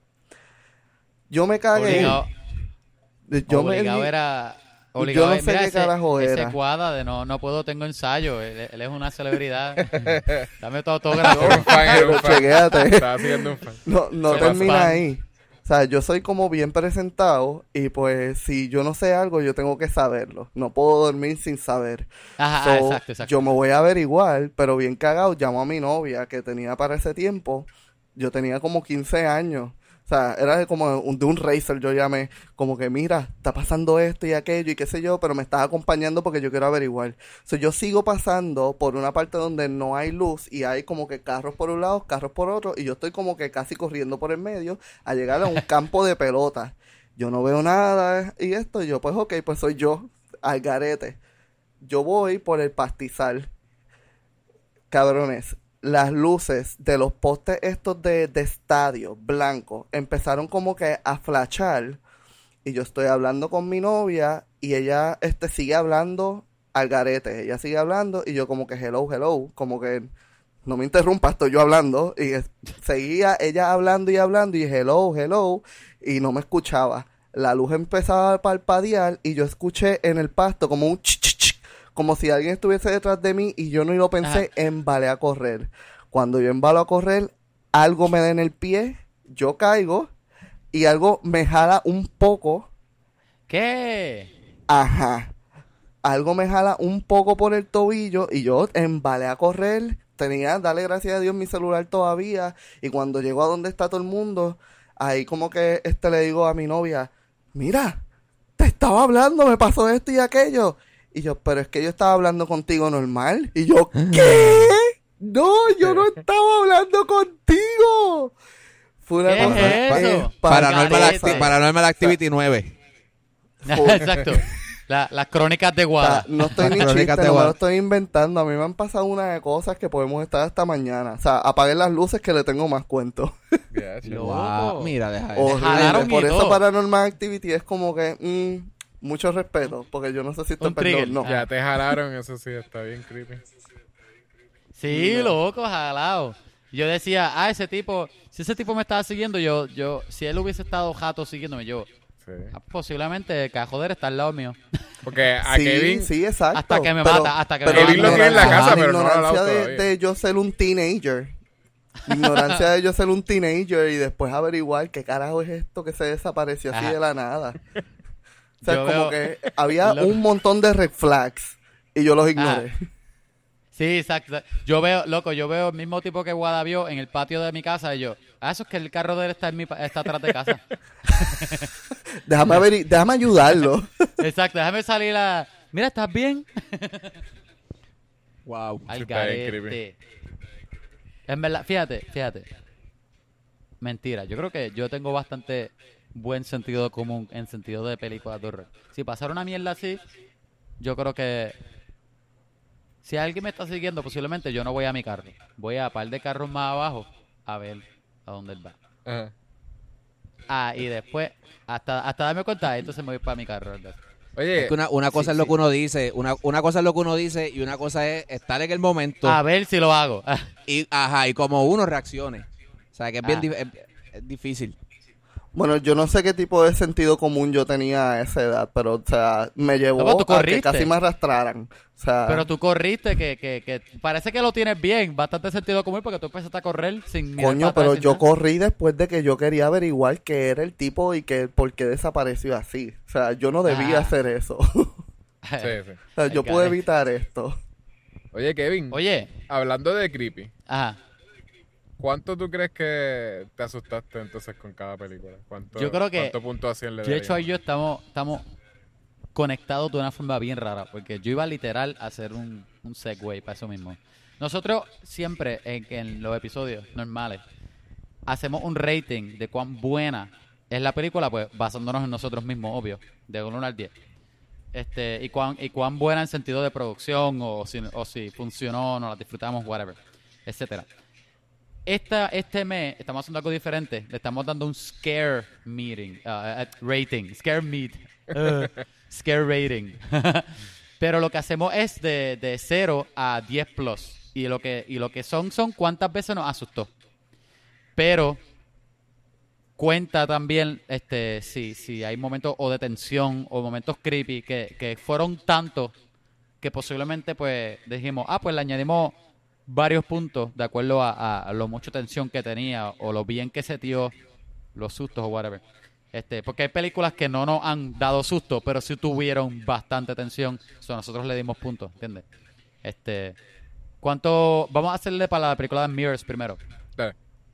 Yo me cagué. Obligado, Yo me obligado di- era... yo Obligado, no eh, sé mira qué ese, carajo ese era. Guada de no, no puedo, tengo ensayo. Él, él es una celebridad. Dame tu autógrafo. Era un fan, era un Pero fan. chequéate. Estaba haciendo un fan. No, no Se termina pasa. ahí. O sea, yo soy como bien presentado y pues si yo no sé algo, yo tengo que saberlo. No puedo dormir sin saber. Ajá, So, ah, exacto, exacto. yo me voy a averiguar, pero bien cagado, llamo a mi novia que tenía para ese tiempo. Yo tenía como quince años. O sea, era de como un, de un racer, yo llamé, como que mira, está pasando esto y aquello y qué sé yo, pero me estás acompañando porque yo quiero averiguar. So, yo sigo pasando por una parte donde no hay luz y hay como que carros por un lado, carros por otro, y yo estoy como que casi corriendo por el medio a llegar a un campo de pelota. Yo no veo nada y esto, y yo pues ok, pues soy yo, al garete. Yo voy por el pastizal. Cabrones, las luces de los postes estos de, de estadio blancos empezaron como que a flashar y yo estoy hablando con mi novia y ella este sigue hablando al garete, ella sigue hablando y yo como que hello, hello, como que no me interrumpa, estoy yo hablando y es- seguía ella hablando y hablando y hello, hello y no me escuchaba. La luz empezaba a parpadear y yo escuché en el pasto como un ch, ch, ch, como si alguien estuviese detrás de mí y yo no lo pensé, embalé a correr. Cuando yo embalo a correr, algo me da en el pie, yo caigo y algo me jala un poco, ¿Qué? ajá, algo me jala un poco por el tobillo y yo embalé a correr. Tenía, dale gracias a Dios, mi celular todavía y cuando llego a donde está todo el mundo, ahí como que este le digo a mi novia, mira, te estaba hablando, me pasó esto y aquello. Y yo, pero es que yo estaba hablando contigo normal. Y yo, ¿qué? No, yo no estaba hablando contigo. Fue una ¿Qué cosa es eso? Paranormal, Garete. Acti- Paranormal Activity nueve. Exacto. La- las crónicas de O sea, Guada. no estoy ni Crónicas chiste, de no me Guada. lo estoy inventando. A mí me han pasado una de cosas que podemos estar hasta mañana. O sea, apaguen las luces que le tengo más cuentos. Yeah, chido. Loco. Wow. Mira, deja eso. Horrible. jalaron y Por eso todo. Paranormal Activity es como que, mm, mucho respeto. Porque yo no sé si esto Un es perdón. trigger. No. Ya te jalaron, eso sí, está bien creepy. Sí, loco, jalado. Yo decía, ah, ese tipo, si ese tipo me estaba siguiendo, yo, yo, si él hubiese estado jato siguiéndome, yo, Sí. ah, posiblemente, que joder, está al lado mío. Porque a Sí, Kevin, sí, exacto. Hasta que me Pero- mata, hasta que pero me Kevin mata. lo tiene en la ignorancia- casa, la pero no lo ha hablado ignorancia de, todavía. de yo ser un teenager. La ignorancia de yo ser un teenager y después averiguar qué carajo es esto que se desapareció así Ajá. de la nada. O sea, Yo como veo- que había Loco. un montón de red flags y yo los ignoré. Sí, exacto. Yo veo, loco, yo veo el mismo tipo que Guada vio en el patio de mi casa y yo, ah, eso es que el carro de él está, en mi, pa- está atrás de casa. Déjame, averi- déjame ayudarlo. Exacto, déjame salir a... Mira, ¿estás bien? Wow. Al está bien garete. En verdad, fíjate, fíjate. Mentira, yo creo que yo tengo bastante buen sentido común en sentido de películas de horror. Si pasara una mierda así, yo creo que si alguien me está siguiendo, posiblemente yo no voy a mi carro. Voy a par de carros más abajo a ver a dónde él va. Ajá. Ah, y después, hasta, hasta darme cuenta, entonces me voy para mi carro. ¿Verdad? Oye, Es que una, una cosa sí, es lo sí. que uno dice, una, una cosa es lo que uno dice y una cosa es estar en el momento A ver si lo hago. y, ajá, y como uno reaccione. O sea, que es bien Ah. dif- es, es difícil. Bueno, yo no sé qué tipo de sentido común yo tenía a esa edad, pero, o sea, me llevó No, pero tú a que corriste. casi me arrastraran. O sea, Pero tú corriste, que, que, que parece que lo tienes bien, bastante sentido común, porque tú empezaste a correr sin mirar coño, para atrás, pero sin yo nada. corrí después de que yo quería averiguar qué era el tipo y que por qué desapareció así. O sea, yo no debía Ah. hacer eso. o sí, sí. sea, yo Ay, pude caray. evitar esto. Oye, Kevin, Oye, hablando de creepy, ajá. ¿cuánto tú crees que te asustaste entonces con cada película? ¿Cuánto, Yo creo que ¿Cuánto puntuación le Yo, de hecho, darías? y yo estamos, estamos conectados de una forma bien rara, porque yo iba literal a hacer un, un segue para eso mismo. Nosotros siempre en, en los episodios normales hacemos un rating de cuán buena es la película, pues basándonos en nosotros mismos, obvio, de uno al diez. Este, y cuán, y cuán buena en sentido de producción, o si, o si funcionó, nos la disfrutamos, whatever, etcétera. Esta, este mes estamos haciendo algo diferente. Le estamos dando un scare meeting, uh, uh, rating, scare meet, uh, scare rating. Pero lo que hacemos es de, de cero a diez plus. Y lo que y lo que son son cuántas veces nos asustó. Pero cuenta también este si, si hay momentos o de tensión o momentos creepy que, que fueron tantos que posiblemente pues dijimos, ah, pues le añadimos varios puntos de acuerdo a, a, a lo mucho tensión que tenía o lo bien que se dio, los sustos o whatever. Este, porque hay películas que no nos han dado susto, pero sí tuvieron bastante tensión. So, nosotros le dimos puntos, ¿entiendes? Este, ¿cuánto? Vamos a hacerle para la película de Mirrors primero. Dale.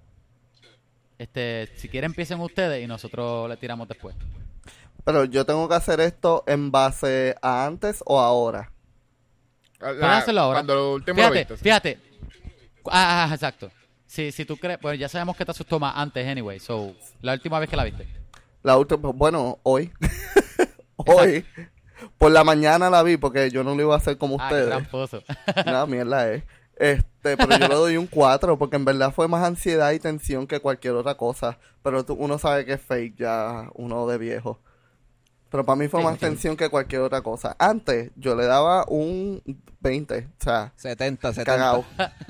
Este, si quieren empiecen ustedes y nosotros le tiramos después. Pero yo tengo que hacer esto en base a antes o ahora. Ah, Puedes hacerlo ahora. Cuando lo último Fíjate, lo viste. sí. fíjate. Ah, ah, exacto. Si, si tú crees, pues ya sabemos que te asustó más antes, anyway. So, la última vez que la viste. La última, bueno, hoy. hoy. Por la mañana la vi porque yo no lo iba a hacer como Ah, qué ustedes. tramposo. Nada, mierda es. Este, pero yo le doy un cuatro porque en verdad fue más ansiedad y tensión que cualquier otra cosa. Pero tú- uno sabe que es fake ya, uno de viejo. Pero para mí fue Sí, más sí. tensión que cualquier otra cosa. Antes yo le daba un veinte, o sea, setenta, setenta. cagao.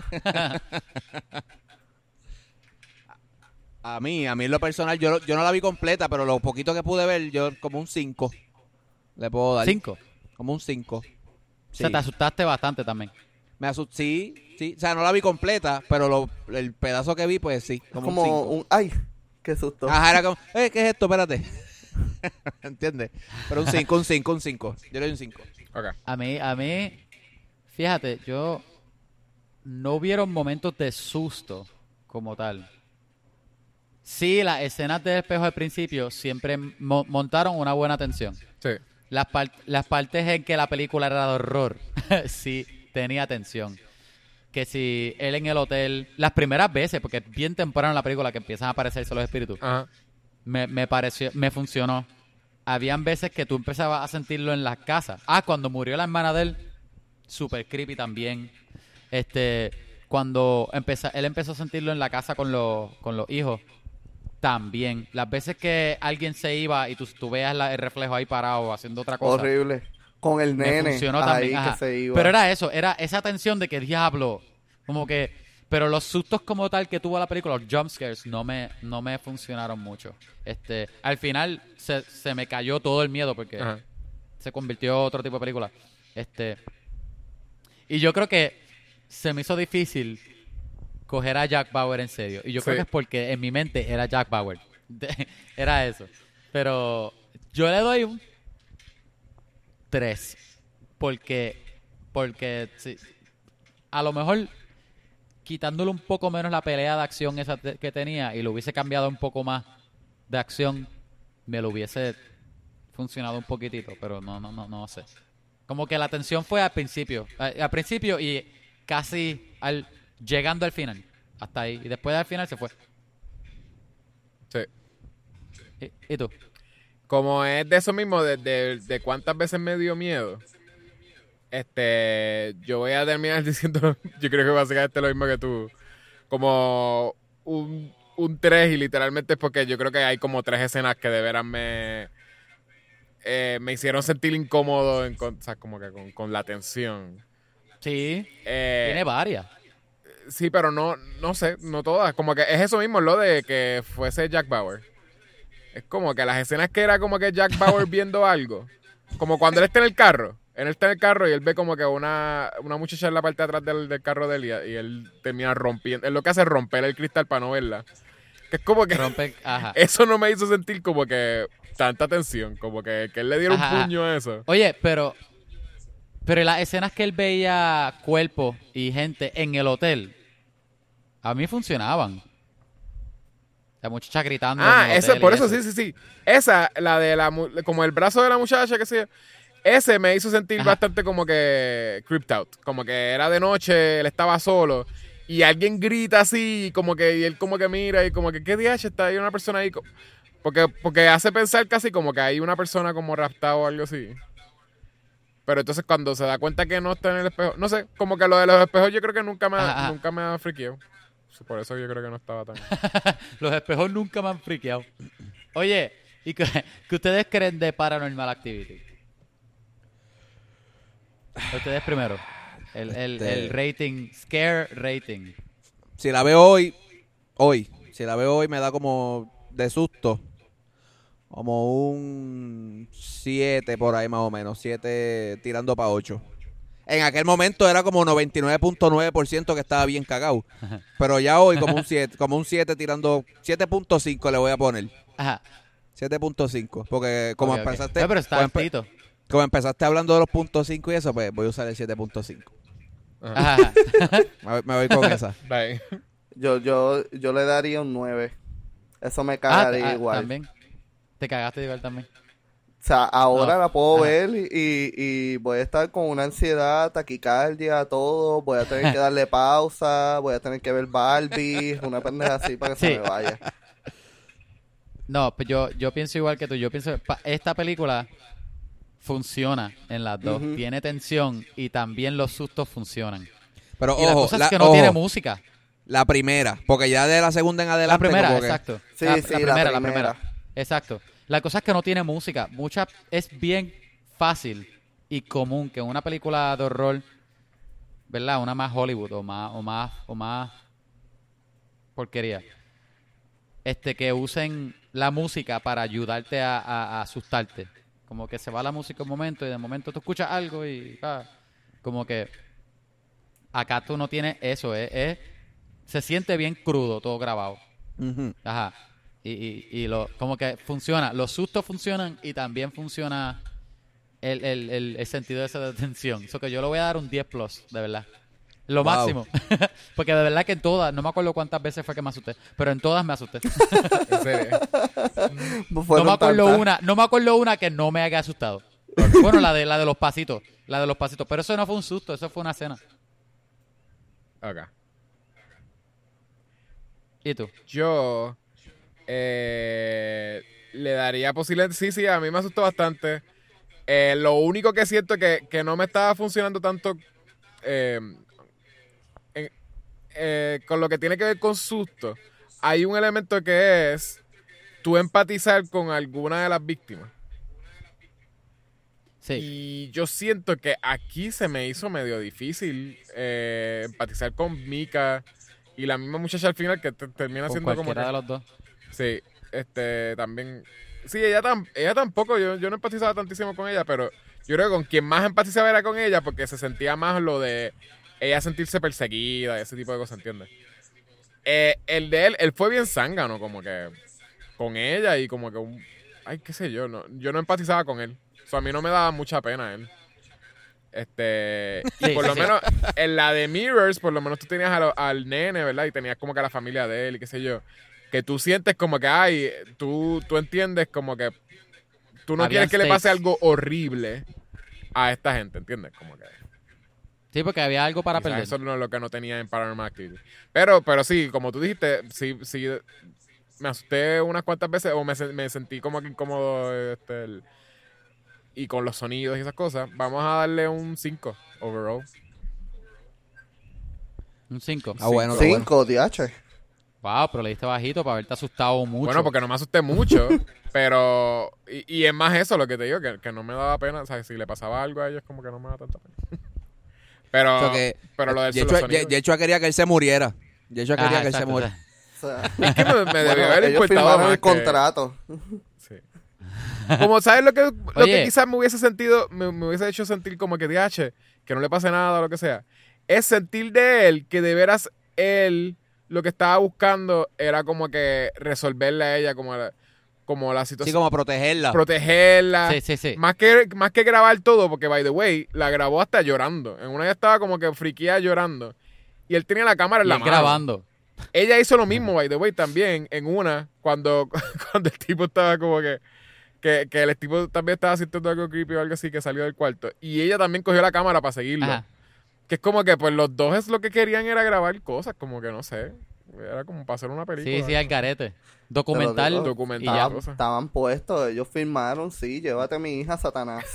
A mí, a mí en lo personal, yo, yo no la vi completa, pero lo poquito que pude ver, yo como un cinco. Le puedo dar. Cinco. Como un cinco. O sea, te asustaste bastante también. Me asusté, sí, sí. O sea, no la vi completa, pero lo, el pedazo que vi, pues sí, Es como, como un cinco. un, ay, qué susto. Ajá, era como, eh, ¿qué es esto? Espérate. ¿Entiendes? Pero un cinco, un cinco, un cinco. Yo le doy un cinco. Ok. A mí, a mí, fíjate, yo no hubieron momentos de susto como tal. Sí, las escenas de espejo al principio siempre mo- montaron una buena tensión. Sí. Las, par- las partes en que la película era de horror, sí, tenía tensión. Que si él en el hotel, las primeras veces, porque es bien temprano en la película que empiezan a aparecerse los espíritus, Ajá. me, me pareció, me funcionó. Habían veces que tú empezabas a sentirlo en las casas. Ah, cuando murió la hermana de él, super creepy también. Este, cuando empezó, él empezó a sentirlo en la casa con los, con los hijos, también. Las veces que alguien se iba y tú, tú veas la- el reflejo ahí parado haciendo otra cosa. Horrible. Con el Me nene funcionó ahí también. que ajá. se iba. Pero era eso, era esa tensión de que diablo, como que, pero los sustos como tal que tuvo la película, los jump scares, no me, no me funcionaron mucho. Este, al final se, se me cayó todo el miedo porque Ajá. se convirtió en otro tipo de película. Este, y yo creo que se me hizo difícil coger a Jack Bauer en serio. Y yo creo Sí. que es porque en mi mente era Jack Bauer. Era eso. Pero yo le doy un tres. Porque, porque sí, a lo mejor quitándole un poco menos la pelea de acción esa te- que tenía y lo hubiese cambiado un poco más de acción, me lo hubiese funcionado un poquitito, pero no, no, no, no sé. Como que la tensión fue al principio. Al, al principio y casi al llegando al final. Hasta ahí. Y después al final se fue. Sí. ¿Y, y tú? Como es de eso mismo, de, de, de cuántas veces me dio miedo, este, yo voy a terminar diciendo, yo creo que básicamente lo mismo que tú, como un, un tres y literalmente es porque yo creo que hay como tres escenas que de veras me, eh, me hicieron sentir incómodo, en, con, o sea, como que con, con la tensión. Sí. Eh, Tiene varias. sí, pero no, no sé, no todas, como que es eso mismo, lo de que fuese Jack Bauer. Es como que las escenas que era como que Jack Bauer viendo algo. Como cuando él está en el carro. Él está en el carro y él ve como que una, una muchacha en la parte de atrás del, del carro de él y, y él termina rompiendo. Él lo que hace es romper el cristal para no verla. Que es como que... Rompe, ajá. Eso no me hizo sentir como que tanta tensión. Como que, que él le diera Ajá. un puño a eso. Oye, pero... Pero las escenas que él veía cuerpos y gente en el hotel, a mí funcionaban. La muchacha gritando. Ah, en el ese, hotel por y eso, sí, sí, sí. Esa, la de la... mu- Como el brazo de la muchacha, que sé. Ese me hizo sentir Ajá. bastante como que creeped out. Como que era de noche, él estaba solo. Y alguien grita así, como que, y él como que mira y como que, ¿qué D H está ahí una persona ahí? Co- Porque, porque hace pensar casi como que hay una persona como raptada o algo así. Pero entonces cuando se da cuenta que no está en el espejo, no sé, como que lo de los espejos yo creo que nunca me, Ajá, ha- ajá. nunca me ha friqueado. Por eso yo creo que no estaba tan... Los espejos nunca me han friqueado. Oye, ¿y qué, qué ustedes creen de Paranormal Activity? Ustedes primero. El, el, Este- el rating, scare rating. Si la veo hoy, hoy, si la veo hoy me da como de susto. Como un siete por ahí más o menos, siete tirando para ocho. En aquel momento era como noventa y nueve punto nueve por ciento que estaba bien cagado. Pero ya hoy como un siete, como un siete tirando siete punto cinco le voy a poner. Ajá. siete punto cinco, porque como Ok, ok. empezaste, Eh, pero está como, empe- altito. como empezaste hablando de los puntos cinco y eso, pues voy a usar el siete punto cinco. Ajá. Me, voy- me voy con esa. Bye. Yo, yo, yo le daría un nueve. Eso me Ah, cagaría ah, igual. también. Te cagaste igual también. O sea, ahora No. la puedo Ajá. ver y, y, y voy a estar con una ansiedad, taquicardia, todo. Voy a tener que darle pausa, voy a tener que ver Barbie, una pendeja así para que Sí. se me vaya. No, pues yo, yo pienso igual que tú. Yo pienso que pa- esta película funciona en las dos. Ujú. Tiene tensión y también los sustos funcionan. Pero Y la ojo, cosa la, es que no ojo, tiene música. la primera, porque ya de la segunda en adelante La primera, como que- exacto. Sí, la, sí, la la primera, la primera. primera. Exacto. La cosa es que no tiene música. Mucha es bien fácil y común que una película de horror, ¿verdad? Una más Hollywood o más o más o más porquería. Este que usen la música para ayudarte a, a- a asustarte. Como que se va la música un momento y de momento tú escuchas algo y ah, como que acá tú no tienes eso, es, es- se siente bien crudo todo grabado. Ujú. Ajá. Y, y, y lo, como que funciona. Los sustos funcionan y también funciona el, el, el, el sentido de esa tensión. Eso que yo le voy a dar un diez plus, de verdad. Lo Wow. máximo. Porque de verdad que en todas, no me acuerdo cuántas veces fue que me asusté, pero en todas me asusté. En serio. No Fueron me acuerdo tantas. una, no me acuerdo una que no me haya asustado. Bueno, la de la de los pasitos, la de los pasitos, pero eso no fue un susto, eso fue una cena. Ok. ¿Y tú? Yo eh, le daría posiblemente... Sí, sí, a mí me asustó bastante. Eh, lo único que siento que, que no me estaba funcionando tanto eh, en- eh, con lo que tiene que ver con susto, hay un elemento que es tú empatizar con alguna de las víctimas. Sí. Y yo siento que aquí se me hizo medio difícil eh, empatizar con Mika y la misma muchacha al final que te- termina Con siendo como cualquiera que... de los dos. Sí, este, también... Sí, ella, tam, ella tampoco, yo, yo no empatizaba tantísimo con ella, pero yo creo que con quien más empatizaba era con ella porque se sentía más lo de ella sentirse perseguida y ese tipo de cosas, ¿entiendes? Eh, el de él, él fue bien zángano, como que con ella y como que un... Ay, qué sé yo, no, yo no empatizaba con él. O sea, a mí no me daba mucha pena él. Este, y Sí, por sí, lo sí. menos en la de Mirrors, por lo menos tú tenías a lo- al nene, ¿verdad? Y tenías como que a la familia de él y qué sé yo. Que tú sientes como que, ay, tú, tú entiendes como que tú no Había quieres que le pase stakes. algo horrible. a esta gente, ¿entiendes? Como que Sí, porque había algo para quizás perder. eso no es lo que no tenía en Paranormal Activity. Pero, pero sí, como tú dijiste, sí, sí me asusté unas cuantas veces o me, se- me sentí como que incómodo este, el- y con los sonidos y esas cosas. Vamos a darle un cinco overall. Un cinco. Ah, bueno, está bueno. Cinco, D H. Wow, pero le diste bajito para haberte asustado mucho. Bueno, porque no me asusté mucho, pero... Y, y es más eso lo que te digo, que, que no me daba pena. O sea, si le pasaba algo a ellos, como que no me daba tanta pena. Pero, O sea que, pero lo del Yechua, los sonidos... Ye- Yechua quería que él se muriera. Yechua quería Ajá, que él se exacto, muriera. exacto. O sea, Es que me, me bueno, debió haber ellos importado firmaron más el que- contrato. Sí. Como, ¿sabes lo que, lo Oye. que quizás me hubiese sentido, me, me hubiese hecho sentir como que D H, que no le pase nada o lo que sea? Es sentir de él que de veras él lo que estaba buscando era como que resolverle a ella como la, como la Sí, situación, como protegerla. protegerla. Sí, sí, sí. Más que, más que grabar todo, porque by the way, la grabó hasta llorando. En una ya estaba como que friquía llorando. Y él tenía la cámara en Y la él mano. grabando. Ella hizo lo mismo, by the way, también en una, cuando, cuando el tipo estaba como que, que, que el tipo también estaba sintiendo algo creepy o algo así, que salió del cuarto. Y ella también cogió la cámara para seguirlo. Ajá. Que es como que, pues, los dos es lo que querían era grabar cosas, como que no sé. Era como para hacer una película. Sí, sí, al garete. Documental. Pero, Documental. y ya. Estaban, cosa. estaban puestos, ellos firmaron, sí, llévate a mi hija, Satanás.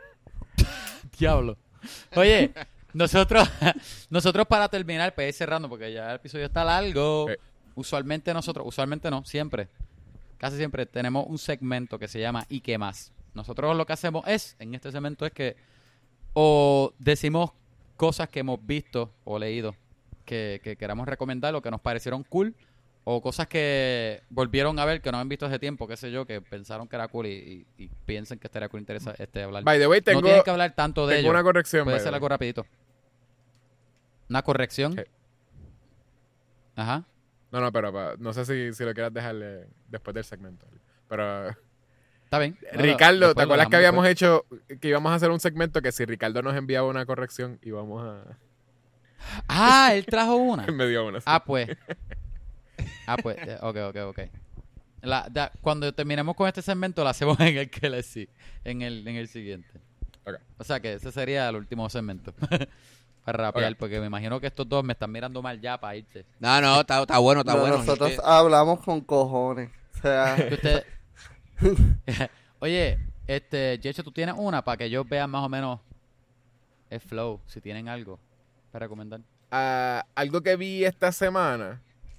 Diablo. Oye, nosotros, nosotros para terminar, para ir cerrando, porque ya el episodio está largo. Eh. Usualmente nosotros, usualmente no, siempre, casi siempre tenemos un segmento que se llama ¿Y qué más? Nosotros lo que hacemos es, en este segmento es que o decimos cosas que hemos visto o leído que, que queramos recomendar o que nos parecieron cool, o cosas que volvieron a ver que no han visto hace tiempo, qué sé yo, que pensaron que era cool y, y, y piensen que estaría cool interesa, este, hablar. By the way, tengo, no tienen que hablar tanto de tengo ello. una corrección. Puede by the ser way. algo rapidito. ¿Una corrección? Sí. Ajá. No, no, pero pa- no sé si, si lo quieras dejarle después del segmento. Pero, Está bien. No, no, Ricardo, después ¿te lo acuerdas que dejamos habíamos después. hecho, que íbamos a hacer un segmento que si Ricardo nos enviaba una corrección, íbamos a... Ah, él trajo una. Me dio una. sí. Ah, pues. Ah, pues. eh, Ok, ok, ok. La, da- cuando terminemos con este segmento, lo hacemos en el que le sí. En el, en el siguiente. Ok. O sea que ese sería el último segmento. Para rapear, Ok. porque me imagino que estos dos me están mirando mal ya para irse. No, no, está, está bueno, está No, bueno. nosotros Este- hablamos con cojones. O sea, Que usted... Oye, este, Jecho, tú tienes una para que yo vea más o menos el flow, si tienen algo para recomendar. Ah, algo que vi esta semana.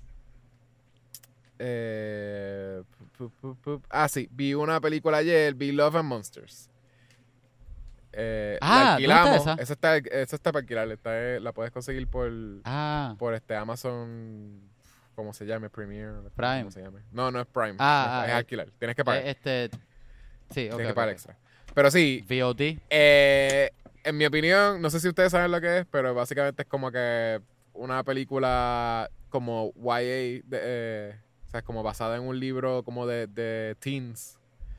Eh, pu- pu- pu- pu- ah, sí, vi una película ayer, vi Love and Monsters. Eh, Ah, la ¿dónde alquilamos. está esa? Esa está, esa está para alquilar. Está, eh, la puedes conseguir por, Ah, por este Amazon. ¿Cómo se llame? Premiere. Prime. ¿Cómo se llame? No, no es Prime. Ah, es, es ah, alquilar. Tienes que pagar. eh, este... Sí, ok, Tienes que ok, pagar ok. extra. Pero sí, V O D. eh, en mi opinión, no sé si ustedes saben lo que es, pero básicamente es como que una película como Y A, de, eh, o sea, como basada en un libro como de, de teens,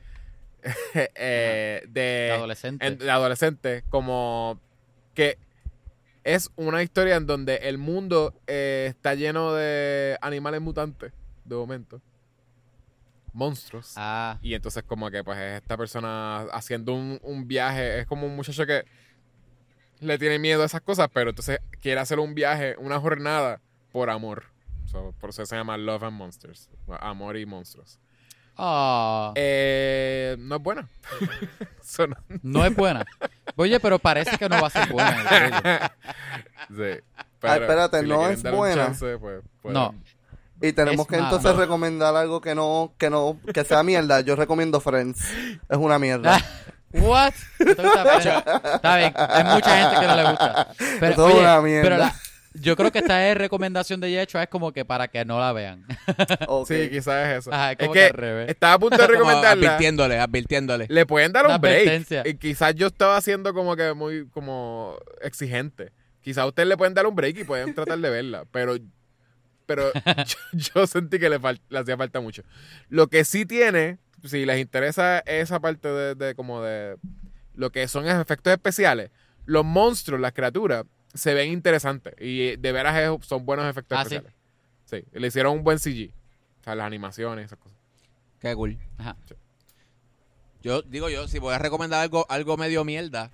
eh, de, De adolescente. en- de adolescentes, como que es una historia en donde el mundo eh, está lleno de animales mutantes, de momento, monstruos. Ah, Y entonces como que pues es esta persona haciendo un, un viaje, es como un muchacho que le tiene miedo a esas cosas, pero entonces quiere hacer un viaje, una jornada por amor. So, por eso se llama Love and Monsters, amor y monstruos. ah, Eh, no es buena. So, no- no es buena. Oye, pero parece que no va a ser buena. el trailer. sí. Ah, espérate, le no quieren es dar un buena. chance, pues, pueden- No. y tenemos Es que mala. entonces No. recomendar algo que no, que no, que sea mierda. Yo recomiendo Friends. Es una mierda. What? ¿No te gusta Friends? Está bien, hay mucha gente que no le gusta. Pero, Eso es oye, una mierda. pero la- yo creo que esta es recomendación de Yecho, es como que para que no la vean. Ok. Sí, quizás es eso. Ajá, es es como que que al revés. estaba a punto de como recomendarla. advirtiéndole, advirtiéndole. Le pueden dar Una un break. advertencia. Y quizás yo estaba siendo como que muy como exigente. Quizás a ustedes le pueden dar un break y pueden tratar de verla. Pero, pero yo, yo sentí que le, fal- le hacía falta mucho. Lo que sí tiene, si les interesa esa parte de, de como de lo que son efectos especiales, los monstruos, las criaturas, se ven interesantes. Y de veras es- son buenos efectos Ah, ¿sí? especiales. Sí, le hicieron un buen C G. O sea, las animaciones, esas cosas. Qué cool. Ajá. Yo digo yo, si voy a recomendar algo, algo medio mierda,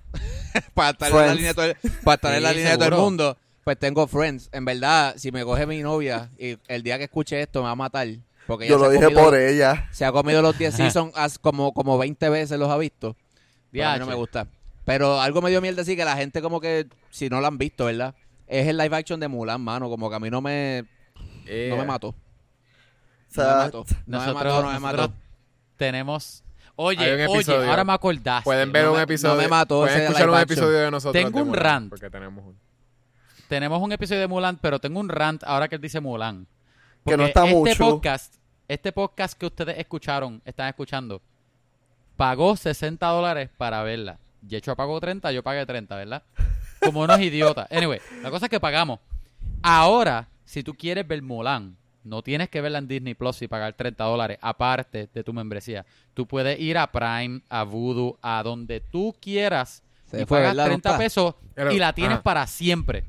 para estar en la Friends. línea de todo el, para estar en la Sí, línea de todo el seguro. mundo, pues tengo Friends. En verdad, si me coge mi novia y el día que escuche esto me va a matar. Porque ella Yo lo se ha dije comido- por ella. Se ha comido los diez seasons as- como, como veinte veces los ha visto. Pero a mí no Diache. me gusta. Pero algo me dio mierda así que la gente como que, si no lo han visto, ¿verdad? Es el live action de Mulan, mano. Como que a mí no me, Eh, no me mató. O No me sea, mató. No me Nosotros, mató, no me nosotros mató. tenemos... Hay Oye, un oye, episodio. ahora me acordaste. Pueden ver no un me- episodio. no me mató Pueden ese escuchar live un action. episodio de nosotros. Tengo de un Mulan, rant. Porque tenemos un. Tenemos un episodio de Mulan, pero tengo un rant ahora que él dice Mulan. Que no Porque está este mucho. podcast, este podcast que ustedes escucharon, están escuchando, pagó sesenta dólares para verla. Yecho pagó treinta, yo pagué treinta, ¿verdad? Como unos idiotas. Anyway, la cosa es que pagamos. Ahora, si tú quieres ver Mulan, no tienes que verla en Disney Plus y pagar treinta dólares aparte de tu membresía. Tú puedes ir a Prime, a Vudu, a donde tú quieras Se y fue, pagas ¿verdad? ¿No treinta está? pesos Pero- y la tienes ajá. para siempre.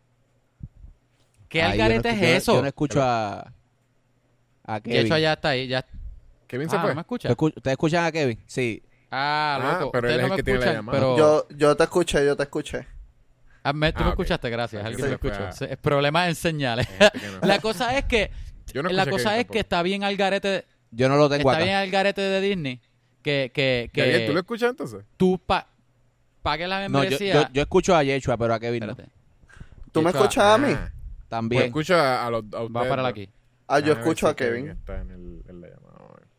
¿Qué Ay, yo no algarete escucho- es yo- eso? Yo no escucho a, a Kevin. Yecho ya está ahí. Ya... Kevin se Ah, fue. ¿no me escucha? ¿Usted escu- ¿Ustedes escuchan a Kevin? Sí. Ah, Ah, loco. pero él Ustedes es no el me que tiene la escuchan, llamada. pero... yo, yo te escuché, yo te escuché. Ah, me- tú Ah, me ok. escuchaste, gracias. Porque Alguien me se fue escuchó. a- Se- Problemas en señales. Este que no. La cosa es que... Yo no la escuché cosa Kevin es que tampoco. está bien al garete... Yo no lo tengo Está acá. bien al garete de Disney que, que, que Gabriel, ¿tú lo escuchas entonces? tú pa- pagues la No, yo, membresía... yo, yo escucho a Yechua, pero a Kevin no. Espérate. ¿Tú me Yecho, escuchas a mí? Ah, Yo También. escucho a, a los. A Va a ustedes parar dos. aquí. Ah, yo Déjame ver escucho si a Kevin. Está en, el, en la llamada. Vamos a ver.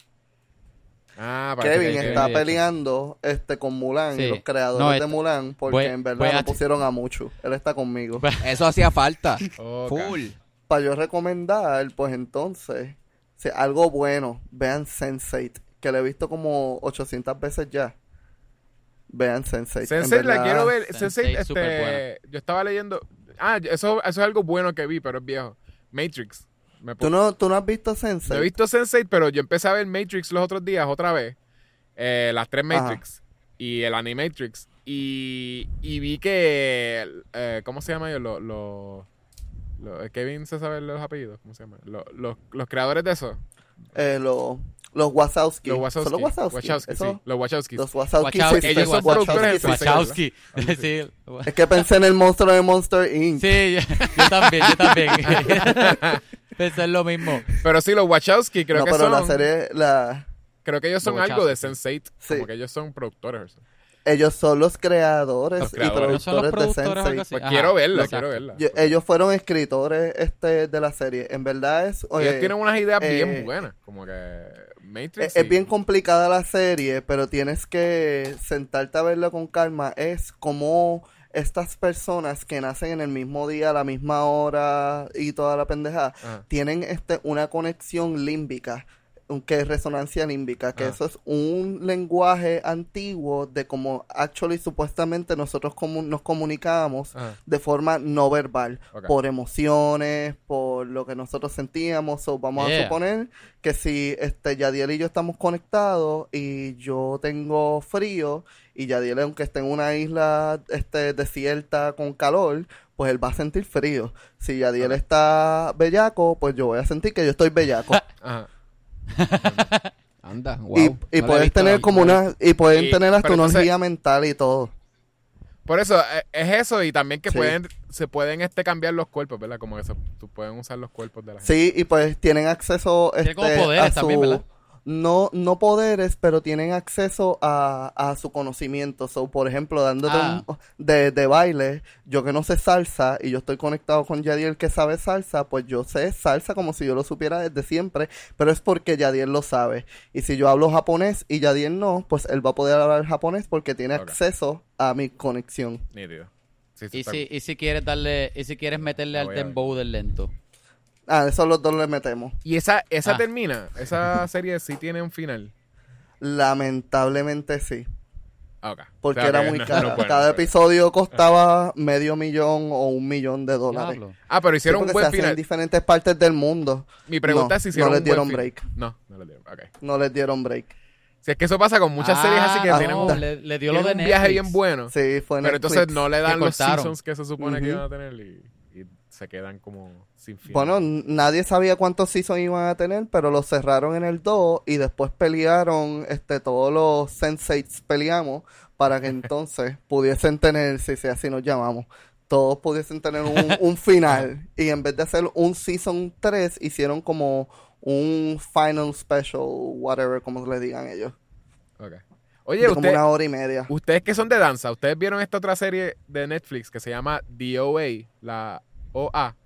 Ah, parece Kevin que está Kevin- peleando este con Mulan Sí. y los creadores No, de este- Mulan porque voy- en verdad voy a- no pusieron a mucho. Él está conmigo. Eso hacía falta. Ok. Full. Para yo recomendar, pues entonces, si algo bueno, vean sense eight, que lo he visto como ochocientas veces ya. Vean sense eight. Sensei la quiero ver. Sense Sensei, eight, superbuena. este, yo estaba leyendo. Ah, eso, eso es algo bueno que vi, pero es viejo. Matrix. Me ¿Tú no, ¿Tú no has visto sense No he eight? visto Sense eight, pero yo empecé a ver Matrix los otros días otra vez. Eh, las tres Matrix. Y el Animatrix. Y, y vi que... eh, ¿Cómo se llama ellos? Los... Los- los- Kevin se sabe los apellidos. ¿Cómo se llama? Los, los, los creadores de eso. Eh, lo- los Wazowski. Los Wachowski. ¿Son los Wazowski? Wachowski, Eso- sí. Los Wachowski. Los Wazowski Wachowski, sisters. ellos son Wachowski productores de sisters. Wachowski. Wachowski. Sí, Es que pensé en el monstruo de Monster incorporated. sí, yo, yo también, yo también. Pensé en lo mismo. Pero sí, los Wachowski creo No, que pero son... la serie, la, Creo que ellos son Los algo de Wachowski. Sense eight. Sí. Como que ellos son productores. o sea. ellos son los creadores, Los y creadores. ¿No son los productores de productores o algo Sense así? Pues Ajá, quiero verla, exacto. quiero verla. Yo- ellos fueron escritores este de la serie. En verdad es... oye, ellos tienen unas ideas eh, bien buenas. Como que Matrix. Es, y- es bien complicada la serie, pero tienes que sentarte a verla con calma. Es como estas personas que nacen en el mismo día, a la misma hora y toda la pendejada, Ajá. tienen este una conexión límbica, un- que es resonancia límbica, que Ajá. eso es un lenguaje antiguo de cómo actually supuestamente nosotros comu- nos comunicábamos Ajá. de forma no verbal, Ok. por emociones, por lo que nosotros sentíamos. So, vamos Yeah. a suponer que si este Yadiel y yo estamos conectados y yo tengo frío y Yadiel, aunque esté en una isla este desierta con calor, pues él va a sentir frío. Si Yadiel Ok. está bellaco, pues yo voy a sentir que yo estoy bellaco. Ajá. Anda, wow. y y No la he puedes visto, tener no, como no. una y pueden Y- tener hasta pero una entonces- energía mental y todo. Por eso, eh, es eso y también que Sí. pueden, se pueden este cambiar los cuerpos, ¿verdad? Como que se, tú pueden usar los cuerpos de la gente. Sí, y pues tienen acceso Tiene como este, poderes a su... también, ¿verdad? No, no poderes, pero tienen acceso a, a su conocimiento. So, por ejemplo, dándote Ah. un de, de baile, yo que no sé salsa y yo estoy conectado con Yadiel que sabe salsa, pues yo sé salsa como si yo lo supiera desde siempre, pero es porque Yadiel lo sabe. Y si yo hablo japonés y Yadiel no, pues él va a poder hablar japonés porque tiene Ok. acceso a mi conexión. Nítido. Sí, sí, Y está si, cool. y si quieres darle, y si quieres meterle La al voy a ver. dembow del lento. Ah, eso los dos le metemos. Y esa, esa Ah. termina, esa serie sí tiene un final. Lamentablemente sí. Ah, ok. Porque O sea, era que muy no- caro. no pueden, Cada no pueden. episodio costaba medio millón o un millón de dólares. Diablo. Ah, pero Sí, hicieron porque un buen se hacen en final. diferentes partes del mundo. Mi pregunta No, es si hicieron no les un buen dieron final. break. No, no les dieron. Ok. No les dieron break. Si es que eso pasa con muchas series así que Ah, tienen no, un, le, le dio lo tienen de un viaje Netflix. bien bueno. Sí, fue Pero Netflix. entonces no le dan Que los cortaron. seasons que se supone que Ujú. iban a tener y, y se quedan como sin fin. Bueno, n- nadie sabía cuántos seasons iban a tener, pero los cerraron en el dos y después pelearon, este, todos los sensates peleamos para que entonces pudiesen tener, si si así nos llamamos, todos pudiesen tener un, un final. Y en vez de hacer un season tres, hicieron como un final special, whatever, como le digan ellos. Ok. De Oye, como usted, una hora y media. ustedes que son de danza, ¿ustedes vieron esta otra serie de Netflix que se llama The O A? La O A.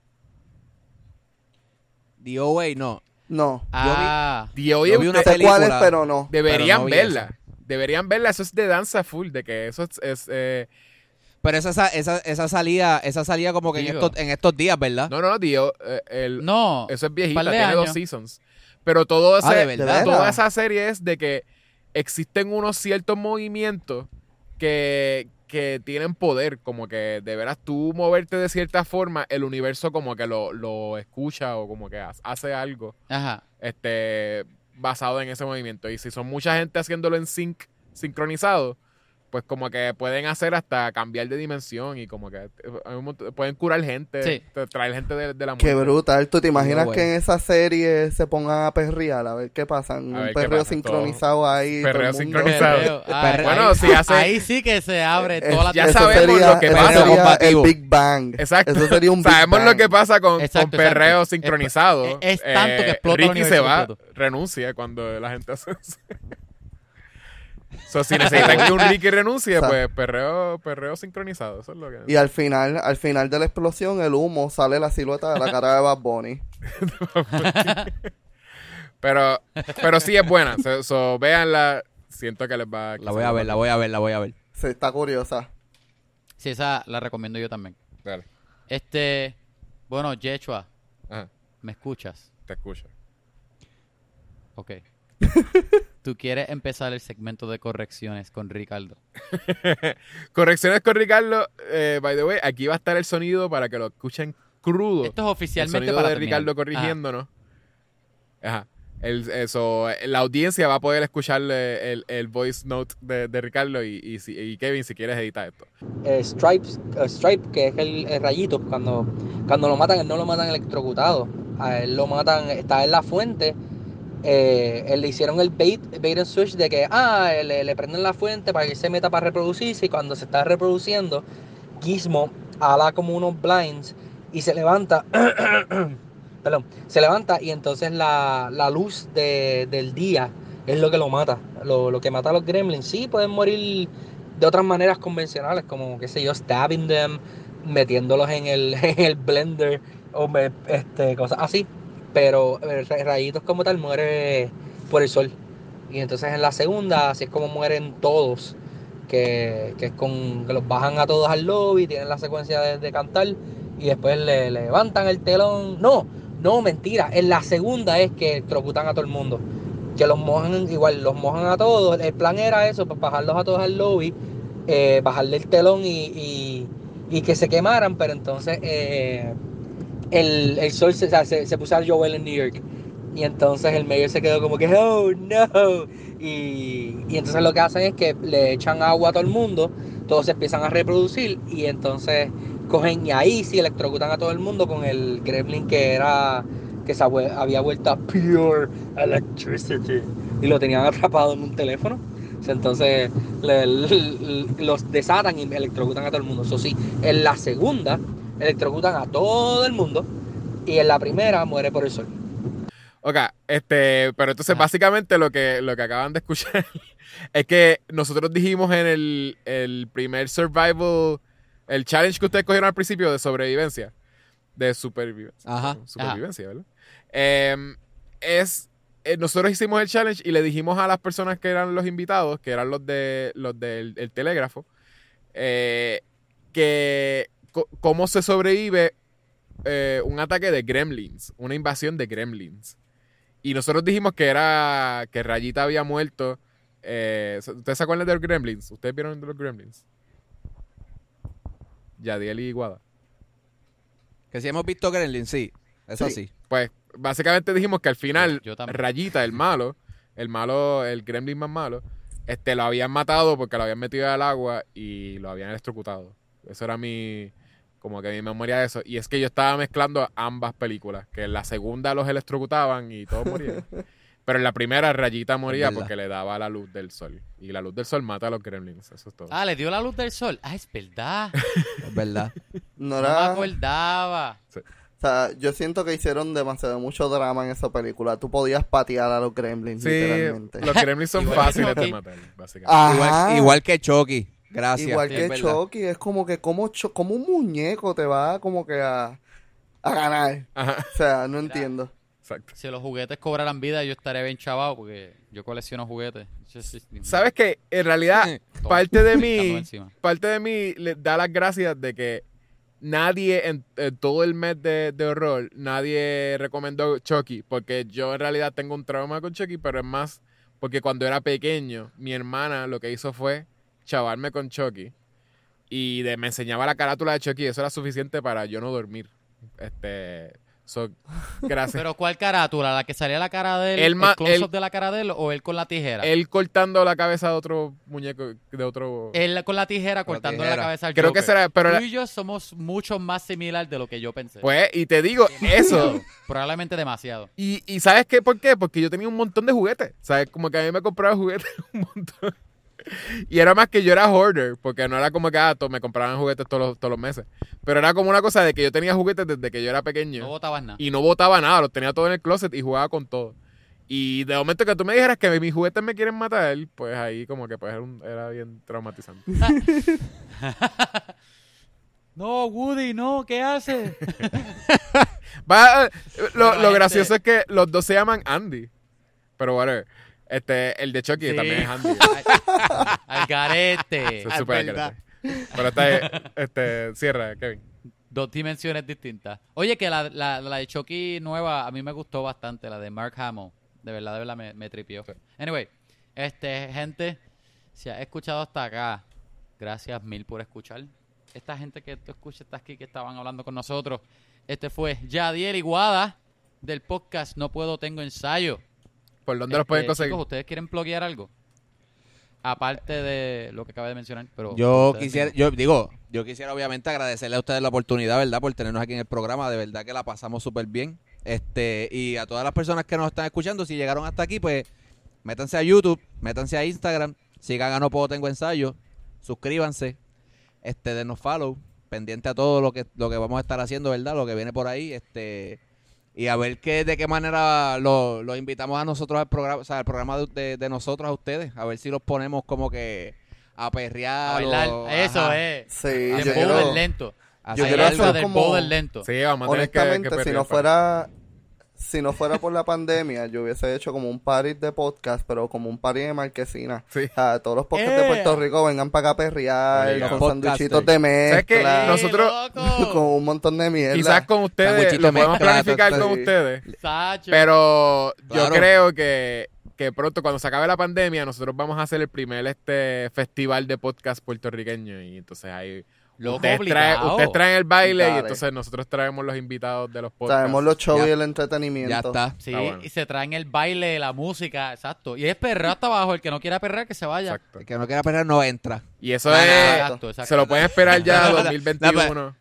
The O A, no. No. Ah, The O A, Yo vi una usted- Sé cuál es, película. pero no. deberían pero no vi verla. Deberían verla, eso es de danza full, de que eso es... es, eh, Pero esa, esa, esa, esa salía, esa salía como que en Digo. estos, en estos días, ¿verdad? no, no, The O- eh, el, no. eso es par viejita, de tiene dos años. seasons. Pero todo ese, Ah, ¿de verdad? toda esa serie es de que existen unos ciertos movimientos que, que tienen poder, como que de veras tú moverte de cierta forma, el universo como que lo, lo escucha o como que ha- hace algo Ajá. este basado en ese movimiento. Y si son mucha gente haciéndolo en sync, sincronizado, pues como que pueden hacer hasta cambiar de dimensión y como que eh, hay un montón- pueden curar gente, Sí. tra- traer gente de, de la muerte. Qué brutal. ¿Tú te imaginas güey. que en esa serie se pongan a perrear? A ver qué pasa. A Un ver qué perreo pasa, sincronizado ahí. todo el perreo mundo- sincronizado. Perreo. Ah, Perreo. Bueno, ahí, si hace- ahí sí que se abre Eh, toda la ya eso sabemos sería- lo que eso pasa. sería Compatible. el Big Bang. Exacto. Eso sería un Big Sabemos lo Bang. que pasa con, Exacto, con exacto. perreo Es- sincronizado. es- es tanto que explota el Ricky universo se va, completo. renuncia cuando la gente hace eso. So, si necesitan que un Ricky renuncie, O sea, pues perreo, perreo sincronizado. Eso es lo que... Y al final, al final de la explosión, el humo sale la silueta de la cara de Bad Bunny. Pero, pero sí es buena. So, so, véanla. Siento que les va La voy a ver, la voy a ver, la voy a ver. Sí, está curiosa. Sí, esa la recomiendo yo también. Dale. Este, bueno, Yechua, Ajá, ¿me escuchas? te escucho. Ok. ¿Tú quieres empezar el segmento de correcciones con Ricardo? Correcciones con Ricardo. Eh, by the way, aquí va a estar el sonido para que lo escuchen crudo. Esto es El oficialmente sonido para de terminar. Ricardo corrigiéndonos. Ajá. El, eso, la audiencia va a poder escuchar eh, el, el voice note de, de Ricardo y, y, si- y Kevin si quieres editar esto. eh, Stripes, eh, Stripe, que es el, el rayito, cuando, cuando lo matan, él no lo matan electrocutado. A él lo matan, está en la fuente. Eh, él le hicieron el bait, bait and switch de que ah, le, le prenden la fuente para que él se meta para reproducirse. Y cuando se está reproduciendo, Gizmo ala como unos blinds y se levanta. Perdón, se levanta y entonces la, la luz de, del día es lo que lo mata. Lo, lo que mata a los gremlins. Sí, pueden morir de otras maneras convencionales, como, qué sé yo, stabbing them, metiéndolos en el, en el blender, o me- este, cosas así. Pero eh, Ra- Rayitos como tal muere por el sol. Y entonces en la segunda, así es como mueren todos. Que, que es con que los bajan a todos al lobby, tienen la secuencia de, de cantar y después le, le levantan el telón. No, no, mentira. En la segunda es que electrocutan a todo el mundo. Que los mojan, igual, los mojan a todos. El plan era eso, pues bajarlos a todos al lobby, eh, bajarle el telón y, y, y que se quemaran, pero entonces eh, el, el sol se, o sea, se, se puso a llover en New York. Y entonces el mayor se quedó como que, oh no. Y, y entonces lo que hacen es que le echan agua a todo el mundo, todos se empiezan a reproducir y entonces cogen y ahí sí electrocutan a todo el mundo con el gremlin que era, que se abue- había vuelto a pure electricity y lo tenían atrapado en un teléfono. Entonces le- le- los desatan y electrocutan a todo el mundo. Eso sí, en la segunda electrocutan a todo el mundo y en la primera muere por el sol. Ok, este, pero entonces Ajá. básicamente lo que, lo que acaban de escuchar es que nosotros dijimos en el, el primer survival, el challenge que ustedes cogieron al principio de sobrevivencia, de supervivencia, Ajá. supervivencia, ¿verdad? Em, es, eh, nosotros hicimos el challenge y le dijimos a las personas que eran los invitados, que eran los de los del el telégrafo, eh, que co- cómo se sobrevive eh, un ataque de gremlins, una invasión de gremlins. Y nosotros dijimos que era que Rayita había muerto. Eh, ¿Ustedes se acuerdan de los gremlins? ¿Ustedes vieron de los gremlins? Yadiel y Guada. Que si hemos visto Gremlin, sí. Eso sí. Sí. Pues básicamente dijimos que al final Yo también. Rayita, el malo, el malo, el gremlin más malo, este lo habían matado porque lo habían metido al agua y lo habían electrocutado. Eso era mi como que mi memoria de eso. Y es que yo estaba mezclando ambas películas. Que en la segunda los electrocutaban y todos morían. Pero en la primera Rayita moría verdad. porque le daba la luz del sol. Y la luz del sol mata a los gremlins. Eso es todo. Ah, le dio la luz del sol. Ah, es verdad. Es verdad. No No me era... acordaba. O sea, yo siento que hicieron demasiado mucho drama en esa película. Tú podías patear a los gremlins, Sí, literalmente. los gremlins son Igual que fáciles de Chucky. matar, básicamente. Ajá. Igual, igual que Chucky. Gracias. Igual es que verdad. Chucky, es como que como, Cho- como un muñeco te va como que a, a ganar. Ajá, O sea, no entiendo. exacto. Si los juguetes cobraran vida, yo estaré bien chavado porque yo colecciono juguetes. Yo sí- ¿Sabes qué? En realidad, Todo parte de picándome mí, encima. parte de mí le da las gracias de que nadie en, en todo el mes de, de horror, nadie recomendó Chucky, porque yo en realidad tengo un trauma con Chucky, pero es más porque cuando era pequeño, mi hermana lo que hizo fue chavarme con Chucky y de, me enseñaba la carátula de Chucky, y eso era suficiente para yo no dormir. Este, so, gracias. Pero ¿cuál carátula? ¿La que salía la cara de él? El ¿El, ma- close-up el- de la cara de él o él con la tijera? Él cortando la cabeza de otro muñeco, de otro... Él con la tijera Con la cortando la tijera. cabeza al Creo Joker. que será, pero Tú era- y yo somos mucho más similar de lo que yo pensé. pues, y te digo, eso... Demasiado. Probablemente demasiado. Y, y ¿sabes qué? ¿Por qué? Porque yo tenía un montón de juguetes. ¿Sabes? Como que a mí me compraba juguetes un montón. Y era más que yo era hoarder, porque no era como que ah, to- me compraban juguetes todos los, todos los meses. Pero era como una cosa de que yo tenía juguetes desde que yo era pequeño. No botabas nada. Y no botaba nada, los tenía todo en el closet y jugaba con todo. Y de momento que tú me dijeras que mis juguetes me quieren matar, pues ahí como que pues era, un- era bien traumatizante. No, Woody, no, ¿qué haces? Va, eh, lo, Pero la lo gente- gracioso es que los dos se llaman Andy. Pero whatever. Este, el de Chucky Sí. también es Andy. Al garete. Eso es súper verdad. agresivo. Pero está, este, cierra, Kevin. Dos dimensiones distintas. Oye, que la, la, la de Chucky nueva a mí me gustó bastante, la de Mark Hamill. De verdad, de verdad me, me tripió. Sí. Anyway, este, gente, si has escuchado hasta acá, gracias mil por escuchar. Esta gente que tú escuchas está aquí, que estaban hablando con nosotros. Este fue Yadiel Iguada del podcast No Puedo Tengo Ensayo. ¿Por dónde los Este, pueden conseguir? chicos, ¿ustedes quieren pluguear algo? Aparte de lo que acabé de mencionar, pero Yo ustedes quisiera, mismos. yo digo, yo quisiera obviamente agradecerle a ustedes la oportunidad, ¿verdad? Por tenernos aquí en el programa, de verdad que la pasamos súper bien. Este, y a todas las personas que nos están escuchando, si llegaron hasta aquí, pues métanse a YouTube, métanse a Instagram, sigan a No Puedo Tengo Ensayo, suscríbanse, este, denos follow, pendiente a todo lo que, lo que vamos a estar haciendo, ¿verdad? Lo que viene por ahí, este, y a ver qué, de qué manera lo- los invitamos a nosotros al programa, o sea, al programa de, de- de nosotros a ustedes, a ver si los ponemos como que a A perrear. bailar. o- Eso ajá, es. Sí, El yo Hacer bowl quiero, del lento. hacer yo Hay quiero algo hacer del como- bowl del lento. Sí, vamos a tener que, honestamente, que si perrear no para- fuera si no fuera por la pandemia, yo hubiese hecho como un party de podcast, pero como un party de marquesina. Sí. O sea, todos los podcasts de ¡Eh! Puerto Rico vengan para acá a perrear, Obligado. con Podcasters. sanduchitos de ¿Sabes qué? mezcla, Nosotros- loco! con un montón de mierda. Quizás con ustedes, Sanguchito lo podemos mezclado, planificar con sí. ustedes. Sacho. Pero yo Claro. creo que, que pronto, cuando se acabe la pandemia, nosotros vamos a hacer el primer este festival de podcast puertorriqueño. Y entonces ahí Loco, ustedes, obligado. traen, ustedes traen el baile y Dale. entonces nosotros traemos los invitados de los podcasts. Traemos los shows Ya. y el entretenimiento. Ya está. Sí, Ah, bueno. y se traen el baile, la música, exacto. Y es perrar hasta abajo. El que no quiera perrar, que se vaya. Exacto. El que no quiera perder no entra. Y eso No, no, es... Exacto, exacto. Se lo pueden esperar ya No, no, dos mil veintiuno.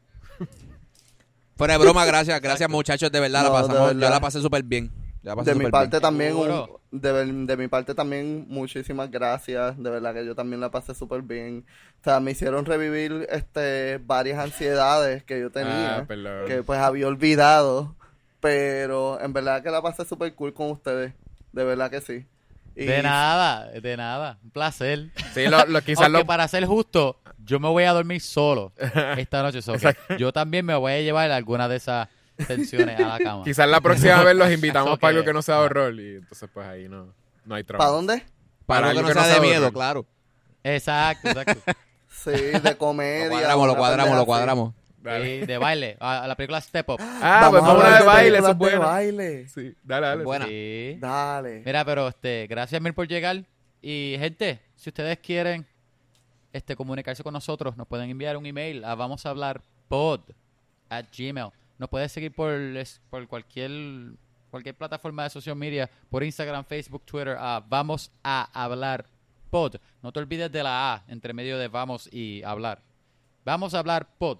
Fuera de broma, gracias, gracias muchachos, de verdad, No, la de pasamos, verdad. yo la pasé súper bien. Yo la pasé De mi súper parte bien. también, un- Seguro. de, ver- de mi parte también, muchísimas gracias. De verdad que yo también la pasé súper bien. O sea, me hicieron revivir este varias ansiedades que yo tenía, Ah, perdón. que pues había olvidado. Pero en verdad que la pasé súper cool con ustedes. De verdad que sí. Y De nada, de nada. Un placer. Sí, lo, lo, quizás Aunque lo... para ser justo, yo me voy a dormir solo esta noche. so que yo también me voy a llevar alguna de esas tensiones a la cama. Quizás la próxima vez los invitamos Ok. para algo que no sea horror y entonces pues ahí no, no hay trabajo. ¿para dónde? Para Para algo que algo no sea de horror. miedo, claro. Exacto, exacto. Sí, de comedia. Lo cuadramos, lo una cuadramos, pendeja lo así. cuadramos. Dale. Sí, de baile. A, a la película Step Up. Ah, pues a vamos a hablar una de baile, eso películas es bueno. de baile. Sí, dale, dale. Buena. Sí. Dale. Mira, pero este, gracias mil por llegar. Y gente, si ustedes quieren este comunicarse con nosotros, nos pueden enviar un email a vamos a hablar pod at gmail. Nos puedes seguir por, es- por cualquier cualquier plataforma de social media, por Instagram, Facebook, Twitter, a vamos a hablar pod. No te olvides de la A entre medio de vamos y hablar. Vamos a hablar pod.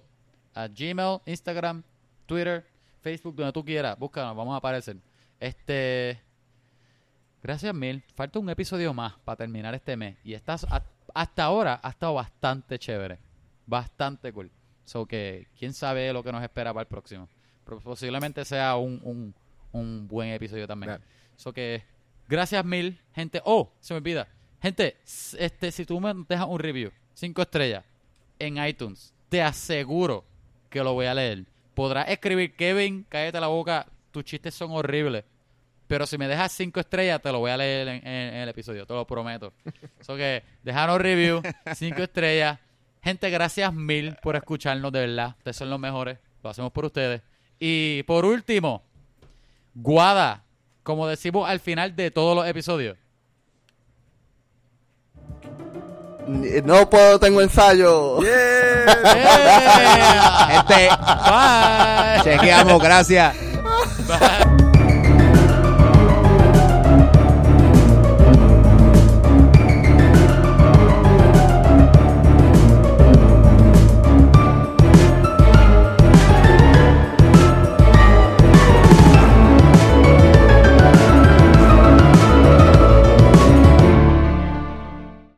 a Gmail, Instagram, Twitter, Facebook, donde tú quieras. Búscanos, vamos a aparecer. Este... Gracias mil. Falta un episodio más para terminar este mes. Y estás a- hasta ahora ha estado bastante chévere. Bastante cool. So que quién sabe lo que nos espera para el próximo. Pero posiblemente sea un, un, un buen episodio también. Claro. So que gracias mil, gente. Oh, se me olvida. Gente, s- este, si tú me dejas un review, cinco estrellas, en iTunes, te aseguro que lo voy a leer. Podrás escribir, Kevin, cállate la boca, tus chistes son horribles. Pero si me dejas cinco estrellas, te lo voy a leer en, en- en el episodio, te lo prometo. So que, dejanos review, cinco estrellas. Gente, gracias mil por escucharnos, de verdad. Ustedes son los mejores, lo hacemos por ustedes. Y por último, Guada, como decimos al final de todos los episodios. Ni- No puedo, tengo ensayo. ¡Yeah! Gente, Bye. chequeamos, gracias. Bye.